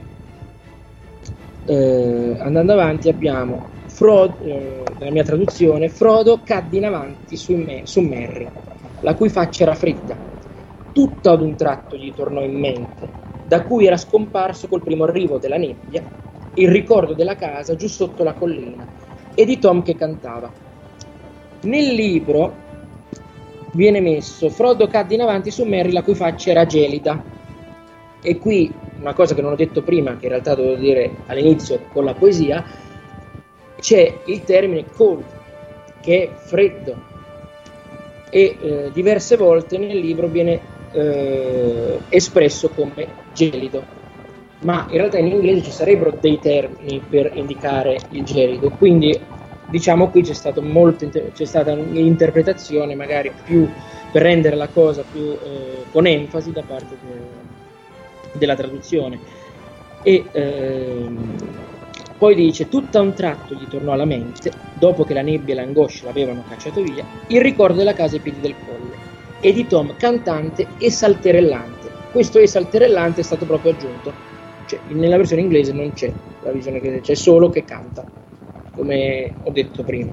Eh, andando avanti abbiamo Frodo, eh, nella mia traduzione, Frodo cadde in avanti su, me, su Merry, la cui faccia era fredda. Tutto ad un tratto gli tornò in mente, da cui era scomparso col primo arrivo della nebbia il ricordo della casa giù sotto la collina e di Tom che cantava. Nel libro viene messo: Frodo cadde in avanti su Merry, la cui faccia era gelida. E qui una cosa che non ho detto prima, che in realtà dovevo dire all'inizio con la poesia, c'è il termine cold, che è freddo, e eh, diverse volte nel libro viene eh, espresso come gelido, ma in realtà in inglese ci sarebbero dei termini per indicare il gelido, quindi diciamo qui c'è, stato molto, c'è stata un'interpretazione magari più per rendere la cosa più eh, con enfasi da parte de, della traduzione. E ehm, poi dice: tutto a un tratto gli tornò alla mente, dopo che la nebbia e l'angoscia l'avevano cacciato via, il ricordo della casa ai piedi del colle e di Tom cantante e salterellante. Questo e salterellante è stato proprio aggiunto, cioè, nella versione inglese non c'è la visione che c'è solo che canta, come ho detto prima.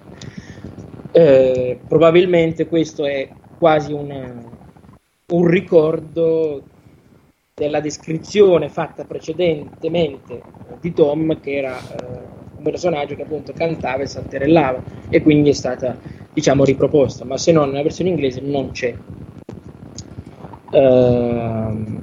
Eh, probabilmente questo è quasi una, un ricordo della descrizione fatta precedentemente di Tom, che era eh, un personaggio che appunto cantava e salterellava, e quindi è stata, diciamo, riproposta, ma se no nella versione inglese non c'è. Uh,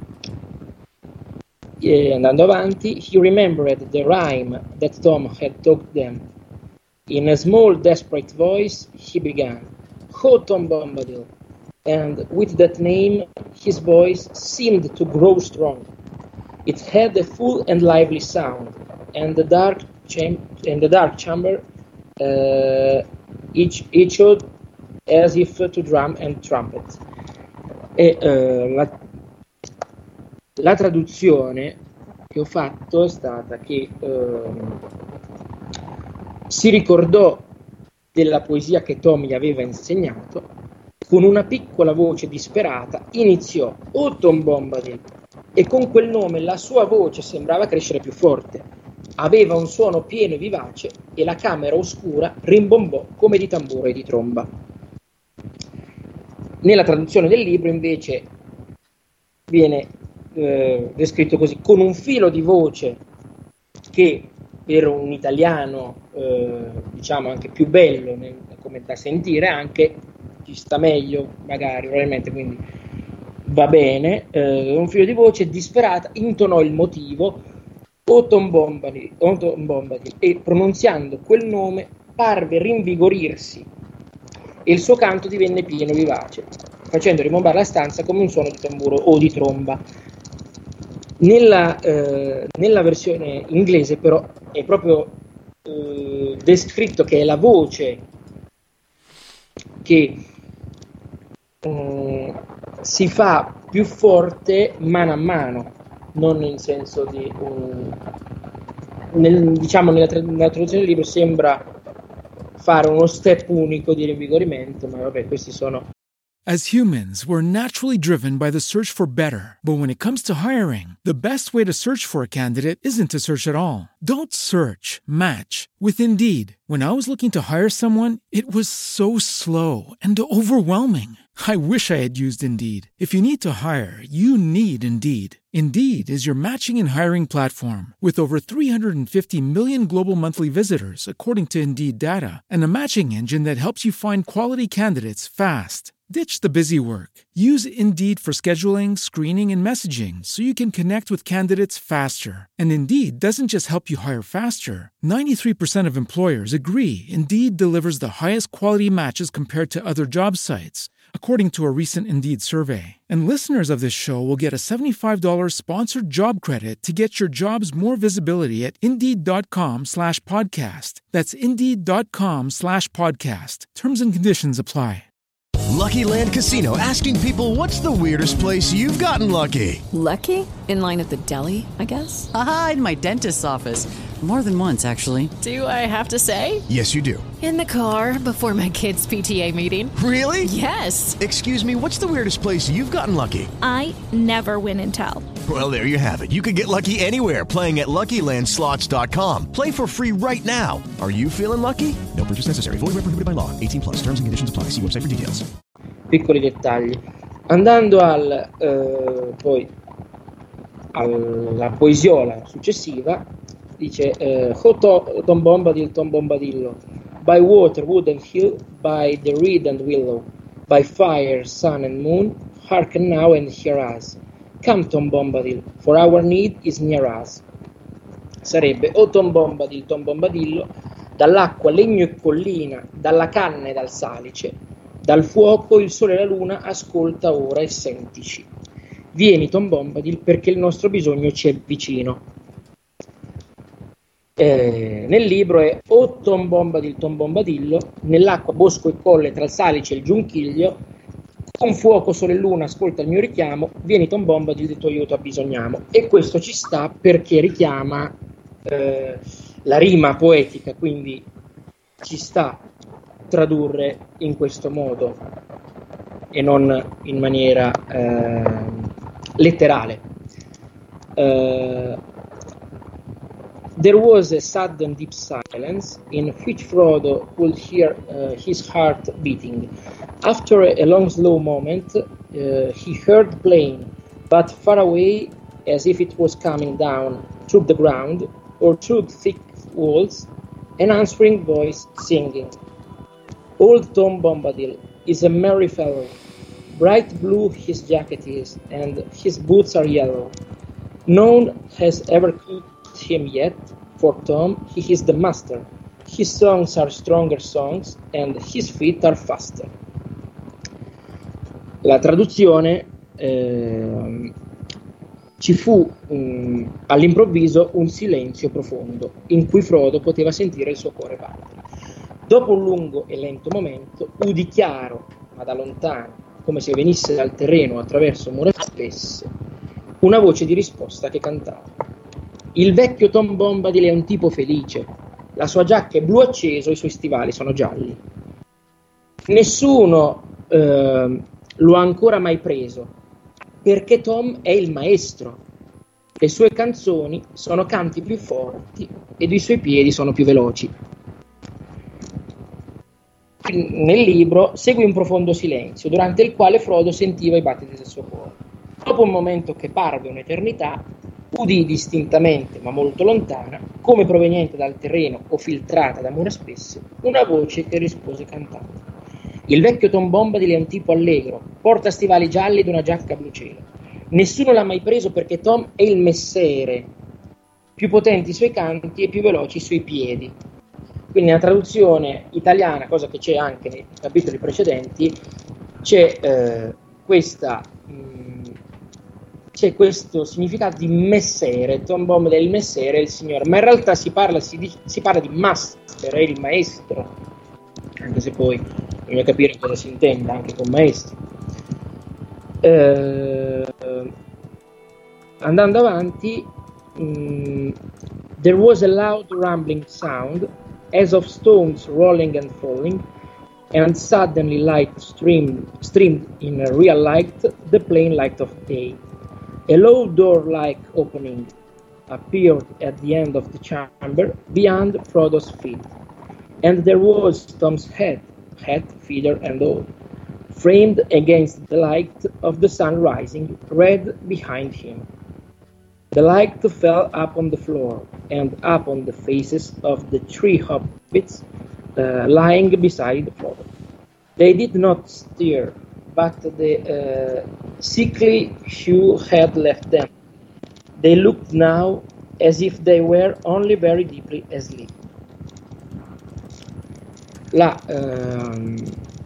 e andando avanti, he remembered the rhyme that Tom had taught them. In a small, desperate voice, he began, "Oh, Tom Bombadil," and with that name, his voice seemed to grow strong. It had a full and lively sound, and the dark, cham- and the dark chamber uh, each echoed as if to drum and trumpet. E uh, la, la traduzione che ho fatto è stata che uh, si ricordò della poesia che Tom gli aveva insegnato, con una piccola voce disperata iniziò "Oh Tom Bombadil", e con quel nome la sua voce sembrava crescere più forte, aveva un suono pieno e vivace e la camera oscura rimbombò come di tamburo e di tromba. Nella traduzione del libro invece viene eh, descritto così: con un filo di voce che per un italiano eh, diciamo anche più bello nel, come da sentire, anche ci sta meglio magari probabilmente, quindi va bene, eh, un filo di voce disperata intonò il motivo "Oh Tom Bombadil", "Oh Tom Bombadil", e pronunziando quel nome parve rinvigorirsi e il suo canto divenne pieno e vivace, facendo rimbombare la stanza come un suono di tamburo o di tromba. Nella, eh, nella versione inglese però è proprio eh, descritto che è la voce che eh, si fa più forte mano a mano, non in senso di um, nel, diciamo nella, tra- nella traduzione del libro sembra fare uno step unico di rinvigorimento, ma vabbè, questi sono. As humans, we're naturally driven by the search for better. But when it comes to hiring, the best way to search for a candidate isn't to search at all. Don't search, match with Indeed. When I was looking to hire someone, it was so slow and overwhelming. I wish I had used Indeed. If you need to hire, you need Indeed. Indeed is your matching and hiring platform with over three hundred fifty million global monthly visitors, according to Indeed data, and a matching engine that helps you find quality candidates fast. Ditch the busy work. Use Indeed for scheduling, screening, and messaging so you can connect with candidates faster. And Indeed doesn't just help you hire faster. ninety-three percent of employers agree Indeed delivers the highest quality matches compared to other job sites, according to a recent Indeed survey. And listeners of this show will get a seventy-five dollars sponsored job credit to get your jobs more visibility at Indeed.com slash podcast. That's Indeed.com slash podcast. Terms and conditions apply. Lucky Land Casino, asking people, what's the weirdest place you've gotten lucky? Lucky? In line at the deli, I guess? Aha, in my dentist's office. More than once, actually. Do I have to say? Yes, you do. In the car before my kids' P T A meeting. Really? Yes. Excuse me, what's the weirdest place you've gotten lucky? I never win and tell. Well, there you have it. You can get lucky anywhere, playing at Lucky Land Slots dot com. Play for free right now. Are you feeling lucky? No purchase necessary. Void where prohibited by law. eighteen plus. Terms and conditions apply. See website for details. Piccoli dettagli. Andando al eh, poi alla poesiola successiva, dice eh, "Oh to, Tom Bombadil, Tom Bombadillo, by water, wood and hill, by the reed and willow, by fire, sun and moon, hearken now and hear us. Come Tom Bombadil, for our need is near us." Sarebbe "O Tom Bombadil, Tom Bombadillo, dall'acqua, legno e collina, dalla canna e dal salice, dal fuoco, il sole e la luna, ascolta ora e sentici. Vieni Tom Bombadil, perché il nostro bisogno ci è vicino." Eh, nel libro è "O Tom Bombadil, Tom Bombadillo, nell'acqua, bosco e colle, tra il salice e il giunchiglio, Con fuoco, sole e luna, ascolta il mio richiamo, vieni Tom Bombadil, di tuo aiuto abbisogniamo. E questo ci sta perché richiama eh, la rima poetica, quindi ci sta tradurre in questo modo e non in maniera eh, letterale. Uh, there was a sudden deep silence in which Frodo could hear uh, his heart beating. After a long slow moment, uh, he heard playing, but far away, as if it was coming down through the ground or through thick walls, an answering voice singing. Old Tom Bombadil is a merry fellow. Bright blue his jacket is, and his boots are yellow. None has ever caught him yet, for Tom, he is the master. His songs are stronger songs, and his feet are faster. La traduzione, eh, ci fu um, all'improvviso un silenzio profondo, in cui Frodo poteva sentire il suo cuore battere. Dopo un lungo e lento momento, udì chiaro, ma da lontano, come se venisse dal terreno attraverso mura spesse, una voce di risposta che cantava. Il vecchio Tom Bombadil è un tipo felice, la sua giacca è blu acceso, i suoi stivali sono gialli. Nessuno eh, lo ha ancora mai preso, perché Tom è il maestro. Le sue canzoni sono canti più forti ed i suoi piedi sono più veloci. Nel libro segue un profondo silenzio, durante il quale Frodo sentiva i battiti del suo cuore. Dopo un momento che parve un'eternità, udì distintamente, ma molto lontana, come proveniente dal terreno o filtrata da mura spesse, una voce che rispose cantando. Il vecchio Tom Bombadil è un tipo allegro, porta stivali gialli ed una giacca blu cielo. Nessuno l'ha mai preso perché Tom è il messere, più potenti i suoi canti e più veloci i suoi piedi. Quindi nella traduzione italiana, cosa che c'è anche nei capitoli precedenti, c'è eh, questa mh, c'è questo significato di messere. Tom Bombadil è il messere, è il signore, ma in realtà si parla, si, dice, si parla di master, è il maestro, anche se poi bisogna capire cosa si intenda anche con maestro. Eh, andando avanti, mh, there was a loud rumbling sound as of stones rolling and falling, and suddenly light streamed, streamed in a real light, the plain light of day. A low door-like opening appeared at the end of the chamber, beyond Frodo's feet, and there was Tom's head, hat, feather, and all, framed against the light of the sun rising, red behind him. The light fell upon the floor and upon the faces of the three hobbits uh, lying beside Frodo. They did not stir, but the uh, sickly hue had left them. They looked now as if they were only very deeply asleep. La uh,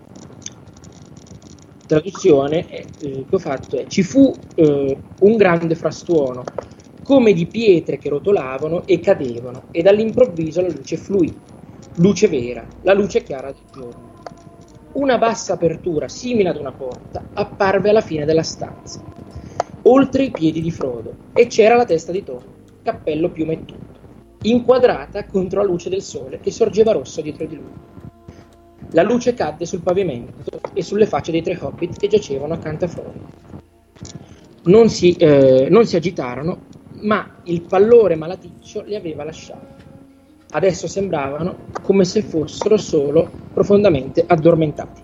traduzione è, eh, che ho fatto è: ci fu uh, un grande frastuono, come di pietre che rotolavano e cadevano, e dall'improvviso la luce fluì, luce vera, la luce chiara del giorno. Una bassa apertura, simile ad una porta, apparve alla fine della stanza, oltre i piedi di Frodo, e c'era la testa di Tom, cappello, piume e tutto, inquadrata contro la luce del sole che sorgeva rosso dietro di lui. La luce cadde sul pavimento e sulle facce dei tre hobbit che giacevano accanto a Frodo. Non si, eh, non si agitarono, ma il pallore malaticcio li aveva lasciati. Adesso sembravano come se fossero solo profondamente addormentati.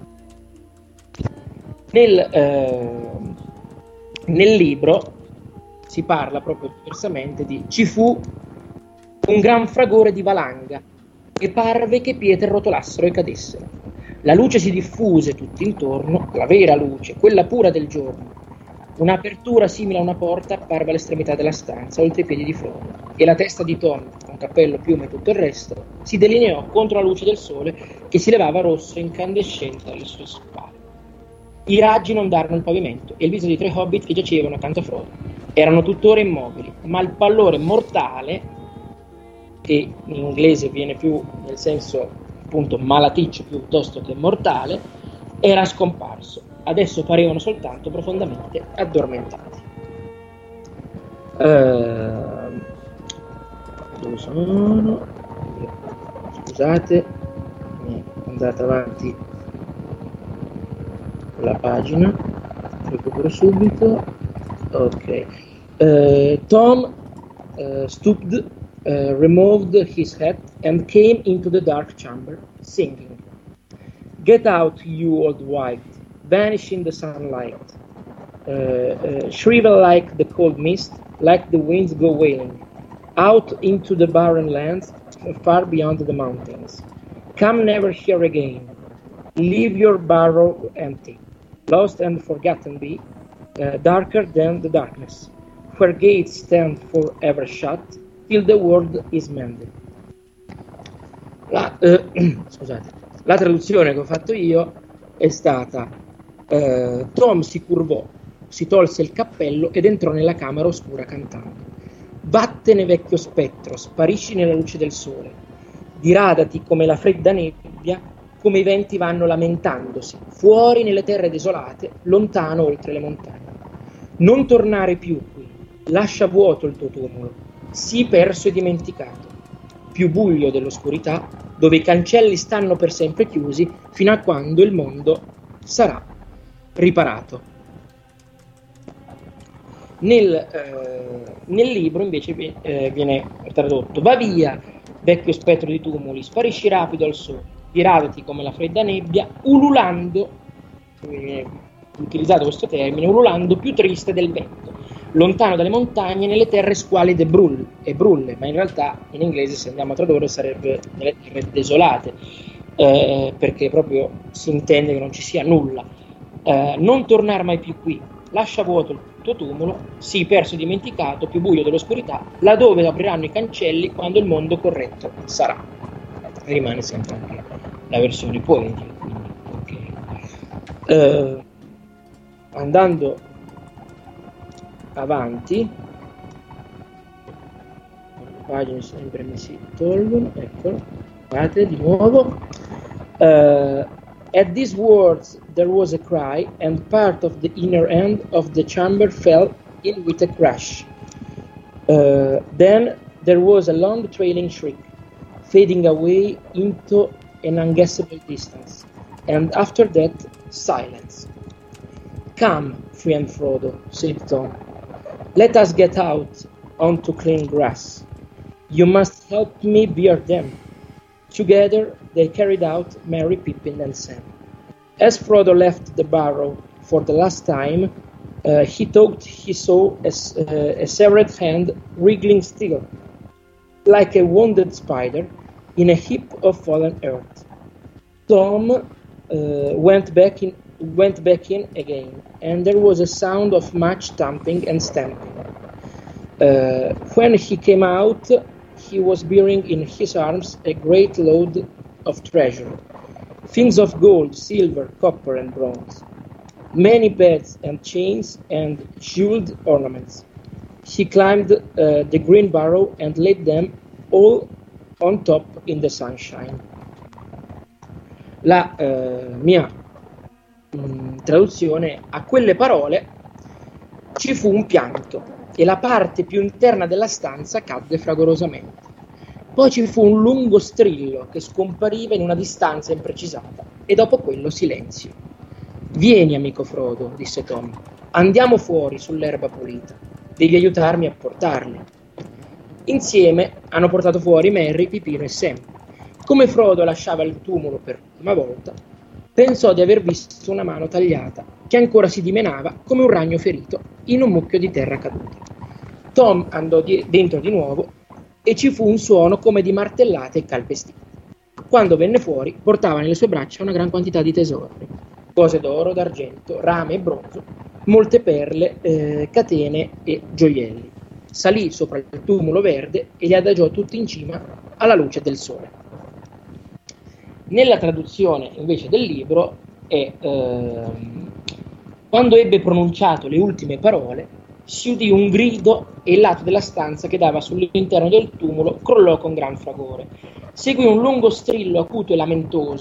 Nel, eh, nel libro si parla proprio diversamente di: ci fu un gran fragore di valanga e parve che pietre rotolassero e cadessero. La luce si diffuse tutt'intorno, la vera luce, quella pura del giorno. Un'apertura simile a una porta apparve all'estremità della stanza, oltre i piedi di Frodo, e la testa di Tom, con cappello, piume e tutto il resto, si delineò contro la luce del sole che si levava rosso incandescente alle sue spalle. I raggi inondarono il pavimento e il viso dei tre hobbit che giacevano accanto a Frodo. Erano tuttora immobili, ma il pallore mortale, che in inglese viene più nel senso appunto malaticcio piuttosto che mortale, era scomparso. adesso parevano soltanto profondamente addormentati. Uh, dove sono? Scusate, mi è andata avanti la pagina, recupero subito. Ok. Uh, Tom uh, stooped, uh, removed his hat and came into the dark chamber, singing, "Get out, you old wife, vanish in the sunlight, uh, uh, shrivel like the cold mist, like the winds go wailing, out into the barren lands, far beyond the mountains. Come never here again, leave your barrow empty, lost and forgotten be, uh, darker than the darkness, where gates stand forever shut, till the world is mended." La, eh, scusate, la traduzione che ho fatto io è stata eh, Tom si curvò, si tolse il cappello ed entrò nella camera oscura cantando: "Vattene vecchio spettro, sparisci nella luce del sole, diradati come la fredda nebbia, come i venti vanno lamentandosi, fuori nelle terre desolate, lontano oltre le montagne. Non tornare più qui, lascia vuoto il tuo tumulo, sii perso e dimenticato, più buio dell'oscurità, dove i cancelli stanno per sempre chiusi, fino a quando il mondo sarà riparato." Nel, eh, nel libro invece eh, viene tradotto: "Va via, vecchio spettro di tumuli, sparisci rapido al sole, diradati come la fredda nebbia, ululando", viene utilizzato questo termine, ululando più triste del vento, lontano dalle montagne, nelle terre squalide e brulle, e brulle, ma in realtà in inglese, se andiamo a tradurre, sarebbe nelle terre desolate, eh, perché proprio si intende che non ci sia nulla. Eh, non tornare mai più qui, lascia vuoto il tuo tumulo, sii perso e dimenticato, più buio dell'oscurità, laddove apriranno i cancelli quando il mondo corretto sarà. Rimane sempre anche la versione poetica, quindi, okay. eh, andando avanti, le pagine sempre mi si tolgono, eccolo, guardate di nuovo. Uh, at these words there was a cry, and part of the inner end of the chamber fell in with a crash. Uh, then there was a long trailing shriek, fading away into an unguessable distance, and after that, silence. "Come, friend Frodo," said Tom. "Let us get out onto clean grass. You must help me bear them." Together they carried out Merry, Pippin, and Sam. As Frodo left the barrow for the last time, uh, he thought he saw a, uh, a severed hand wriggling still, like a wounded spider, in a heap of fallen earth. Tom uh, went back in went back in again, and there was a sound of much stamping and stamping. Uh, when he came out, he was bearing in his arms a great load of treasure, things of gold, silver, copper, and bronze, many beds and chains and jeweled ornaments. He climbed uh, the green barrow and laid them all on top in the sunshine. La uh, mia mh, traduzione: a quelle parole ci fu un pianto e la parte più interna della stanza cadde fragorosamente. Poi ci fu un lungo strillo che scompariva in una distanza imprecisata e dopo quello silenzio. "Vieni, amico Frodo", disse Tom, "andiamo fuori sull'erba pulita. Devi aiutarmi a portarli." Insieme hanno portato fuori Merry, Pipino e Sam. Come Frodo lasciava il tumulo per l'ultima volta, pensò di aver visto una mano tagliata che ancora si dimenava come un ragno ferito in un mucchio di terra caduta. Tom andò di- dentro di nuovo e ci fu un suono come di martellate e calpestini. Quando venne fuori, portava nelle sue braccia una gran quantità di tesori, cose d'oro, d'argento, rame e bronzo, molte perle, eh, catene e gioielli. Salì sopra il tumulo verde e li adagiò tutti in cima alla luce del sole. Nella traduzione invece del libro è ehm, quando ebbe pronunciato le ultime parole, si udì un grido e il lato della stanza che dava sull'interno del tumulo crollò con gran fragore. Seguì un lungo strillo acuto e lamentoso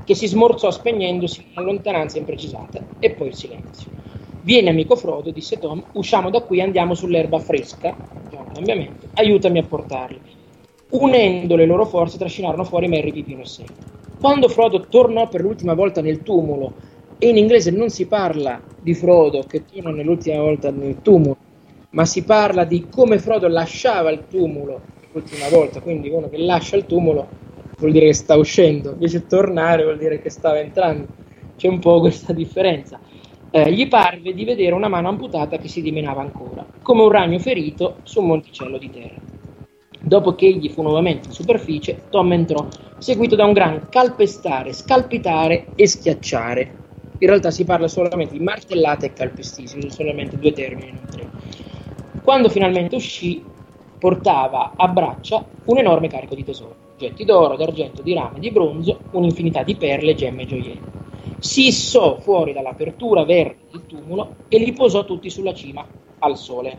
che si smorzò spegnendosi in una lontananza imprecisata, e poi il silenzio. Vieni, amico Frodo, disse Tom, usciamo da qui e andiamo sull'erba fresca, già un cambiamento, aiutami a portarli. Unendo le loro forze trascinarono fuori Merry, Pipino e Sam. Quando Frodo tornò per l'ultima volta nel tumulo, e in inglese non si parla di Frodo che torna nell'ultima volta nel tumulo, ma si parla di come Frodo lasciava il tumulo l'ultima volta, quindi uno che lascia il tumulo vuol dire che sta uscendo, invece tornare vuol dire che stava entrando, c'è un po' questa differenza. Eh, gli parve di vedere una mano amputata che si dimenava ancora, come un ragno ferito su un monticello di terra. Dopo che egli fu nuovamente in superficie, Tom entrò, seguito da un gran calpestare, scalpitare e schiacciare. In realtà si parla solamente di martellate e calpestisi, sono solamente due termini, non tre. Quando finalmente uscì, portava a braccia un enorme carico di tesori, oggetti d'oro, d'argento, di rame, di bronzo, un'infinità di perle, gemme e gioielli. Si issò fuori dall'apertura verde del tumulo e li posò tutti sulla cima, al sole.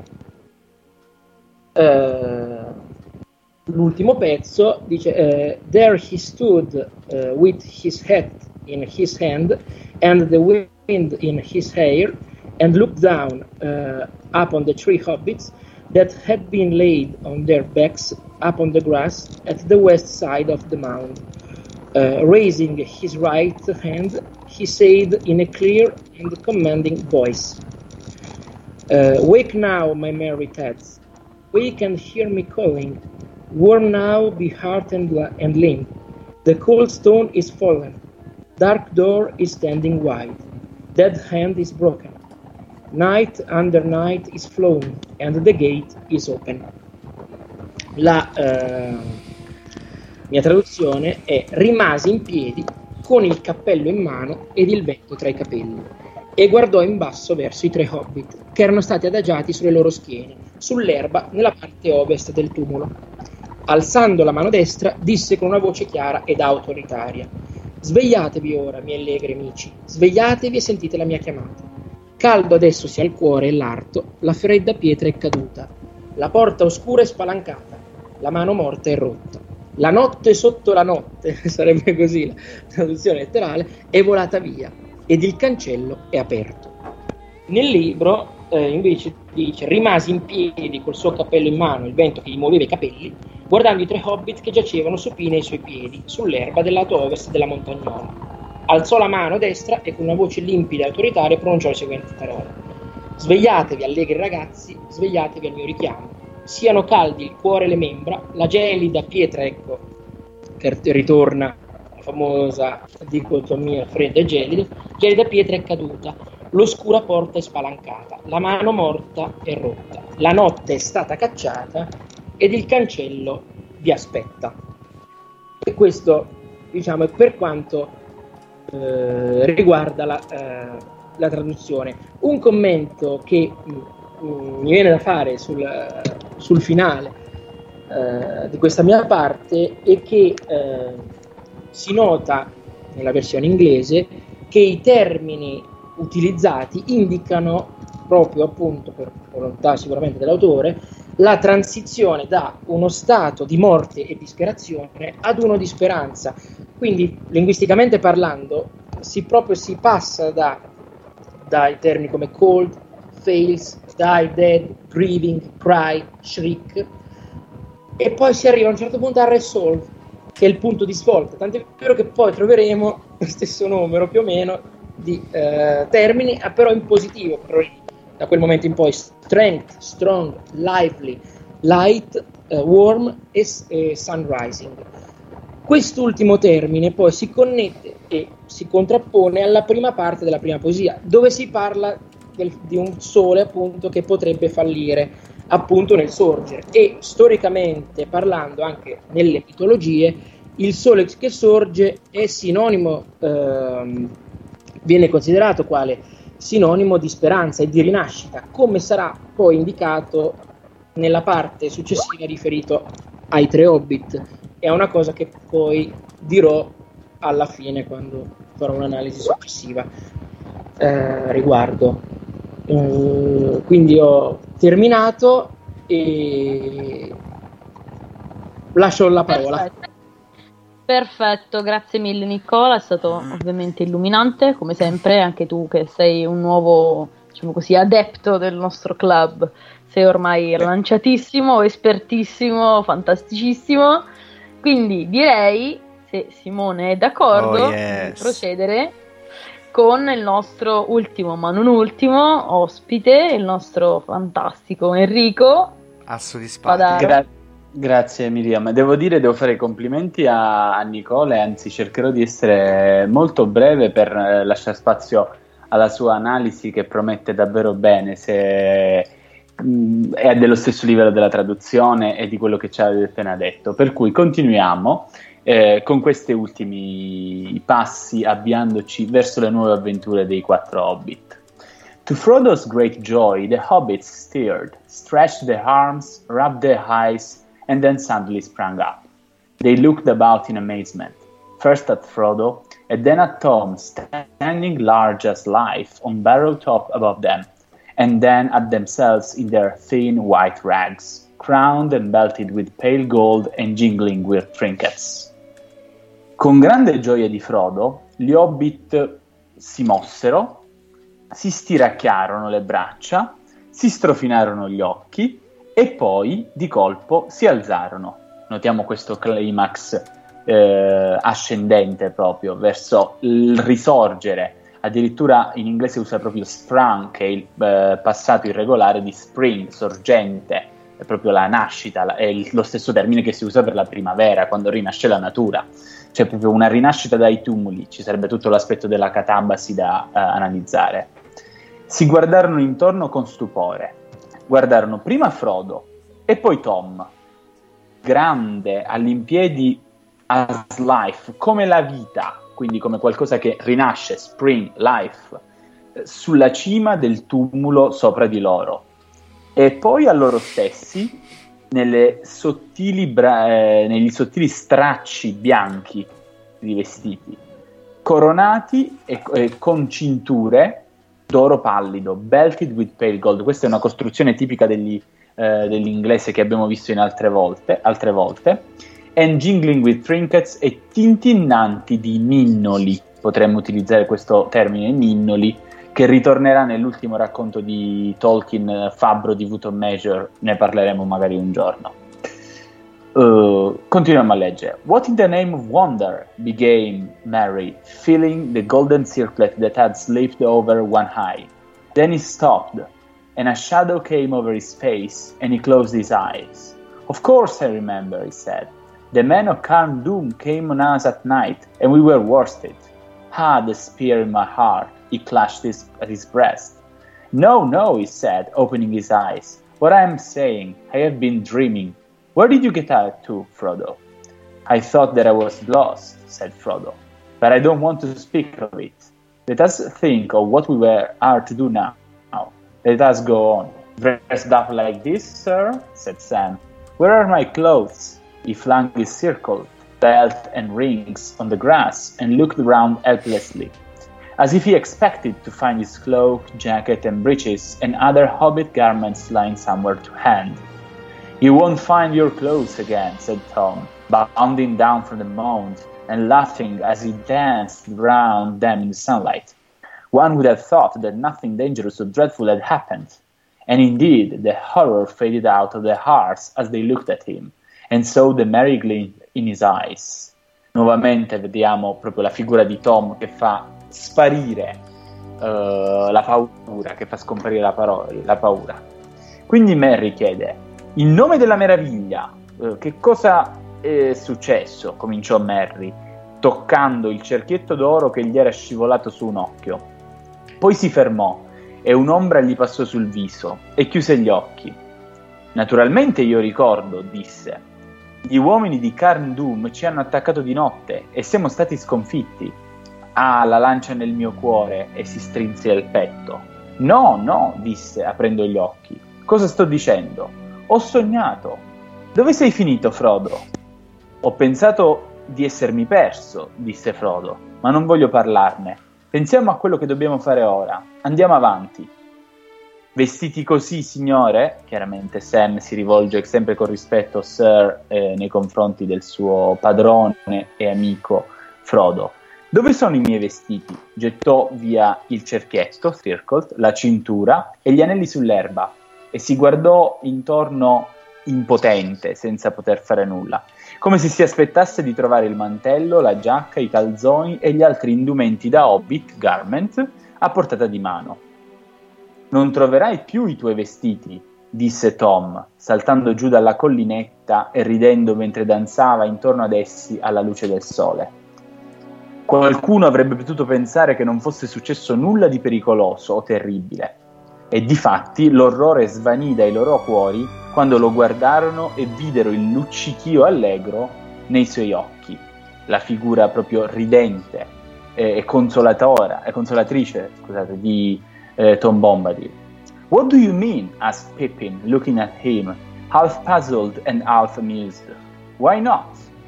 Uh, l'ultimo pezzo dice uh, There he stood uh, with his hat in his hand and the wind in his hair, and looked down uh, upon the three hobbits that had been laid on their backs upon the grass at the west side of the mound. Uh, raising his right hand, he said in a clear and commanding voice, uh, Wake now, my merry lads, wake and hear me calling. Warm now, be heart and, and limb. The cold stone is fallen, dark door is standing wide, dead hand is broken, night under night is flown, and the gate is open. La uh, mia traduzione è: rimase in piedi con il cappello in mano ed il vento tra i capelli, e guardò in basso verso i tre hobbit che erano stati adagiati sulle loro schiene, sull'erba nella parte ovest del tumulo. Alzando la mano destra, disse con una voce chiara ed autoritaria: Svegliatevi ora, miei allegri amici, svegliatevi e sentite la mia chiamata. Caldo adesso sia il cuore e l'arto, la fredda pietra è caduta, la porta oscura è spalancata, la mano morta è rotta, la notte sotto la notte, sarebbe così la traduzione letterale, è volata via ed il cancello è aperto. Nel libro eh, invece dice: rimase in piedi col suo cappello in mano, il vento che gli muoveva i capelli, guardando i tre hobbit che giacevano supini ai suoi piedi, sull'erba del lato ovest della montagnola. Alzò la mano destra e con una voce limpida e autoritaria pronunciò le seguenti parole: Svegliatevi, allegri ragazzi, svegliatevi al mio richiamo. Siano caldi il cuore e le membra, la gelida pietra, ecco, che ritorna la famosa dicotomia fredda e gelida, gelida pietra è caduta, l'oscura porta è spalancata, la mano morta è rotta, la notte è stata cacciata ed il cancello vi aspetta. E questo, diciamo, è per quanto eh, riguarda la, eh, la traduzione. Un commento che mh, mh, mi viene da fare sul, sul finale eh, di questa mia parte è che eh, si nota nella versione inglese che i termini utilizzati indicano proprio, appunto, per volontà sicuramente dell'autore, la transizione da uno stato di morte e disperazione ad uno di speranza. Quindi, linguisticamente parlando, si proprio si passa da dai termini come cold, fails, die, dead, grieving, cry, shriek, e poi si arriva a un certo punto a resolve, che è il punto di svolta. Tant'è vero che poi troveremo lo stesso numero più o meno di eh, termini, però in positivo. Da quel momento in poi strength, strong, lively, light, uh, warm e, e sunrising. Quest'ultimo termine poi si connette e si contrappone alla prima parte della prima poesia, dove si parla del, di un sole, appunto, che potrebbe fallire appunto nel sorgere, e storicamente parlando, anche nelle mitologie, il sole che sorge è sinonimo, ehm, viene considerato quale sinonimo di speranza e di rinascita, come sarà poi indicato nella parte successiva riferito ai tre hobbit. È una cosa che poi dirò alla fine quando farò un'analisi successiva eh, riguardo. Uh, quindi ho terminato e lascio la parola. Perfetto. Perfetto, grazie mille Nicola, è stato ovviamente illuminante, come sempre, anche tu che sei un nuovo, diciamo così, adepto del nostro club, sei ormai lanciatissimo, espertissimo, fantasticissimo, quindi direi, se Simone è d'accordo, Oh, yes. di procedere con il nostro ultimo, ma non ultimo, ospite, il nostro fantastico Enrico. A soddisfatto. Padaro. Gra- grazie Miriam, devo dire, devo fare i complimenti a, a Nicola, e anzi cercherò di essere molto breve per eh, lasciare spazio alla sua analisi, che promette davvero bene, se mh, è dello stesso livello della traduzione e di quello che ci ha appena detto. Per cui continuiamo eh, con questi ultimi passi, avviandoci verso le nuove avventure dei quattro Hobbit. To Frodo's great joy, the hobbits stirred, stretched their arms, rubbed their eyes, and then suddenly sprang up. They looked about in amazement, first at Frodo, and then at Tom, standing large as life on Barrow Top above them, and then at themselves in their thin white rags, crowned and belted with pale gold and jingling with trinkets. Con grande gioia di Frodo, gli Hobbit si mossero, si stiracchiarono le braccia, si strofinarono gli occhi e poi di colpo si alzarono. Notiamo questo climax eh, ascendente proprio verso il risorgere. Addirittura in inglese usa proprio sprung, che è il eh, passato irregolare di spring, sorgente, è proprio la nascita, la, è il, lo stesso termine che si usa per la primavera, quando rinasce la natura. C'è proprio una rinascita dai tumuli, ci sarebbe tutto l'aspetto della catabasi da uh, analizzare. Si guardarono intorno con stupore, guardarono prima Frodo e poi Tom, grande, all'impiedi as life, come la vita, quindi come qualcosa che rinasce, spring, life, sulla cima del tumulo sopra di loro, e poi a loro stessi nelle sottili bra- eh, negli sottili stracci bianchi di vestiti, coronati e, e con cinture d'oro pallido, belted with pale gold. Questa è una costruzione tipica degli, eh, dell'inglese che abbiamo visto in altre volte, altre volte, and jingling with trinkets, e tintinnanti di ninnoli, potremmo utilizzare questo termine ninnoli, che ritornerà nell'ultimo racconto di Tolkien, Fabbro di Wood of Measure, ne parleremo magari un giorno. Uh, continuiamo a leggere. What in the name of wonder, began Merry, feeling the golden circlet that had slipped over one eye. Then he stopped, and a shadow came over his face, and he closed his eyes. Of course I remember, he said. The men of Carn Dûm came on us at night, and we were worsted. Ah, the spear in my heart. He clutched his, at his breast. No, no, he said, opening his eyes. What I am saying, I have been dreaming. Where did you get out to, Frodo? I thought that I was lost, said Frodo, but I don't want to speak of it. Let us think of what we were, are to do now. Let us go on. Dressed up like this, sir, said Sam. Where are my clothes? He flung his circle, belt and rings on the grass and looked around helplessly, as if he expected to find his cloak, jacket and breeches and other hobbit garments lying somewhere to hand. You won't find your clothes again, said Tom, bounding down from the mound and laughing as he danced round them in the sunlight. One would have thought that nothing dangerous or dreadful had happened. And indeed, the horror faded out of their hearts as they looked at him, and saw the merry gleam in his eyes. Nuovamente vediamo proprio la figura di Tom che fa sparire uh, la paura, che fa scomparire la, paro- la paura. Quindi Merry chiede: in nome della meraviglia, uh, che cosa è successo? Cominciò Merry, toccando il cerchietto d'oro che gli era scivolato su un occhio. Poi si fermò e un'ombra gli passò sul viso e chiuse gli occhi. Naturalmente io ricordo, disse. Gli uomini di Carn Dûm ci hanno attaccato di notte e siamo stati sconfitti. Ah, la lancia nel mio cuore, e si strinse al petto. No, no, disse, aprendo gli occhi. Cosa sto dicendo? Ho sognato. Dove sei finito, Frodo? Ho pensato di essermi perso, disse Frodo, ma non voglio parlarne. Pensiamo a quello che dobbiamo fare ora. Andiamo avanti. Vestiti così, signore? Chiaramente Sam si rivolge sempre con rispetto Sir eh, nei confronti del suo padrone e amico Frodo. Dove sono i miei vestiti? Gettò via il cerchietto, circled, la cintura e gli anelli sull'erba e si guardò intorno impotente, senza poter fare nulla, come se si aspettasse di trovare il mantello, la giacca, i calzoni e gli altri indumenti da hobbit, garment, a portata di mano. Non troverai più i tuoi vestiti, disse Tom, saltando giù dalla collinetta e ridendo mentre danzava intorno ad essi alla luce del sole. Qualcuno avrebbe potuto pensare che non fosse successo nulla di pericoloso o terribile, e difatti l'orrore svanì dai loro cuori quando lo guardarono e videro il luccichio allegro nei suoi occhi, la figura proprio ridente e, e consolatora, e consolatrice, scusate, di eh, Tom Bombadil. "What do you mean?" asked Pippin, looking at him, half puzzled and half amused. "Why not?"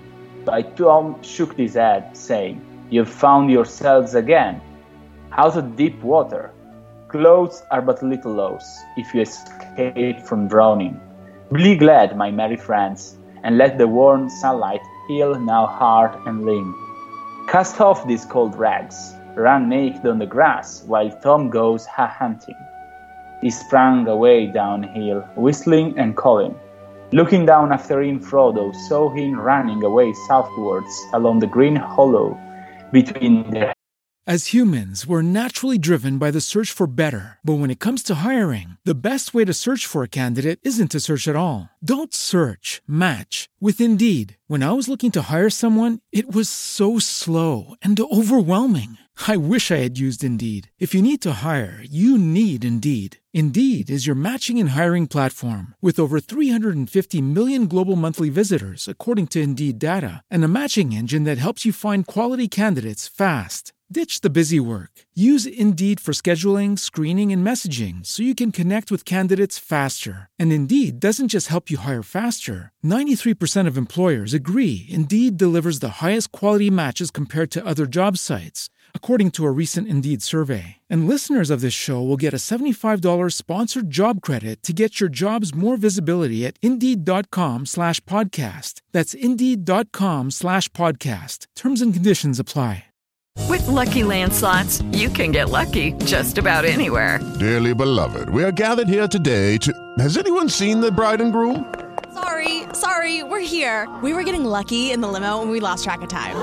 But Tom shook his head, saying, "You've found yourselves again, out of deep water. Clothes are but little loss, if you escape from drowning. Be glad, my merry friends, and let the warm sunlight heal now heart and limb. Cast off these cold rags, run naked on the grass, while Tom goes a-hunting." He sprang away downhill, whistling and calling. Looking down after him, Frodo saw him running away southwards along the green hollow between their. As humans, we're naturally driven by the search for better. But when it comes to hiring, the best way to search for a candidate isn't to search at all. Don't search, match with Indeed. When I was looking to hire someone, it was so slow and overwhelming. I wish I had used Indeed. If you need to hire, you need Indeed. Indeed is your matching and hiring platform with over three hundred fifty million global monthly visitors, according to Indeed data, and a matching engine that helps you find quality candidates fast. Ditch the busy work. Use Indeed for scheduling, screening, and messaging so you can connect with candidates faster. And Indeed doesn't just help you hire faster. ninety-three percent of employers agree Indeed delivers the highest quality matches compared to other job sites, according to a recent Indeed survey. And listeners of this show will get a seventy-five dollars sponsored job credit to get your jobs more visibility at Indeed.com slash podcast. That's Indeed.com slash podcast. Terms and conditions apply. With Lucky Land Slots, you can get lucky just about anywhere. Dearly beloved, we are gathered here today to. Has anyone seen the bride and groom? Sorry, sorry, we're here. We were getting lucky in the limo and we lost track of time.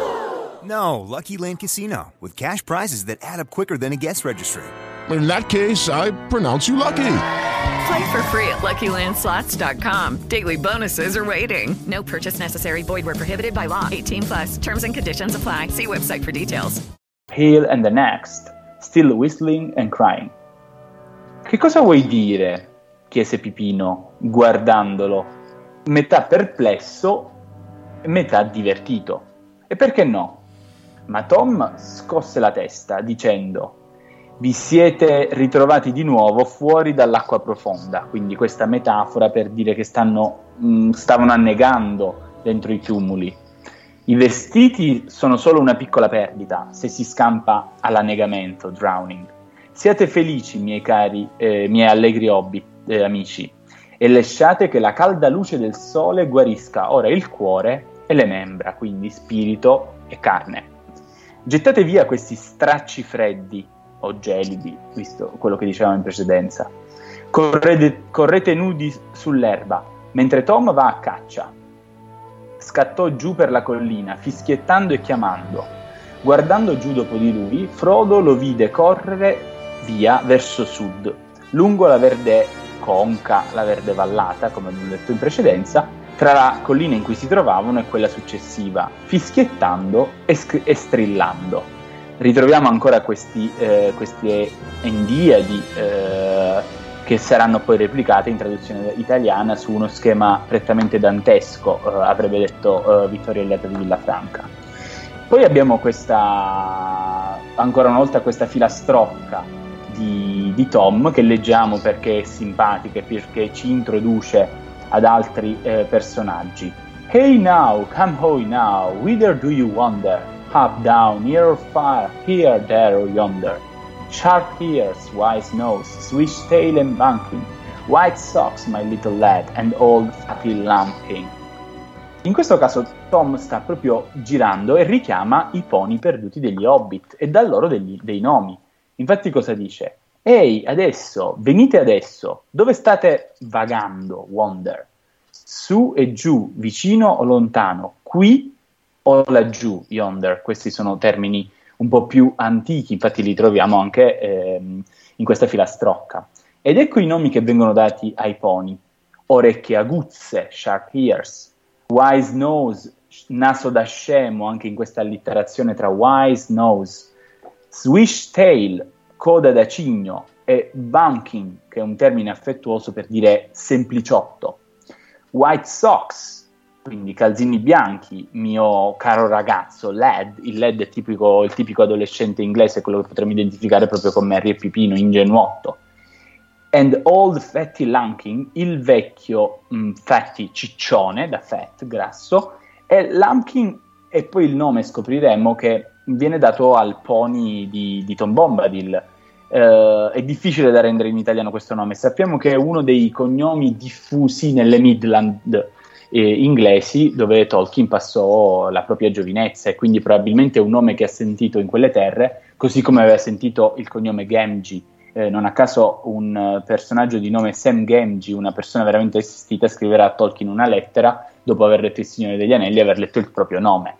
No, Lucky Land Casino, with cash prizes that add up quicker than a guest registry. In that case, I pronounce you lucky. Play for free at Lucky Land Slots dot com. Daily bonuses are waiting. No purchase necessary. Void where prohibited by law. eighteen plus. Terms and conditions apply. See website for details. Hill and the next, still whistling and crying. "Che cosa vuoi dire?" chiese Pipino, guardandolo, metà perplesso e metà divertito. "E perché no?" Ma Tom scosse la testa, dicendo: "Vi siete ritrovati di nuovo fuori dall'acqua profonda", quindi questa metafora per dire che stanno, mh, stavano annegando dentro i tumuli. "I vestiti sono solo una piccola perdita se si scampa all'annegamento, drowning. Siate felici, miei cari, eh, miei allegri hobbit, eh, amici, e lasciate che la calda luce del sole guarisca ora il cuore e le membra, quindi spirito e carne. Gettate via questi stracci freddi o gelidi, visto quello che dicevamo in precedenza. Correte, correte nudi sull'erba, mentre Tom va a caccia." Scattò giù per la collina, fischiettando e chiamando. Guardando giù dopo di lui, Frodo lo vide correre via verso sud, lungo la verde conca, la verde vallata, come abbiamo detto in precedenza, tra la collina in cui si trovavano e quella successiva, fischiettando e, sc- e strillando. Ritroviamo ancora questi, eh, queste endiadi eh, che saranno poi replicate in traduzione italiana su uno schema prettamente dantesco, eh, avrebbe detto eh, Vittorio Elliott di Villafranca. Poi abbiamo questa, ancora una volta questa filastrocca di, di Tom che leggiamo perché è simpatica e perché ci introduce ad altri eh, personaggi. "Hey now, come hoy now, whither do you wander? Up, down, near or far, here, there or yonder. Sharp ears, wise nose, swish tail and bunking, white socks, my little lad, and old fatty lumping. In questo caso Tom sta proprio girando e richiama i pony perduti degli Hobbit e dà loro degli, dei nomi. Infatti cosa dice? Ehi, adesso, venite adesso, dove state vagando, wander? Su e giù, vicino o lontano, qui o laggiù, yonder. Questi sono termini un po' più antichi, infatti li troviamo anche ehm, in questa filastrocca. Ed ecco i nomi che vengono dati ai pony: orecchie aguzze, sharp ears, wise nose, naso da scemo, anche in questa allitterazione tra wise nose, swish tail, coda da cigno, e bunking, che è un termine affettuoso per dire sempliciotto, white socks, quindi calzini bianchi, mio caro ragazzo, lad, il lad è tipico, il tipico adolescente inglese, quello che potremmo identificare proprio con Merry e Pipino, ingenuotto. And old fatty lumpkin, il vecchio mh, fatty, ciccione, da fat, grasso, e lumpkin è poi il nome, scopriremo, che viene dato al pony di, di Tom Bombadil. Uh, è difficile da rendere in italiano questo nome, sappiamo che è uno dei cognomi diffusi nelle Midland eh, inglesi, dove Tolkien passò la propria giovinezza, e quindi probabilmente è un nome che ha sentito in quelle terre, così come aveva sentito il cognome Gamgee. Eh, non a caso un uh, personaggio di nome Sam Gamgee, una persona veramente esistita, scriverà a Tolkien una lettera dopo aver letto Il Signore degli Anelli e aver letto il proprio nome.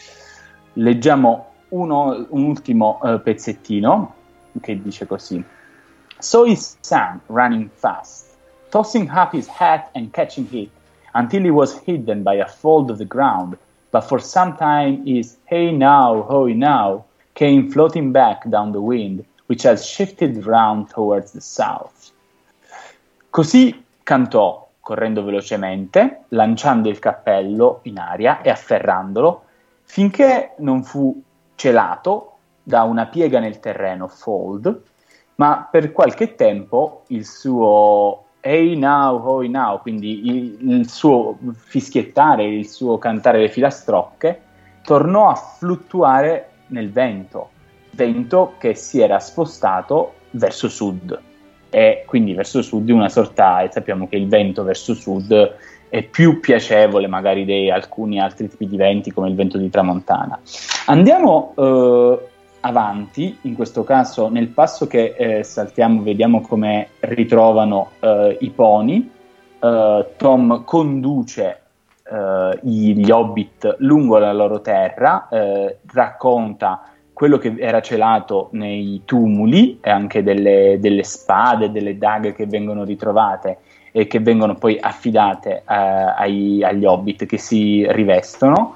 Leggiamo uno, un ultimo uh, pezzettino che dice così: So he sang, running fast, tossing up his hat and catching it, until he was hidden by a fold of the ground, but for some time his hey now, hoy now, came floating back down the wind, which has shifted round towards the south. Così cantò, correndo velocemente, lanciando il cappello in aria e afferrandolo, finché non fu celato da una piega nel terreno, fold, ma per qualche tempo il suo hey now, hoy now, quindi il, il suo fischiettare, il suo cantare le filastrocche, tornò a fluttuare nel vento, vento che si era spostato verso sud, e quindi verso sud una sorta, e sappiamo che il vento verso sud è più piacevole magari di alcuni altri tipi di venti come il vento di tramontana. Andiamo eh, avanti, in questo caso nel passo che eh, saltiamo vediamo come ritrovano eh, i pony. eh, Tom conduce eh, gli Hobbit lungo la loro terra, eh, racconta quello che era celato nei tumuli e anche delle, delle spade, delle daghe che vengono ritrovate e che vengono poi affidate eh, ai, agli Hobbit che si rivestono.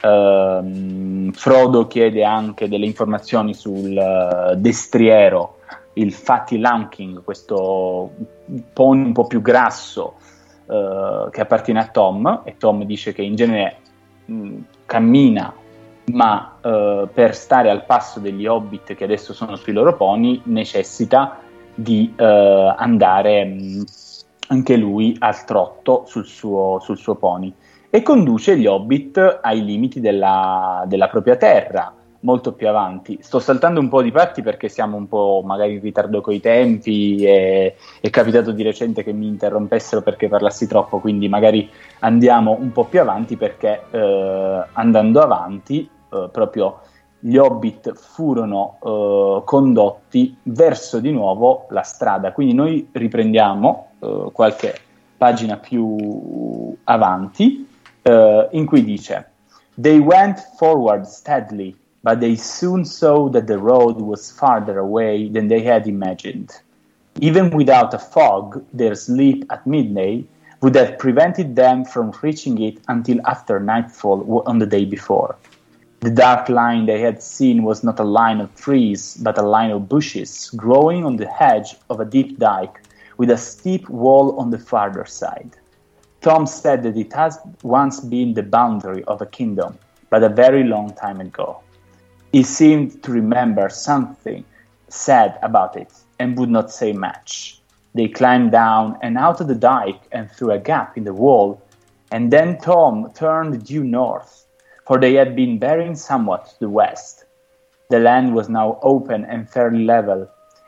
Uh, Frodo chiede anche delle informazioni sul uh, destriero, il Fatty Lumpkin, questo pony un po' più grasso uh, che appartiene a Tom, e Tom dice che in genere mh, cammina, ma uh, per stare al passo degli Hobbit che adesso sono sui loro pony necessita di uh, andare mh, anche lui al trotto sul suo, sul suo pony, e conduce gli Hobbit ai limiti della, della propria terra, molto più avanti. Sto saltando un po' di parti perché siamo un po' magari in ritardo coi tempi, e è capitato di recente che mi interrompessero perché parlassi troppo, quindi magari andiamo un po' più avanti, perché eh, andando avanti eh, proprio gli Hobbit furono eh, condotti verso di nuovo la strada. Quindi noi riprendiamo eh, qualche pagina più avanti, Uh, in cui dice: They went forward steadily, but they soon saw that the road was farther away than they had imagined. Even without a fog, their sleep at midday would have prevented them from reaching it until after nightfall on the day before. The dark line they had seen was not a line of trees, but a line of bushes growing on the edge of a deep dike, with a steep wall on the farther side. Tom said that it has once been the boundary of a kingdom, but a very long time ago. He seemed to remember something said about it, and would not say much. They climbed down and out of the dike and through a gap in the wall, and then Tom turned due north, for they had been bearing somewhat to the west. The land was now open and fairly level,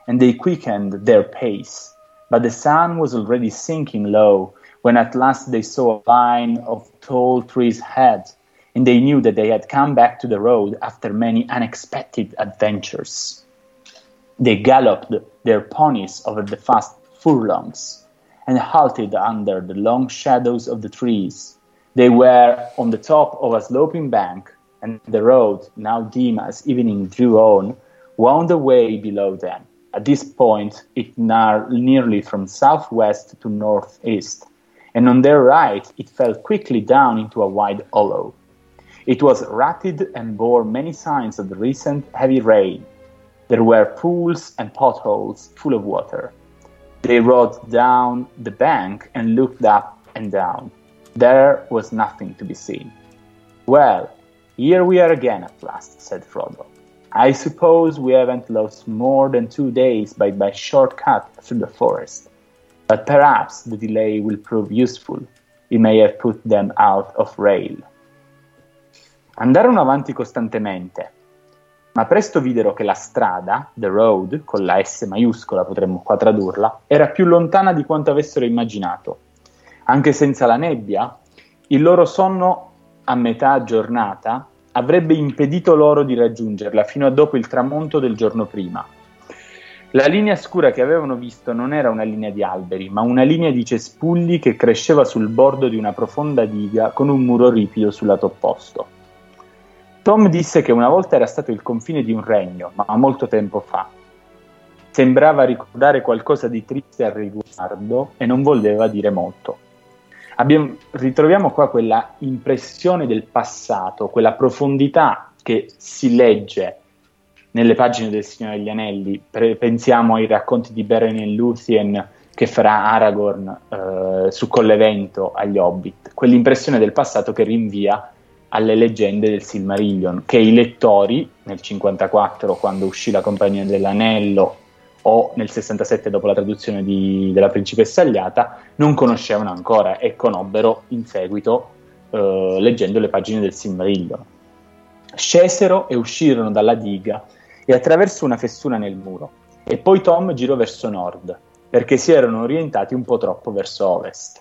and they quickened their pace. But the sun was already sinking low when at last they saw a line of tall trees ahead, and they knew that they had come back to the road after many unexpected adventures. They galloped their ponies over the vast furlongs and halted under the long shadows of the trees. They were on the top of a sloping bank, and the road, now dim as evening drew on, wound away below them. At this point, it narrowed nearly from southwest to northeast, and on their right, it fell quickly down into a wide hollow. It was rutted and bore many signs of the recent heavy rain. There were pools and potholes full of water. They rode down the bank and looked up and down. There was nothing to be seen. "Well, here we are again at last," said Frodo. "I suppose we haven't lost more than two days by my shortcut through the forest. But perhaps the delay will prove useful. We may have put them out of rail." Andarono avanti costantemente, ma presto videro che la strada, the road, con la S maiuscola potremmo qua tradurla, era più lontana di quanto avessero immaginato. Anche senza la nebbia, il loro sonno a metà giornata avrebbe impedito loro di raggiungerla fino a dopo il tramonto del giorno prima. La linea scura che avevano visto non era una linea di alberi, ma una linea di cespugli che cresceva sul bordo di una profonda diga con un muro ripido sul lato opposto. Tom disse che una volta era stato il confine di un regno, ma molto tempo fa. Sembrava ricordare qualcosa di triste al riguardo e non voleva dire molto. Abbiamo, ritroviamo qua quella impressione del passato, quella profondità che si legge nelle pagine del Signore degli Anelli. Pre- pensiamo ai racconti di Beren e Lúthien che farà Aragorn eh, su Collevento agli Hobbit, quell'impressione del passato che rinvia alle leggende del Silmarillion, che i lettori nel cinquantaquattro, quando uscì la Compagnia dell'Anello, o nel sessantasette dopo la traduzione di, della Principessa Agliata, non conoscevano ancora e conobbero in seguito eh, leggendo le pagine del Silmarillion. Scesero e uscirono dalla diga e attraverso una fessura nel muro, e poi Tom girò verso nord, perché si erano orientati un po' troppo verso ovest.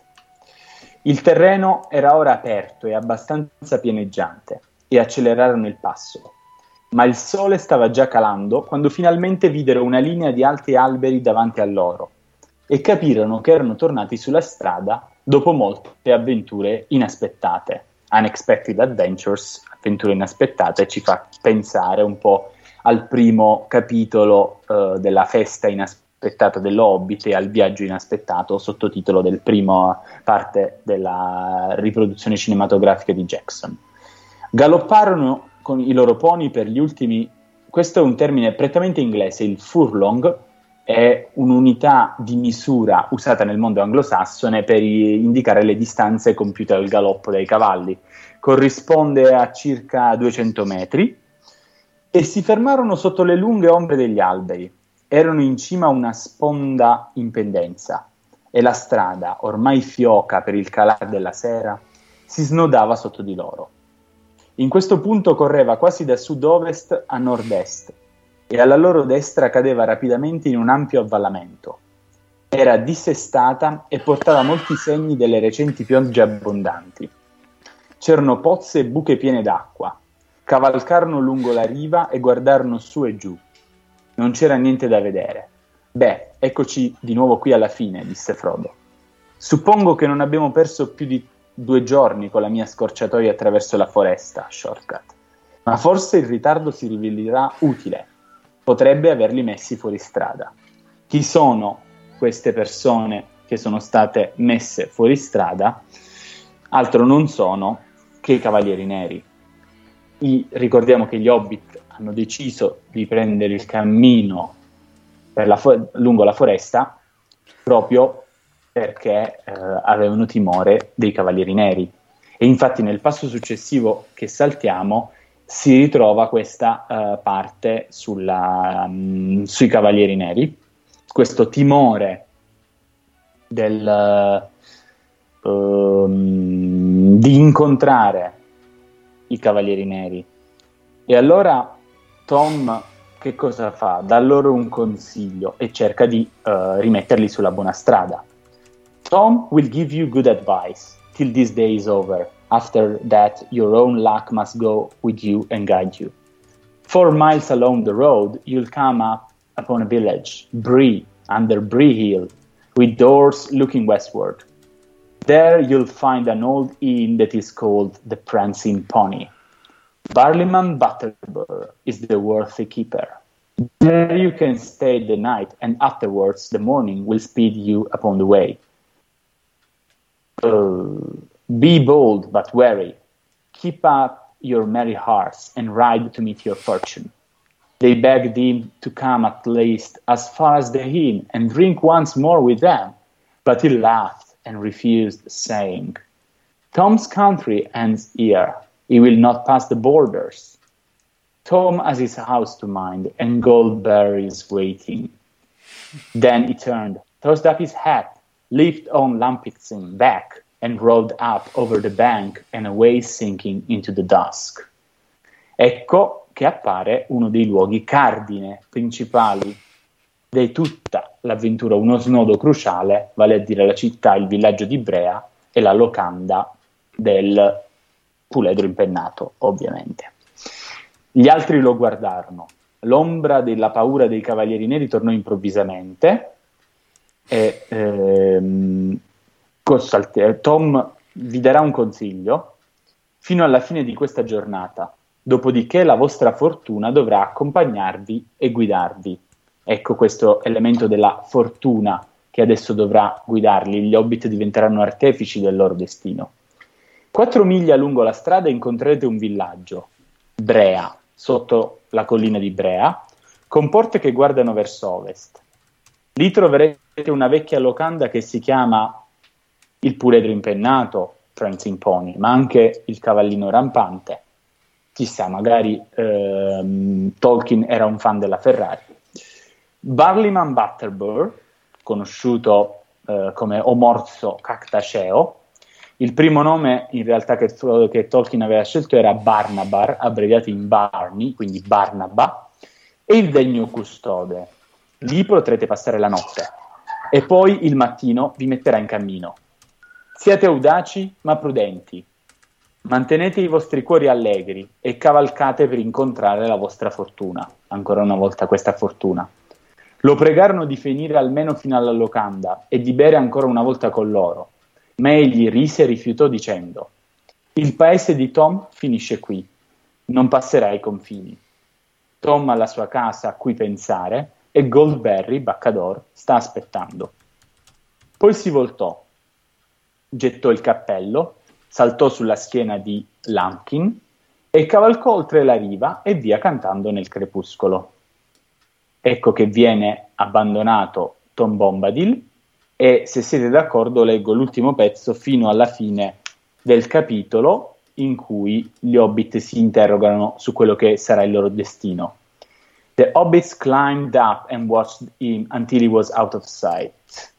Il terreno era ora aperto e abbastanza pianeggiante, e accelerarono il passo. Ma il sole stava già calando quando finalmente videro una linea di alti alberi davanti a loro e capirono che erano tornati sulla strada dopo molte avventure inaspettate. Unexpected Adventures, avventure inaspettate, ci fa pensare un po' al primo capitolo uh, della festa inaspettata dell'Hobbit e al viaggio inaspettato, sottotitolo del primo parte della riproduzione cinematografica di Jackson. Galopparono con i loro pony per gli ultimi, questo è un termine prettamente inglese, il furlong è un'unità di misura usata nel mondo anglosassone per indicare le distanze compiute al galoppo dai cavalli, corrisponde a circa duecento metri, e si fermarono sotto le lunghe ombre degli alberi. Erano in cima a una sponda in pendenza e la strada, ormai fioca per il calar della sera, si snodava sotto di loro. In questo punto correva quasi da sud-ovest a nord-est e alla loro destra cadeva rapidamente in un ampio avvallamento. Era dissestata e portava molti segni delle recenti piogge abbondanti. C'erano pozze e buche piene d'acqua. Cavalcarono lungo la riva e guardarono su e giù. Non c'era niente da vedere. «Beh, eccoci di nuovo qui alla fine», disse Frodo. «Suppongo che non abbiamo perso più di due giorni con la mia scorciatoia attraverso la foresta, shortcut. Ma forse il ritardo si rivelerà utile. Potrebbe averli messi fuori strada. Chi sono queste persone che sono state messe fuori strada? Altro non sono che i Cavalieri Neri. I, ricordiamo che gli Hobbit hanno deciso di prendere il cammino per la fo- lungo la foresta proprio perché eh, avevano timore dei Cavalieri Neri, e infatti nel passo successivo che saltiamo si ritrova questa uh, parte sulla, um, sui Cavalieri Neri, questo timore del, uh, um, di incontrare i Cavalieri Neri. E allora Tom, che che cosa fa? Dà loro un consiglio e cerca di uh, rimetterli sulla buona strada. Tom will give you good advice till this day is over. After that, your own luck must go with you and guide you. Four miles along the road, you'll come up upon a village, Bree, under Bree Hill, with doors looking westward. There you'll find an old inn that is called the Prancing Pony. Barleyman Butterbur is the worthy keeper. There you can stay the night, and afterwards the morning will speed you upon the way. Uh, be bold but wary. Keep up your merry hearts and ride to meet your fortune. They begged him to come at least as far as the inn and drink once more with them, but he laughed and refused, saying, Tom's country ends here. He will not pass the borders. Tom has his house to mind, and Goldberry's waiting. Then he turned, tossed up his hat, lifted on Lampitzin back, and rode up over the bank and away sinking into the dusk. Ecco che appare uno dei luoghi cardine principali di tutta l'avventura, uno snodo cruciale, vale a dire la città, il villaggio di Brea e la locanda del puledro impennato, ovviamente. Gli altri lo guardarono. L'ombra della paura dei cavalieri neri tornò improvvisamente e ehm, Tom vi darà un consiglio fino alla fine di questa giornata, dopodiché la vostra fortuna dovrà accompagnarvi e guidarvi. Ecco questo elemento della fortuna che adesso dovrà guidarli. Gli hobbit diventeranno artefici del loro destino. Quattro miglia lungo la strada incontrerete un villaggio, Brea, sotto la collina di Brea, con porte che guardano verso ovest. Lì troverete una vecchia locanda che si chiama il puledro impennato, Prancing Pony, ma anche il cavallino rampante. Chissà, magari ehm, Tolkien era un fan della Ferrari. Barleyman Butterbur, conosciuto eh, come Omorzo Cactaceo. Il primo nome in realtà che, che Tolkien aveva scelto era Barnabar, abbreviato in Barney, quindi Barnaba, e il degno custode. Lì potrete passare la notte e poi il mattino vi metterà in cammino. Siate audaci ma prudenti, mantenete i vostri cuori allegri e cavalcate per incontrare la vostra fortuna, ancora una volta questa fortuna. Lo pregarono di venire almeno fino alla locanda e di bere ancora una volta con loro, ma egli rise e rifiutò dicendo: il paese di Tom finisce qui, non passerà i confini. Tom ha la sua casa a cui pensare e Goldberry, Baccador, sta aspettando. Poi si voltò, gettò il cappello, saltò sulla schiena di Lampkin e cavalcò oltre la riva e via cantando nel crepuscolo. Ecco che viene abbandonato Tom Bombadil e, se siete d'accordo, leggo l'ultimo pezzo fino alla fine del capitolo in cui gli Hobbit si interrogano su quello che sarà il loro destino. The Hobbits climbed up and watched him until he was out of sight.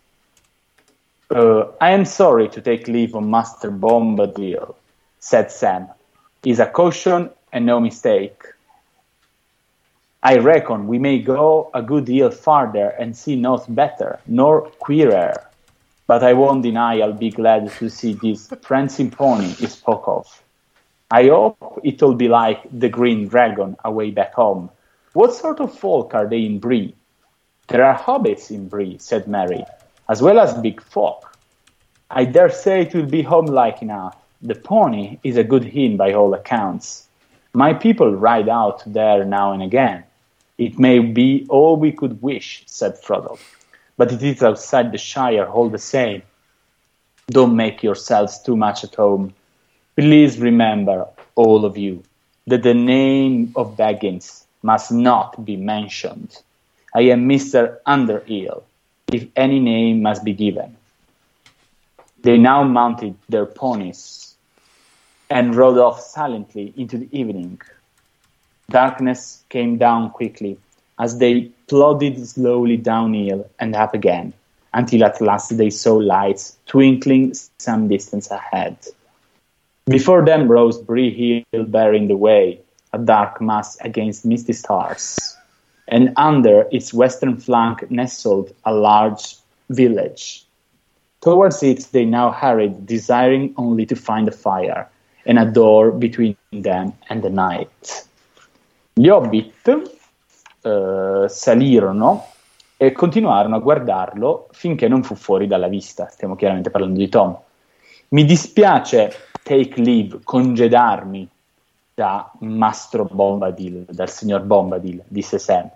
Uh, I am sorry to take leave of Master Bombadil, said Sam. It's a caution and no mistake. I reckon we may go a good deal farther and see naught better, nor queerer. But I won't deny I'll be glad to see this prancing pony he spoke of. I hope it'll be like the Green Dragon away back home. What sort of folk are they in Bree? There are hobbits in Bree, said Mary, as well as big folk. I dare say it will be home-like enough. The pony is a good inn by all accounts. My people ride out there now and again. It may be all we could wish, said Frodo, but it is outside the Shire all the same. Don't make yourselves too much at home. Please remember, all of you, that the name of Baggins must not be mentioned. I am Mister Underhill, if any name must be given. They now mounted their ponies and rode off silently into the evening. Darkness came down quickly as they plodded slowly downhill and up again, until at last they saw lights twinkling some distance ahead. Before them rose Bree Hill barring the way, a dark mass against misty stars. and under its western flank nestled a large village. Towards it they now hurried, desiring only to find a fire and a door between them and the night. Gli Hobbit eh, salirono e continuarono a guardarlo finché non fu fuori dalla vista. Stiamo chiaramente parlando di Tom. Mi dispiace, take leave, congedarmi da Mastro Bombadil, dal signor Bombadil, disse Sam.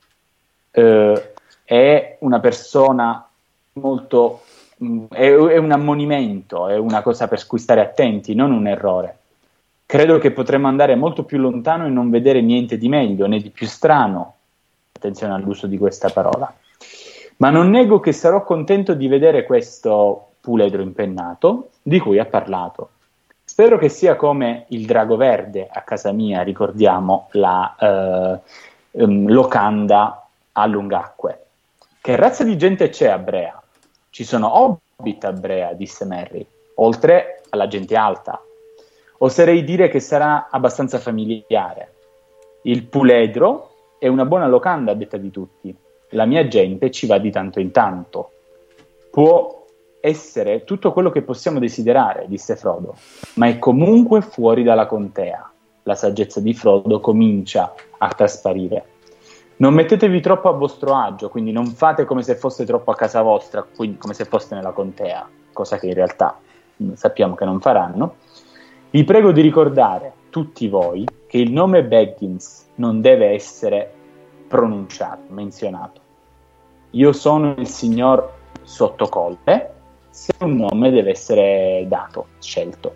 Eh, è una persona molto... È, è un ammonimento, è una cosa per cui stare attenti, non un errore. Credo che potremmo andare molto più lontano e non vedere niente di meglio né di più strano. Attenzione all'uso di questa parola. Ma non nego che sarò contento di vedere questo puledro impennato di cui ha parlato. Spero che sia come il drago verde a casa mia, ricordiamo la eh, um, locanda a Lungacque. Che razza di gente c'è a Brea? Ci sono hobbit a Brea, disse Merry, oltre alla gente alta. Oserei dire che sarà abbastanza familiare. Il puledro è una buona locanda a detta di tutti. La mia gente ci va di tanto in tanto. Può essere tutto quello che possiamo desiderare, disse Frodo, ma è comunque fuori dalla contea. La saggezza di Frodo comincia a trasparire. Non mettetevi troppo a vostro agio, quindi non fate come se foste troppo a casa vostra, quindi come se foste nella contea, cosa che in realtà sappiamo che non faranno. Vi prego di ricordare, tutti voi, che il nome Baggins non deve essere pronunciato, menzionato. Io sono il signor Sottocolle, se un nome deve essere dato, scelto.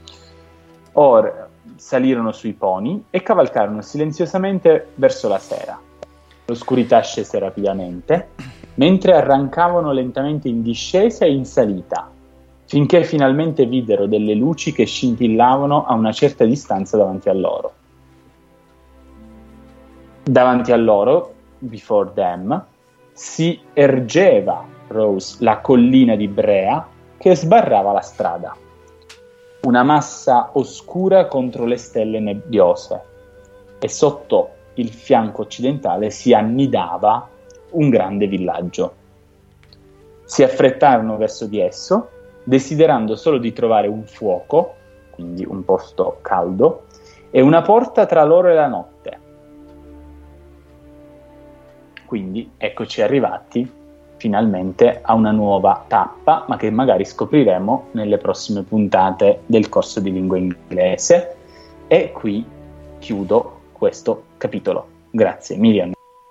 Ora salirono sui poni e cavalcarono silenziosamente verso la sera. L'oscurità scese rapidamente, mentre arrancavano lentamente in discesa e in salita, finché finalmente videro delle luci che scintillavano a una certa distanza davanti a loro. Davanti a loro, before them, si ergeva Rose, la collina di Brea, che sbarrava la strada. Una massa oscura contro le stelle nebbiose, e sotto il fianco occidentale si annidava un grande villaggio. Si affrettarono verso di esso, desiderando solo di trovare un fuoco, quindi un posto caldo, e una porta tra loro e la notte. Quindi eccoci arrivati finalmente a una nuova tappa, ma che magari scopriremo nelle prossime puntate del corso di lingua inglese. E qui chiudo questo capitolo. Grazie, Miriam.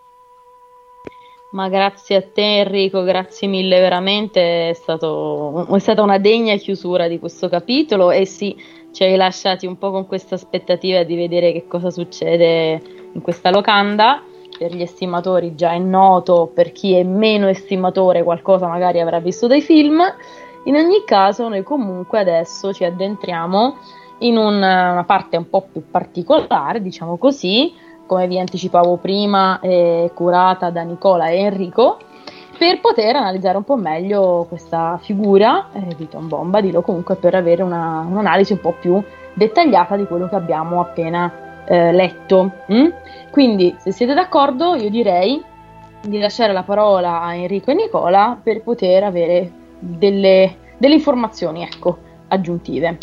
Ma grazie a te Enrico, grazie mille, veramente è, stato, è stata una degna chiusura di questo capitolo e sì, ci hai lasciati un po' con questa aspettativa di vedere che cosa succede in questa locanda. Per gli estimatori già è noto, per chi è meno estimatore qualcosa magari avrà visto dai film. In ogni caso noi comunque adesso ci addentriamo in un, una parte un po' più particolare, diciamo così, come vi anticipavo prima, è curata da Nicola e Enrico, per poter analizzare un po' meglio questa figura eh, di Tom Bombadil, o comunque per avere una, un'analisi un po' più dettagliata di quello che abbiamo appena eh, letto. Mm? Quindi, se siete d'accordo, io direi di lasciare la parola a Enrico e Nicola per poter avere delle, delle informazioni, ecco, aggiuntive.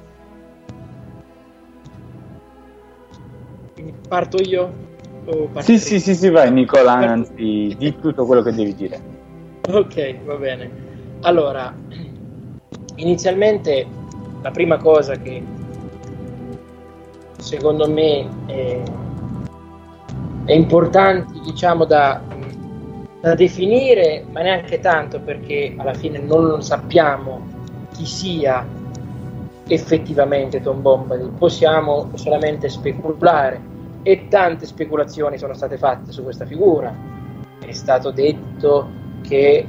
Parto io? O sì, sì, sì, sì, vai Nicola, anzi, di tutto quello che devi dire. Ok, va bene. Allora, inizialmente la prima cosa che secondo me è, è importante, diciamo, da, da definire, ma neanche tanto perché alla fine non sappiamo chi sia effettivamente Tom Bombadil, possiamo solamente speculare. E tante speculazioni sono state fatte su questa figura. È stato detto che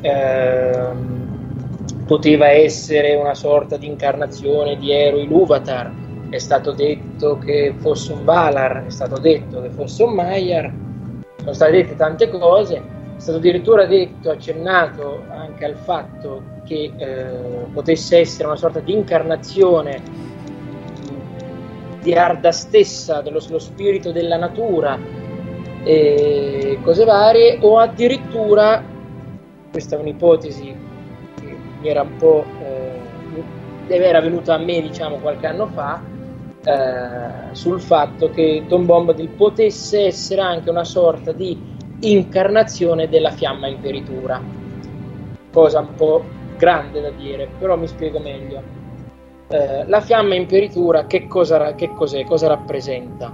ehm, poteva essere una sorta di incarnazione di Eru Ilúvatar, è stato detto che fosse un Valar, è stato detto che fosse un Maiar, sono state dette tante cose, è stato addirittura detto, accennato anche al fatto che eh, potesse essere una sorta di incarnazione di Arda stessa, dello lo spirito della natura, e cose varie, o addirittura, questa è un'ipotesi che mi era un po' eh, era venuta a me diciamo qualche anno fa, eh, sul fatto che Tom Bombadil potesse essere anche una sorta di incarnazione della fiamma imperitura, cosa un po' grande da dire, però mi spiego meglio. Eh, la fiamma imperitura che cosa, che cos'è, cosa rappresenta?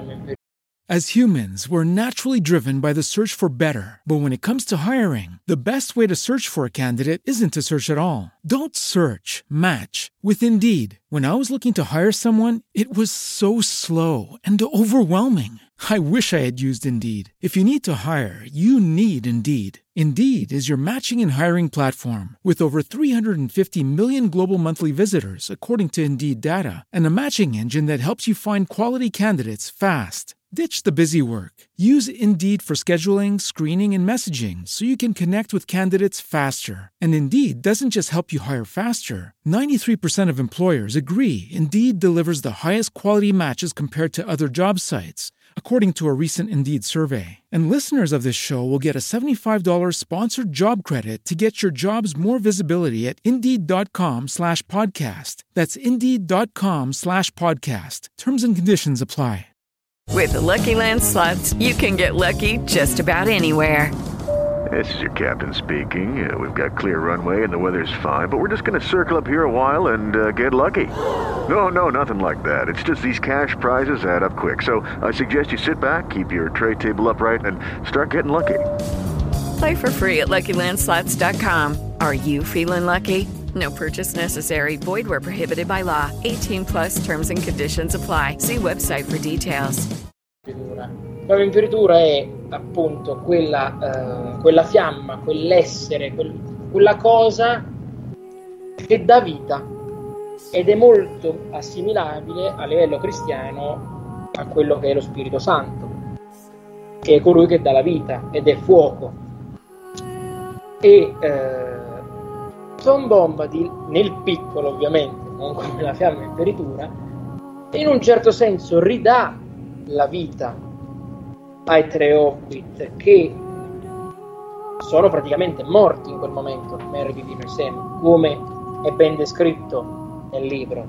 As humans, we're naturally driven by the search for better. But when it comes to hiring, the best way to search for a candidate isn't to search at all. Don't search, match with Indeed. When I was looking to hire someone, it was so slow and overwhelming. I wish I had used Indeed. If you need to hire, you need Indeed. Indeed is your matching and hiring platform with over three hundred fifty million global monthly visitors, according to Indeed data, and a matching engine that helps you find quality candidates fast. Ditch the busy work. Use Indeed for scheduling, screening, and messaging so you can connect with candidates faster. And Indeed doesn't just help you hire faster. ninety-three percent of employers agree Indeed delivers the highest quality matches compared to other job sites, according to a recent Indeed survey. And listeners of this show will get a seventy-five dollars sponsored job credit to get your jobs more visibility at Indeed.com slash podcast. That's Indeed.com slash podcast. Terms and conditions apply. With the Lucky Land Slots, you can get lucky just about anywhere. This is your captain speaking. Uh, we've got clear runway and the weather's fine, but we're just going to circle up here a while and uh, get lucky. No, no, nothing like that. It's just these cash prizes add up quick. So I suggest you sit back, keep your tray table upright, and start getting lucky. Play for free at Lucky Land Slots dot com. Are you feeling lucky? No purchase necessary. Void where prohibited by law. eighteen plus terms and conditions apply. See website for details. La imperitura è appunto quella, uh, quella fiamma, quell'essere, quel, quella cosa che dà vita, ed è molto assimilabile a livello cristiano a quello che è lo Spirito Santo, che è colui che dà la vita ed è fuoco. E uh, Tom Bombadil, nel piccolo ovviamente, non come la fiamma imperitura, in un certo senso ridà la vita ai tre Hobbit che sono praticamente morti in quel momento, Merry, Pippin e Sam, come è ben descritto nel libro.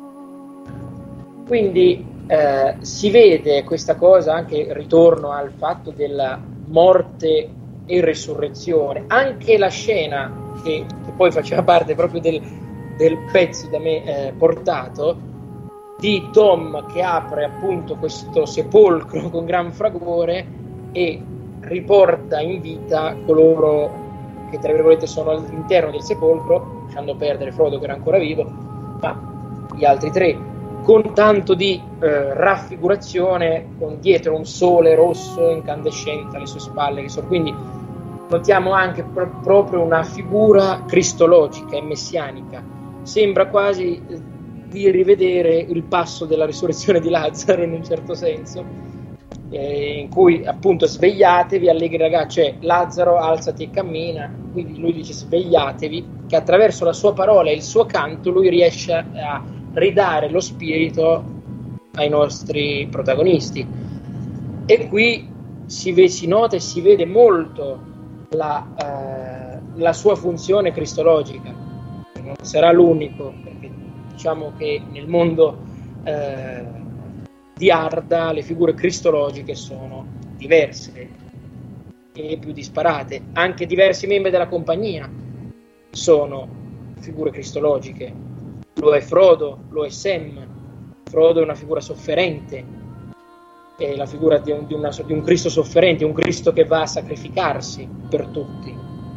Quindi eh, si vede questa cosa, anche il ritorno al fatto della morte e resurrezione, anche la scena che, che poi faceva parte proprio del, del pezzo da me eh, portato, di Tom che apre appunto questo sepolcro con gran fragore e riporta in vita coloro che tra virgolette sono all'interno del sepolcro, lasciando perdere Frodo che era ancora vivo, ma gli altri tre, con tanto di eh, raffigurazione, con dietro un sole rosso incandescente alle sue spalle, che sono, quindi notiamo anche pro- proprio una figura cristologica e messianica. Sembra quasi eh, di rivedere il passo della risurrezione di Lazzaro in un certo senso, eh, in cui appunto svegliatevi, allegri ragazzi, cioè Lazzaro alzati e cammina, quindi lui dice svegliatevi, che attraverso la sua parola e il suo canto lui riesce a ridare lo spirito ai nostri protagonisti. E qui si, ve- si nota e si vede molto la, eh, la sua funzione cristologica. Non sarà l'unico, perché diciamo che nel mondo eh, di Arda le figure cristologiche sono diverse e più disparate. Anche diversi membri della compagnia sono figure cristologiche. Lo è Frodo, lo è Sam. Frodo è una figura sofferente, è la figura di un, di una, di un Cristo sofferente, un Cristo che va a sacrificarsi per tutti.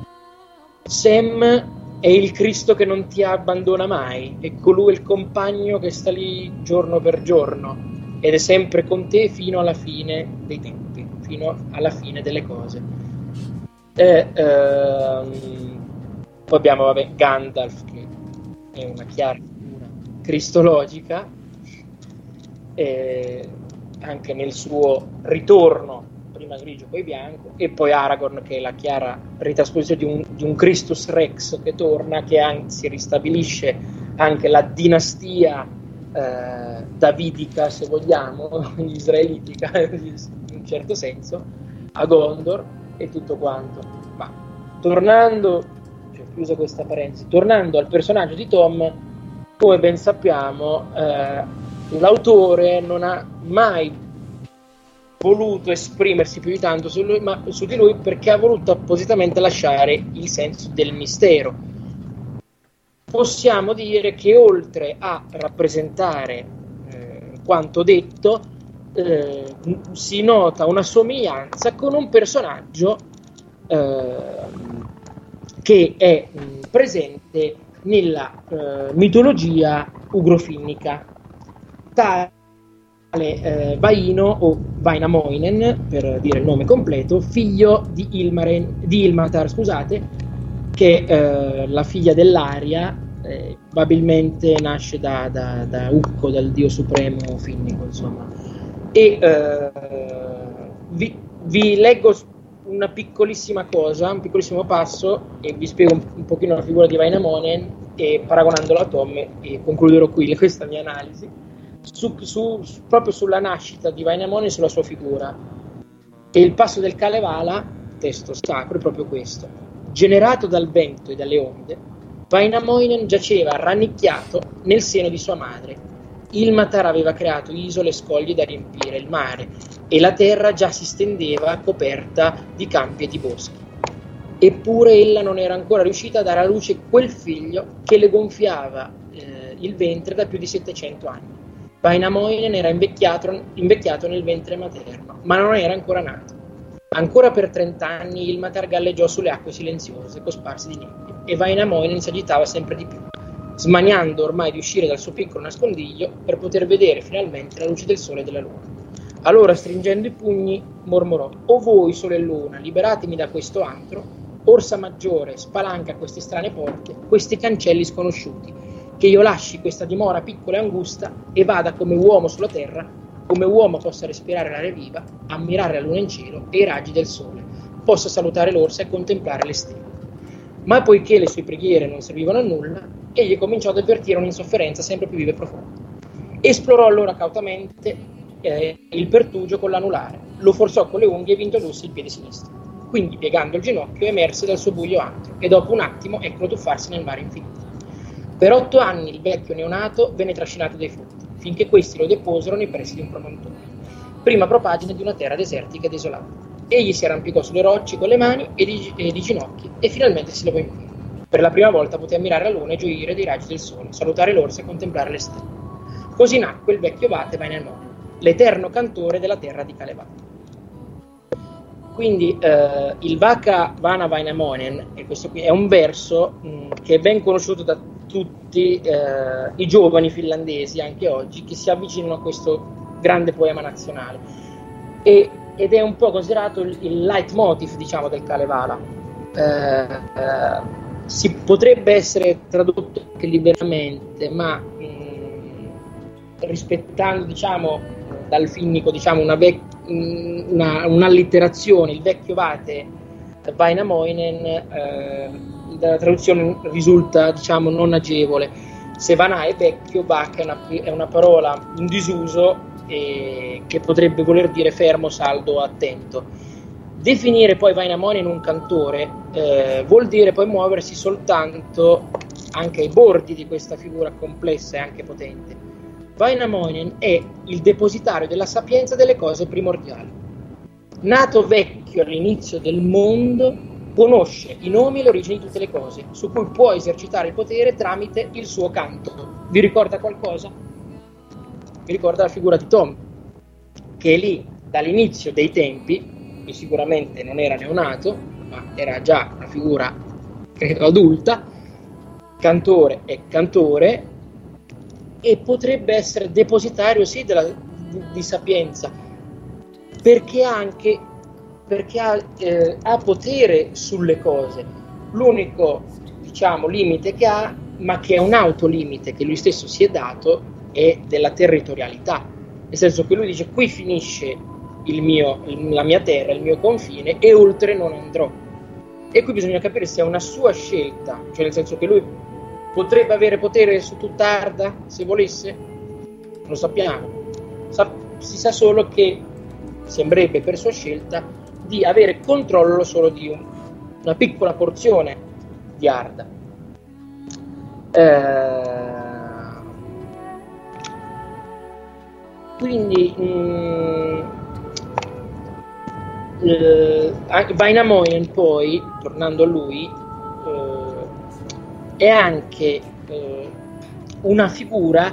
Sam è il Cristo che non ti abbandona mai, è colui, il compagno che sta lì giorno per giorno ed è sempre con te fino alla fine dei tempi, fino alla fine delle cose. E, ehm, poi abbiamo vabbè, Gandalf, che è una chiara figura cristologica, e anche nel suo ritorno, prima grigio poi bianco, e poi Aragorn che è la chiara ritrasposizione di un, di un Christus Rex che torna, che anzi ristabilisce anche la dinastia eh, davidica, se vogliamo, israelitica in un certo senso, a Gondor e tutto quanto. Ma tornando, cioè, chiusa questa parentesi, tornando al personaggio di Tom, come ben sappiamo, eh, l'autore non ha mai voluto esprimersi più di tanto su, lui, ma, su di lui, perché ha voluto appositamente lasciare il senso del mistero. Possiamo dire che oltre a rappresentare eh, quanto detto, eh, si nota una somiglianza con un personaggio eh, che è mh, presente nella eh, mitologia ugrofinnica, tale eh, Vaino o Vainamoinen, per dire il nome completo, figlio di, Ilmaren, di Ilmatar, scusate, che eh, la figlia dell'aria, eh, probabilmente nasce da, da, da Ukko, dal dio supremo finnico, insomma. E eh, vi, vi leggo una piccolissima cosa, un piccolissimo passo, e vi spiego un, un pochino la figura di Vainamoinen, e paragonandolo a Tom, e concluderò qui questa mia analisi, su, su, proprio sulla nascita di Vainamoinen e sulla sua figura. E il passo del Kalevala, testo sacro, è proprio questo: generato dal vento e dalle onde, Vainamoinen giaceva rannicchiato nel seno di sua madre. Ilmatar aveva creato isole e scogli da riempire il mare, e la terra già si stendeva coperta di campi e di boschi. Eppure ella non era ancora riuscita a dare alla luce quel figlio che le gonfiava eh, il ventre da più di settecento anni. Vainamoinen era invecchiato, invecchiato nel ventre materno, ma non era ancora nato. Ancora per trent'anni Ilmatar galleggiò sulle acque silenziose, cosparse di nebbie, e Vainamoinen si agitava sempre di più, smaniando ormai di uscire dal suo piccolo nascondiglio per poter vedere finalmente la luce del sole e della luna. Allora, stringendo i pugni, mormorò: «O voi, sole e luna, liberatemi da questo antro, Orsa Maggiore, spalanca queste strane porte, questi cancelli sconosciuti, che io lasci questa dimora piccola e angusta e vada come uomo sulla terra, come uomo possa respirare l'aria viva, ammirare la luna in cielo e i raggi del sole, possa salutare l'orsa e contemplare le stelle». Ma poiché le sue preghiere non servivano a nulla, egli cominciò ad avvertire un'insofferenza sempre più viva e profonda. Esplorò allora cautamente eh, il pertugio con l'anulare, lo forzò con le unghie e vi introdusse il piede sinistro. Quindi, piegando il ginocchio, emerse dal suo buio antro e dopo un attimo eccolo tuffarsi nel mare infinito. Per otto anni il vecchio neonato venne trascinato dai frutti, finché questi lo deposero nei pressi di un promontorio, prima propagine di una terra desertica ed desolata. Egli si arrampicò sulle rocce con le mani ed i, ed i ginocchi e finalmente si levò in piedi. Per la prima volta poté ammirare la luna e gioire dei raggi del sole, salutare l'orsa e contemplare le stelle. Così nacque il vecchio Vate Vainamoinen, l'eterno cantore della terra di Kalevala. Quindi eh, il Vaka Vana Vainamoinen, e questo qui è un verso mh, che è ben conosciuto da tutti eh, i giovani finlandesi anche oggi, che si avvicinano a questo grande poema nazionale, e, ed è un po' considerato il, il leitmotiv, diciamo, del Kalevala. Eh, eh, si potrebbe essere tradotto anche liberamente, ma mh, rispettando, diciamo, dal finnico, diciamo, una, vec- una un'allitterazione, il vecchio Vate Vainamoinen, eh, dalla traduzione risulta, diciamo, non agevole. Se Vana è vecchio, Vak è una, è una parola in disuso eh, che potrebbe voler dire fermo, saldo, attento. Definire poi Vainamoinen un cantore eh, vuol dire poi muoversi soltanto anche ai bordi di questa figura complessa e anche potente. Vainamoinen è il depositario della sapienza delle cose primordiali. Nato vecchio all'inizio del mondo, conosce i nomi e le origini di tutte le cose, su cui può esercitare il potere tramite il suo canto. Vi ricorda qualcosa? Vi ricorda la figura di Tom, che è lì dall'inizio dei tempi, che sicuramente non era neonato, ma era già una figura, credo, adulta, cantore e cantore, e potrebbe essere depositario sì della, di, di sapienza, perché anche perché ha, eh, ha potere sulle cose. L'unico, diciamo, limite che ha, ma che è un autolimite che lui stesso si è dato, è della territorialità, nel senso che lui dice: qui finisce il mio, la mia terra, il mio confine, e oltre non andrò. E qui bisogna capire se è una sua scelta, cioè nel senso che lui potrebbe avere potere su tutta Arda se volesse, lo sappiamo. Sa- si sa solo che sembrerebbe per sua scelta di avere controllo solo di un, una piccola porzione di Arda. Eh, quindi mh, eh, Vainamoinen poi, tornando a lui, eh, è anche eh, una figura,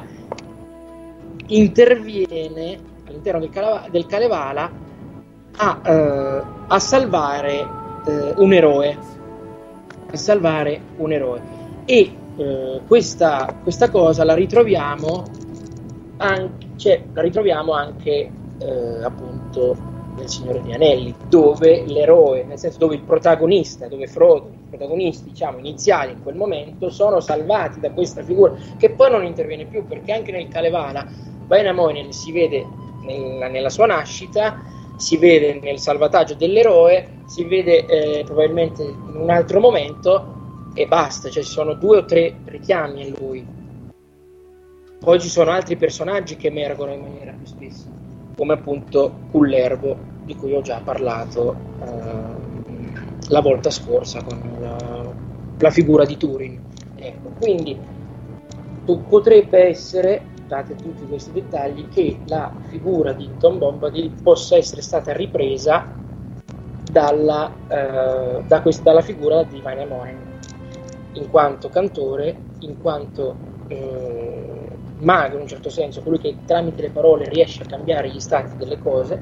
interviene all'interno del, Cala- del Kalevala a, eh, a salvare eh, un eroe a salvare un eroe e eh, questa, questa cosa la ritroviamo anche, cioè, la ritroviamo anche eh, appunto nel Signore degli Anelli, dove l'eroe, nel senso dove il protagonista, dove Frodo, i protagonisti diciamo iniziali in quel momento sono salvati da questa figura che poi non interviene più, perché anche nel Kalevala Vainamoinen si vede nella, nella sua nascita, si vede nel salvataggio dell'eroe, si vede eh, probabilmente in un altro momento e basta, cioè ci sono due o tre richiami a lui. Poi ci sono altri personaggi che emergono in maniera più spessa, come appunto Kullervo, di cui ho già parlato eh, la volta scorsa con la, la figura di Turin. Ecco, quindi potrebbe essere, date tutti questi dettagli, che la figura di Tom Bombadil possa essere stata ripresa dalla, eh, da questa, dalla figura di Vainamoinen, in quanto cantore, in quanto eh, mago in un certo senso, colui che tramite le parole riesce a cambiare gli stati delle cose,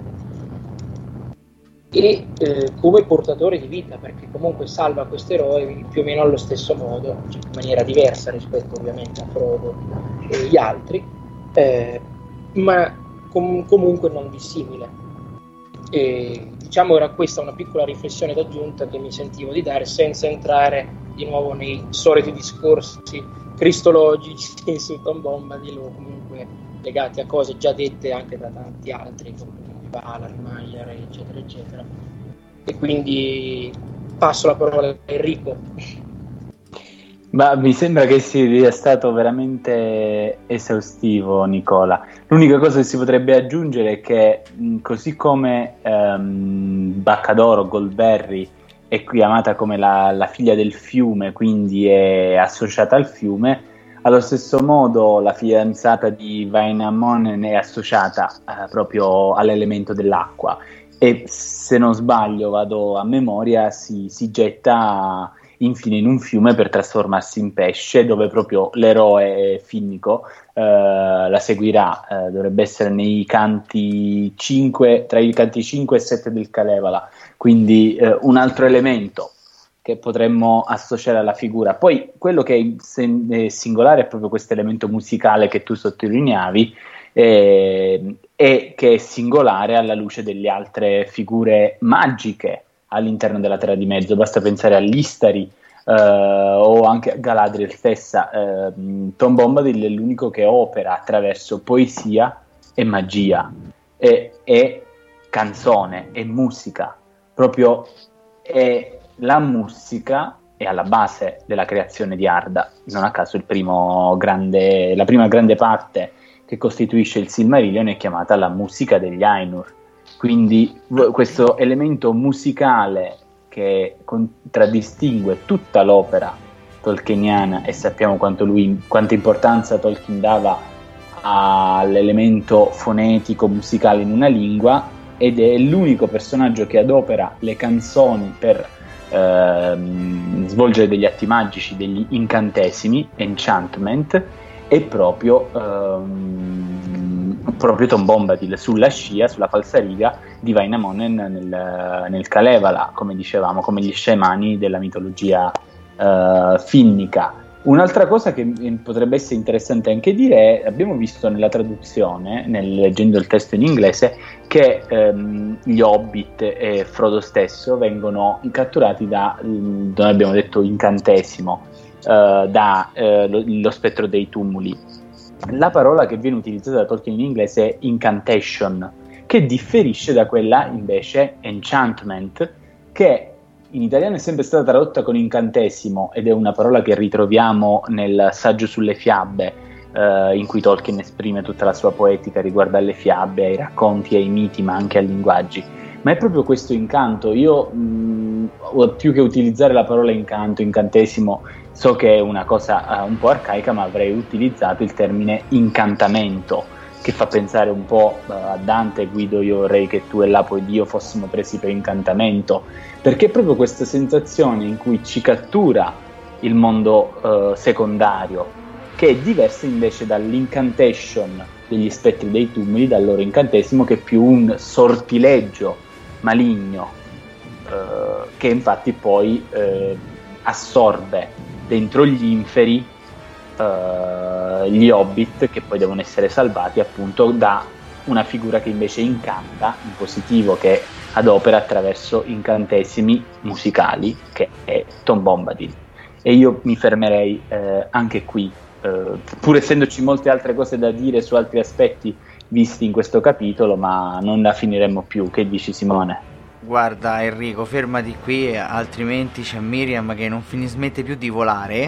e eh, come portatore di vita, perché comunque salva questo eroe più o meno allo stesso modo, cioè in maniera diversa rispetto ovviamente a Frodo e gli altri, eh, ma com- comunque non dissimile. E diciamo era questa una piccola riflessione d'aggiunta che mi sentivo di dare, senza entrare di nuovo nei soliti discorsi cristologici su Tom Bombadil o comunque legati a cose già dette anche da tanti altri come Valar, Maiar, eccetera eccetera. E quindi passo la parola a Enrico. Ma mi sembra che sia stato veramente esaustivo, Nicola. L'unica cosa che si potrebbe aggiungere è che così come um, Baccadoro, Goldberry è chiamata come la, la figlia del fiume, quindi è associata al fiume, allo stesso modo la fidanzata di Vainamoinen è associata eh, proprio all'elemento dell'acqua, e se non sbaglio, vado a memoria, si, si getta infine in un fiume per trasformarsi in pesce, dove proprio l'eroe finnico eh, la seguirà. Eh, dovrebbe essere nei canti cinque, tra i canti cinque e sette del Kalevala, quindi eh, un altro elemento che potremmo associare alla figura. Poi quello che è, sen- è singolare è proprio questo elemento musicale che tu sottolineavi, eh, e che è singolare alla luce delle altre figure magiche all'interno della Terra di Mezzo. Basta pensare all'Istari eh, o anche a Galadriel stessa. eh, Tom Bombadil è l'unico che opera attraverso poesia e magia e, e canzone e musica, proprio è la musica è alla base della creazione di Arda. Non a caso il primo grande, la prima grande parte che costituisce il Silmarillion è chiamata la musica degli Ainur. Quindi v- questo elemento musicale che contraddistingue tutta l'opera tolkieniana, e sappiamo quanto lui, quanta importanza Tolkien dava all'elemento fonetico musicale in una lingua, ed è l'unico personaggio che adopera le canzoni per ehm, svolgere degli atti magici, degli incantesimi, enchantment, è proprio ehm, proprio Tom Bombadil, sulla scia, sulla falsariga di Vainamoinen nel, nel Kalevala, come dicevamo, come gli sciamani della mitologia eh, finnica. Un'altra cosa che potrebbe essere interessante anche dire è: abbiamo visto nella traduzione, nel, leggendo il testo in inglese, che ehm, gli Hobbit e Frodo stesso vengono catturati da, dove abbiamo detto incantesimo, eh, da eh, lo, lo spettro dei tumuli. La parola che viene utilizzata da Tolkien in inglese è incantation, che differisce da quella invece enchantment, che in italiano è sempre stata tradotta con incantesimo, ed è una parola che ritroviamo nel saggio sulle fiabe eh, in cui Tolkien esprime tutta la sua poetica riguardo alle fiabe, ai racconti, ai miti, ma anche ai linguaggi. Ma è proprio questo incanto. Io mh, più che utilizzare la parola incanto, incantesimo, so che è una cosa uh, un po' arcaica, ma avrei utilizzato il termine incantamento, che fa pensare un po' uh, a Dante: Guido, io vorrei che tu e l'Apo ed io fossimo presi per incantamento, perché è proprio questa sensazione in cui ci cattura il mondo uh, secondario, che è diversa invece dall'incantation degli spettri dei tumuli, dal loro incantesimo, che è più un sortileggio maligno, uh, che infatti poi uh, assorbe dentro gli inferi uh, gli hobbit, che poi devono essere salvati appunto da una figura che invece incanta in positivo, che adopera attraverso incantesimi musicali, che è Tom Bombadil. E io mi fermerei eh, anche qui, eh, pur essendoci molte altre cose da dire su altri aspetti visti in questo capitolo, ma non la finiremmo più. Che dici, Simone? Guarda Enrico, fermati qui, altrimenti c'è Miriam che non fin- smette più di volare.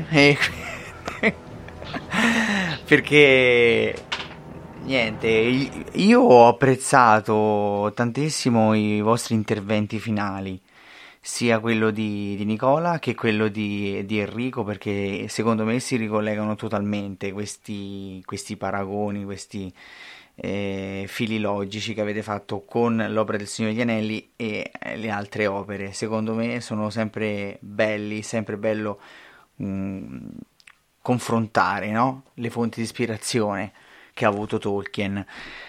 Perché niente, io ho apprezzato tantissimo i vostri interventi finali, sia quello di, di Nicola che quello di, di Enrico, perché secondo me si ricollegano totalmente questi, questi paragoni, questi eh, fili logici che avete fatto con l'opera del Signore degli Anelli e le altre opere. Secondo me sono sempre belli, sempre bello mh, confrontare, no? Le fonti di ispirazione che ha avuto Tolkien.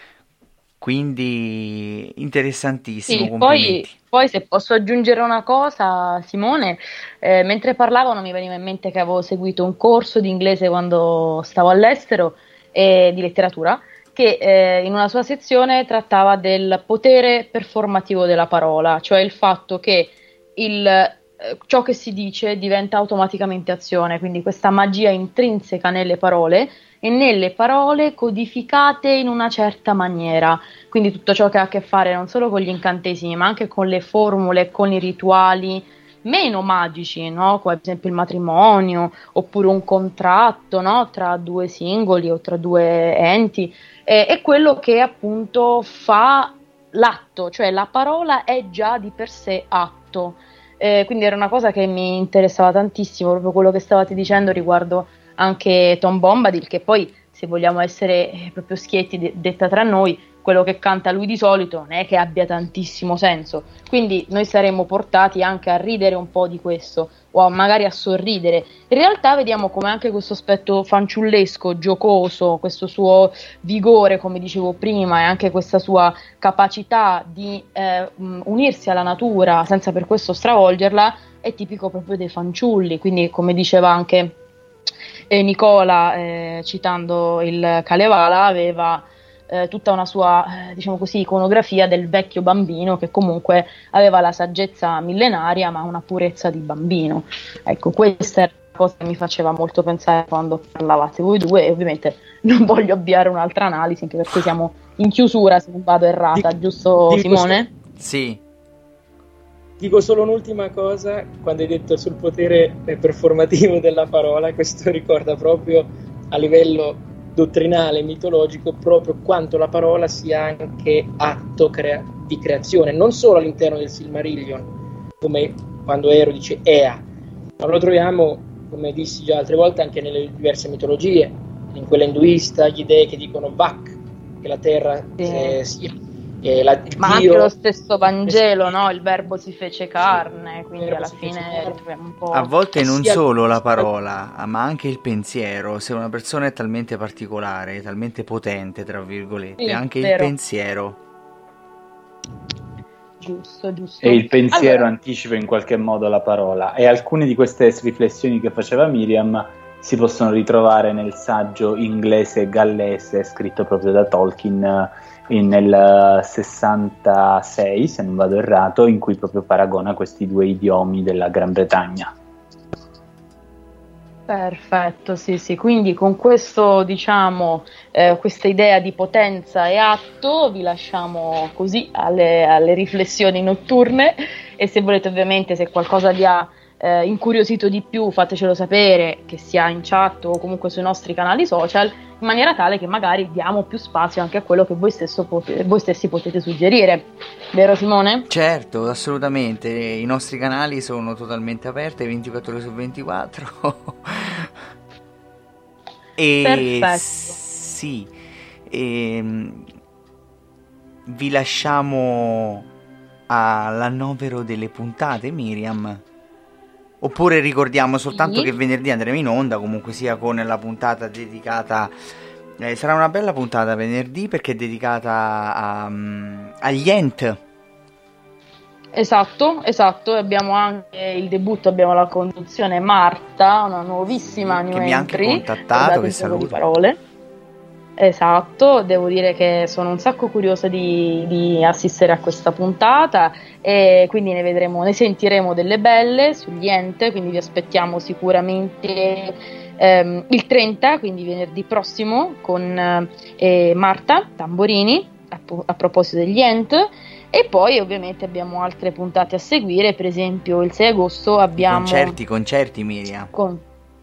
Quindi interessantissimo. Sì, poi, poi se posso aggiungere una cosa, Simone, eh, mentre parlavano mi veniva in mente che avevo seguito un corso di inglese quando stavo all'estero, e di letteratura, che eh, in una sua sezione trattava del potere performativo della parola, cioè il fatto che il, eh, ciò che si dice diventa automaticamente azione, quindi questa magia intrinseca nelle parole e nelle parole codificate in una certa maniera, quindi tutto ciò che ha a che fare non solo con gli incantesimi ma anche con le formule, con i rituali meno magici, no? Come ad esempio il matrimonio oppure un contratto, no? Tra due singoli o tra due enti, eh, è quello che appunto fa l'atto, cioè la parola è già di per sé atto, eh, quindi era una cosa che mi interessava tantissimo, proprio quello che stavate dicendo riguardo anche Tom Bombadil, che poi, se vogliamo essere proprio schietti, de- detta tra noi, quello che canta lui di solito non è che abbia tantissimo senso, quindi noi saremmo portati anche a ridere un po' di questo, o a, magari a sorridere. In realtà vediamo come anche questo aspetto fanciullesco, giocoso, questo suo vigore, come dicevo prima, e anche questa sua capacità di eh, unirsi alla natura senza per questo stravolgerla, è tipico proprio dei fanciulli. Quindi, come diceva anche E Nicola, eh, citando il Kalevala, aveva eh, tutta una sua, eh, diciamo così, iconografia del vecchio bambino che comunque aveva la saggezza millenaria ma una purezza di bambino. Ecco, questa è la cosa che mi faceva molto pensare quando parlavate voi due, e ovviamente non voglio avviare un'altra analisi anche perché siamo in chiusura, se non vado errata, di, giusto di Simone? Questo... Sì. Dico solo un'ultima cosa, quando hai detto sul potere performativo della parola, questo ricorda proprio a livello dottrinale, mitologico, proprio quanto la parola sia anche atto crea- di creazione, non solo all'interno del Silmarillion, come quando Ero dice Ea, ma lo troviamo, come dissi già altre volte, anche nelle diverse mitologie, in quella induista, gli dei che dicono Vak, che la terra sì. eh, sia... La, ma Dio, anche lo stesso Vangelo, no? Il verbo si fece carne, quindi alla fine ritroviamo un po'. A volte non solo la parola, ma anche il pensiero. Se una persona è talmente particolare, talmente potente, tra virgolette, sì, anche vero. Il pensiero. Giusto, giusto. E il pensiero allora... anticipa in qualche modo la parola. E alcune di queste riflessioni che faceva Miriam si possono ritrovare nel saggio inglese gallese scritto proprio da Tolkien nel sessantasei, se non vado errato, in cui proprio paragona questi due idiomi della Gran Bretagna. Perfetto, sì, sì, quindi con questo, diciamo, eh, questa idea di potenza e atto vi lasciamo così alle, alle riflessioni notturne, e se volete ovviamente, se qualcosa vi ha eh, incuriosito di più, fatecelo sapere, che sia in chat o comunque sui nostri canali social, in maniera tale che magari diamo più spazio anche a quello che voi, stesso potete, voi stessi potete suggerire. Vero Simone? Certo, assolutamente, i nostri canali sono totalmente aperti ventiquattro ore su ventiquattro. E Perfetto. sì, e vi lasciamo all'annovero delle puntate, Miriam. Oppure ricordiamo soltanto Sì. che venerdì andremo in onda, comunque sia con la puntata dedicata. Eh, sarà una bella puntata venerdì perché è dedicata a, um, agli Ent. Esatto, esatto, abbiamo anche il debutto, abbiamo la conduzione Marta, una nuovissima new Che mi ha anche entry, contattato, date che un po' di saluto. parole. Esatto, devo dire che sono un sacco curiosa di, di assistere a questa puntata e quindi ne vedremo, ne sentiremo delle belle sugli Ent, quindi vi aspettiamo sicuramente ehm, il trenta, quindi venerdì prossimo, con eh, Marta Tamborini a, a proposito degli Ent. E poi ovviamente abbiamo altre puntate a seguire, per esempio il sei agosto abbiamo... Concerti, concerti, Miriam. Con...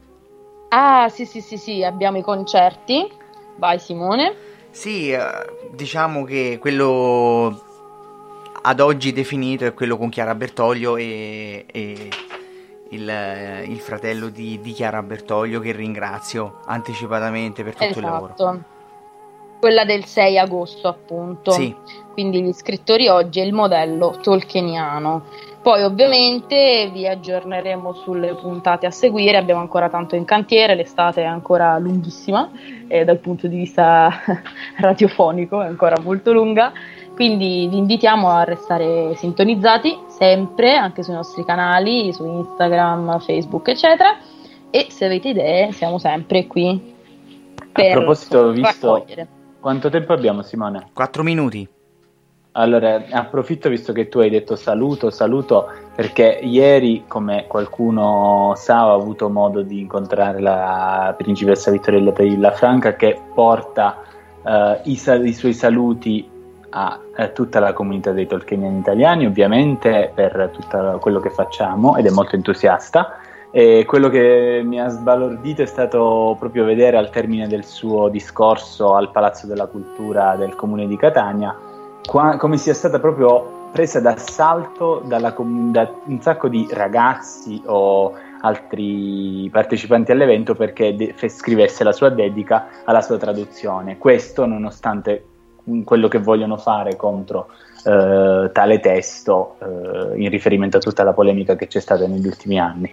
Ah sì sì sì sì, abbiamo i concerti. Vai Simone. Sì, eh, diciamo che quello ad oggi definito è quello con Chiara Bertoglio e, e il, il fratello di, di Chiara Bertoglio, che ringrazio anticipatamente per tutto il lavoro. Esatto. Quella del sei agosto appunto. Sì. Quindi gli scrittori oggi è il modello tolkieniano. Poi ovviamente vi aggiorneremo sulle puntate a seguire, abbiamo ancora tanto in cantiere, l'estate è ancora lunghissima e dal punto di vista radiofonico è ancora molto lunga, quindi vi invitiamo a restare sintonizzati sempre anche sui nostri canali, su Instagram, Facebook eccetera, e se avete idee siamo sempre qui per A proposito, ho visto raccogliere. quanto tempo abbiamo, Simone? Quattro minuti. Allora, approfitto visto che tu hai detto saluto, saluto perché ieri, come qualcuno sa, ho avuto modo di incontrare la principessa Vittoriella di Villafranca, che porta eh, i, sal- i suoi saluti a, a tutta la comunità dei tolkieniani italiani, ovviamente per tutto quello che facciamo, ed è molto entusiasta. E quello che mi ha sbalordito è stato proprio vedere al termine del suo discorso al Palazzo della Cultura del Comune di Catania Qua, come sia stata proprio presa d'assalto dalla com- da un sacco di ragazzi o altri partecipanti all'evento perché de- scrivesse la sua dedica alla sua traduzione. Questo nonostante quello che vogliono fare contro eh, tale testo eh, in riferimento a tutta la polemica che c'è stata negli ultimi anni.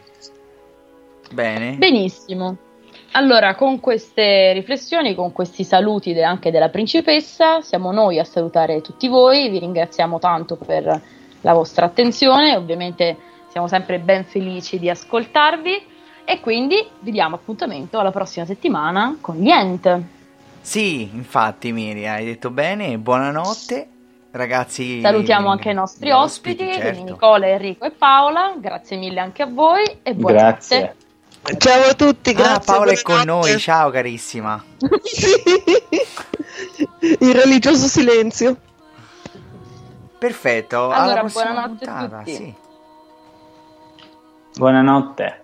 Bene. Benissimo. Allora, con queste riflessioni, con questi saluti de- anche della principessa, siamo noi a salutare tutti voi, vi ringraziamo tanto per la vostra attenzione, ovviamente siamo sempre ben felici di ascoltarvi e quindi vi diamo appuntamento alla prossima settimana con gli Ent. Sì, infatti Miriam, hai detto bene, buonanotte ragazzi. Salutiamo anche i nostri ospiti, ospiti, quindi certo. Nicola, Enrico e Paola, grazie mille anche a voi e buonanotte. Grazie. Ciao a tutti, grazie. Ah, Paola è con buonanotte. noi, ciao carissima. Il religioso silenzio. Perfetto, alla Allora, prossima buonanotte a puntata, tutti. sì. Buonanotte.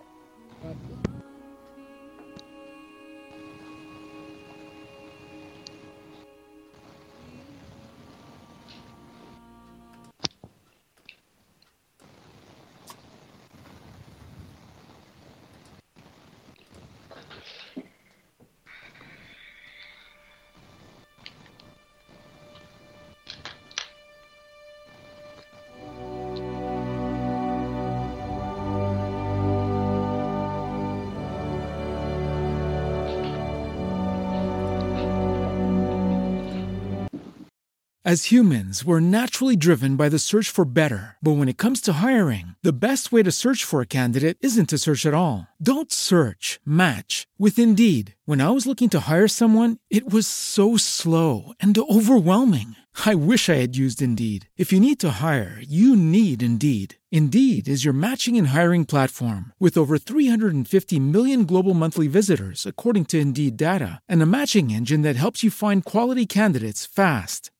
As humans, we're naturally driven by the search for better. But when it comes to hiring, the best way to search for a candidate isn't to search at all. Don't search, match with Indeed. When I was looking to hire someone, it was so slow and overwhelming. I wish I had used Indeed. If you need to hire, you need Indeed. Indeed is your matching and hiring platform with over three hundred fifty million global monthly visitors, according to Indeed data, and a matching engine that helps you find quality candidates fast.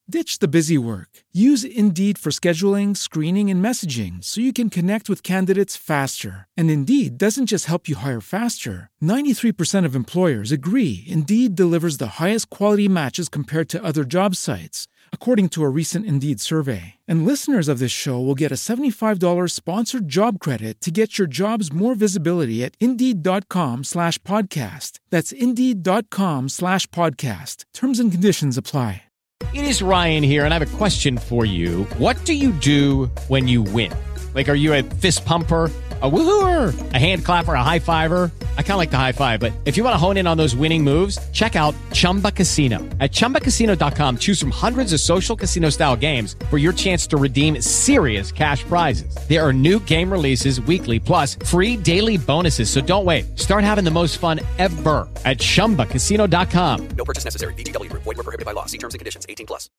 Ditch the busy work. Use Indeed for scheduling, screening, and messaging so you can connect with candidates faster. And Indeed doesn't just help you hire faster. ninety-three percent of employers agree Indeed delivers the highest quality matches compared to other job sites, according to a recent Indeed survey. And listeners of this show will get a seventy-five dollars sponsored job credit to get your jobs more visibility at Indeed.com slash podcast. That's Indeed.com slash podcast. Terms and conditions apply. It is Ryan here, and I have a question for you. What do you do when you win? Like, are you a fist pumper, a woohooer, a hand clapper, a high fiver? I kind of like the high five, but if you want to hone in on those winning moves, check out Chumba Casino. At Chumba Casino dot com, choose from hundreds of social casino-style games for your chance to redeem serious cash prizes. There are new game releases weekly, plus free daily bonuses. So don't wait. Start having the most fun ever at Chumba Casino dot com. No purchase necessary. V G W. Void where prohibited by law. See terms and conditions. eighteen plus.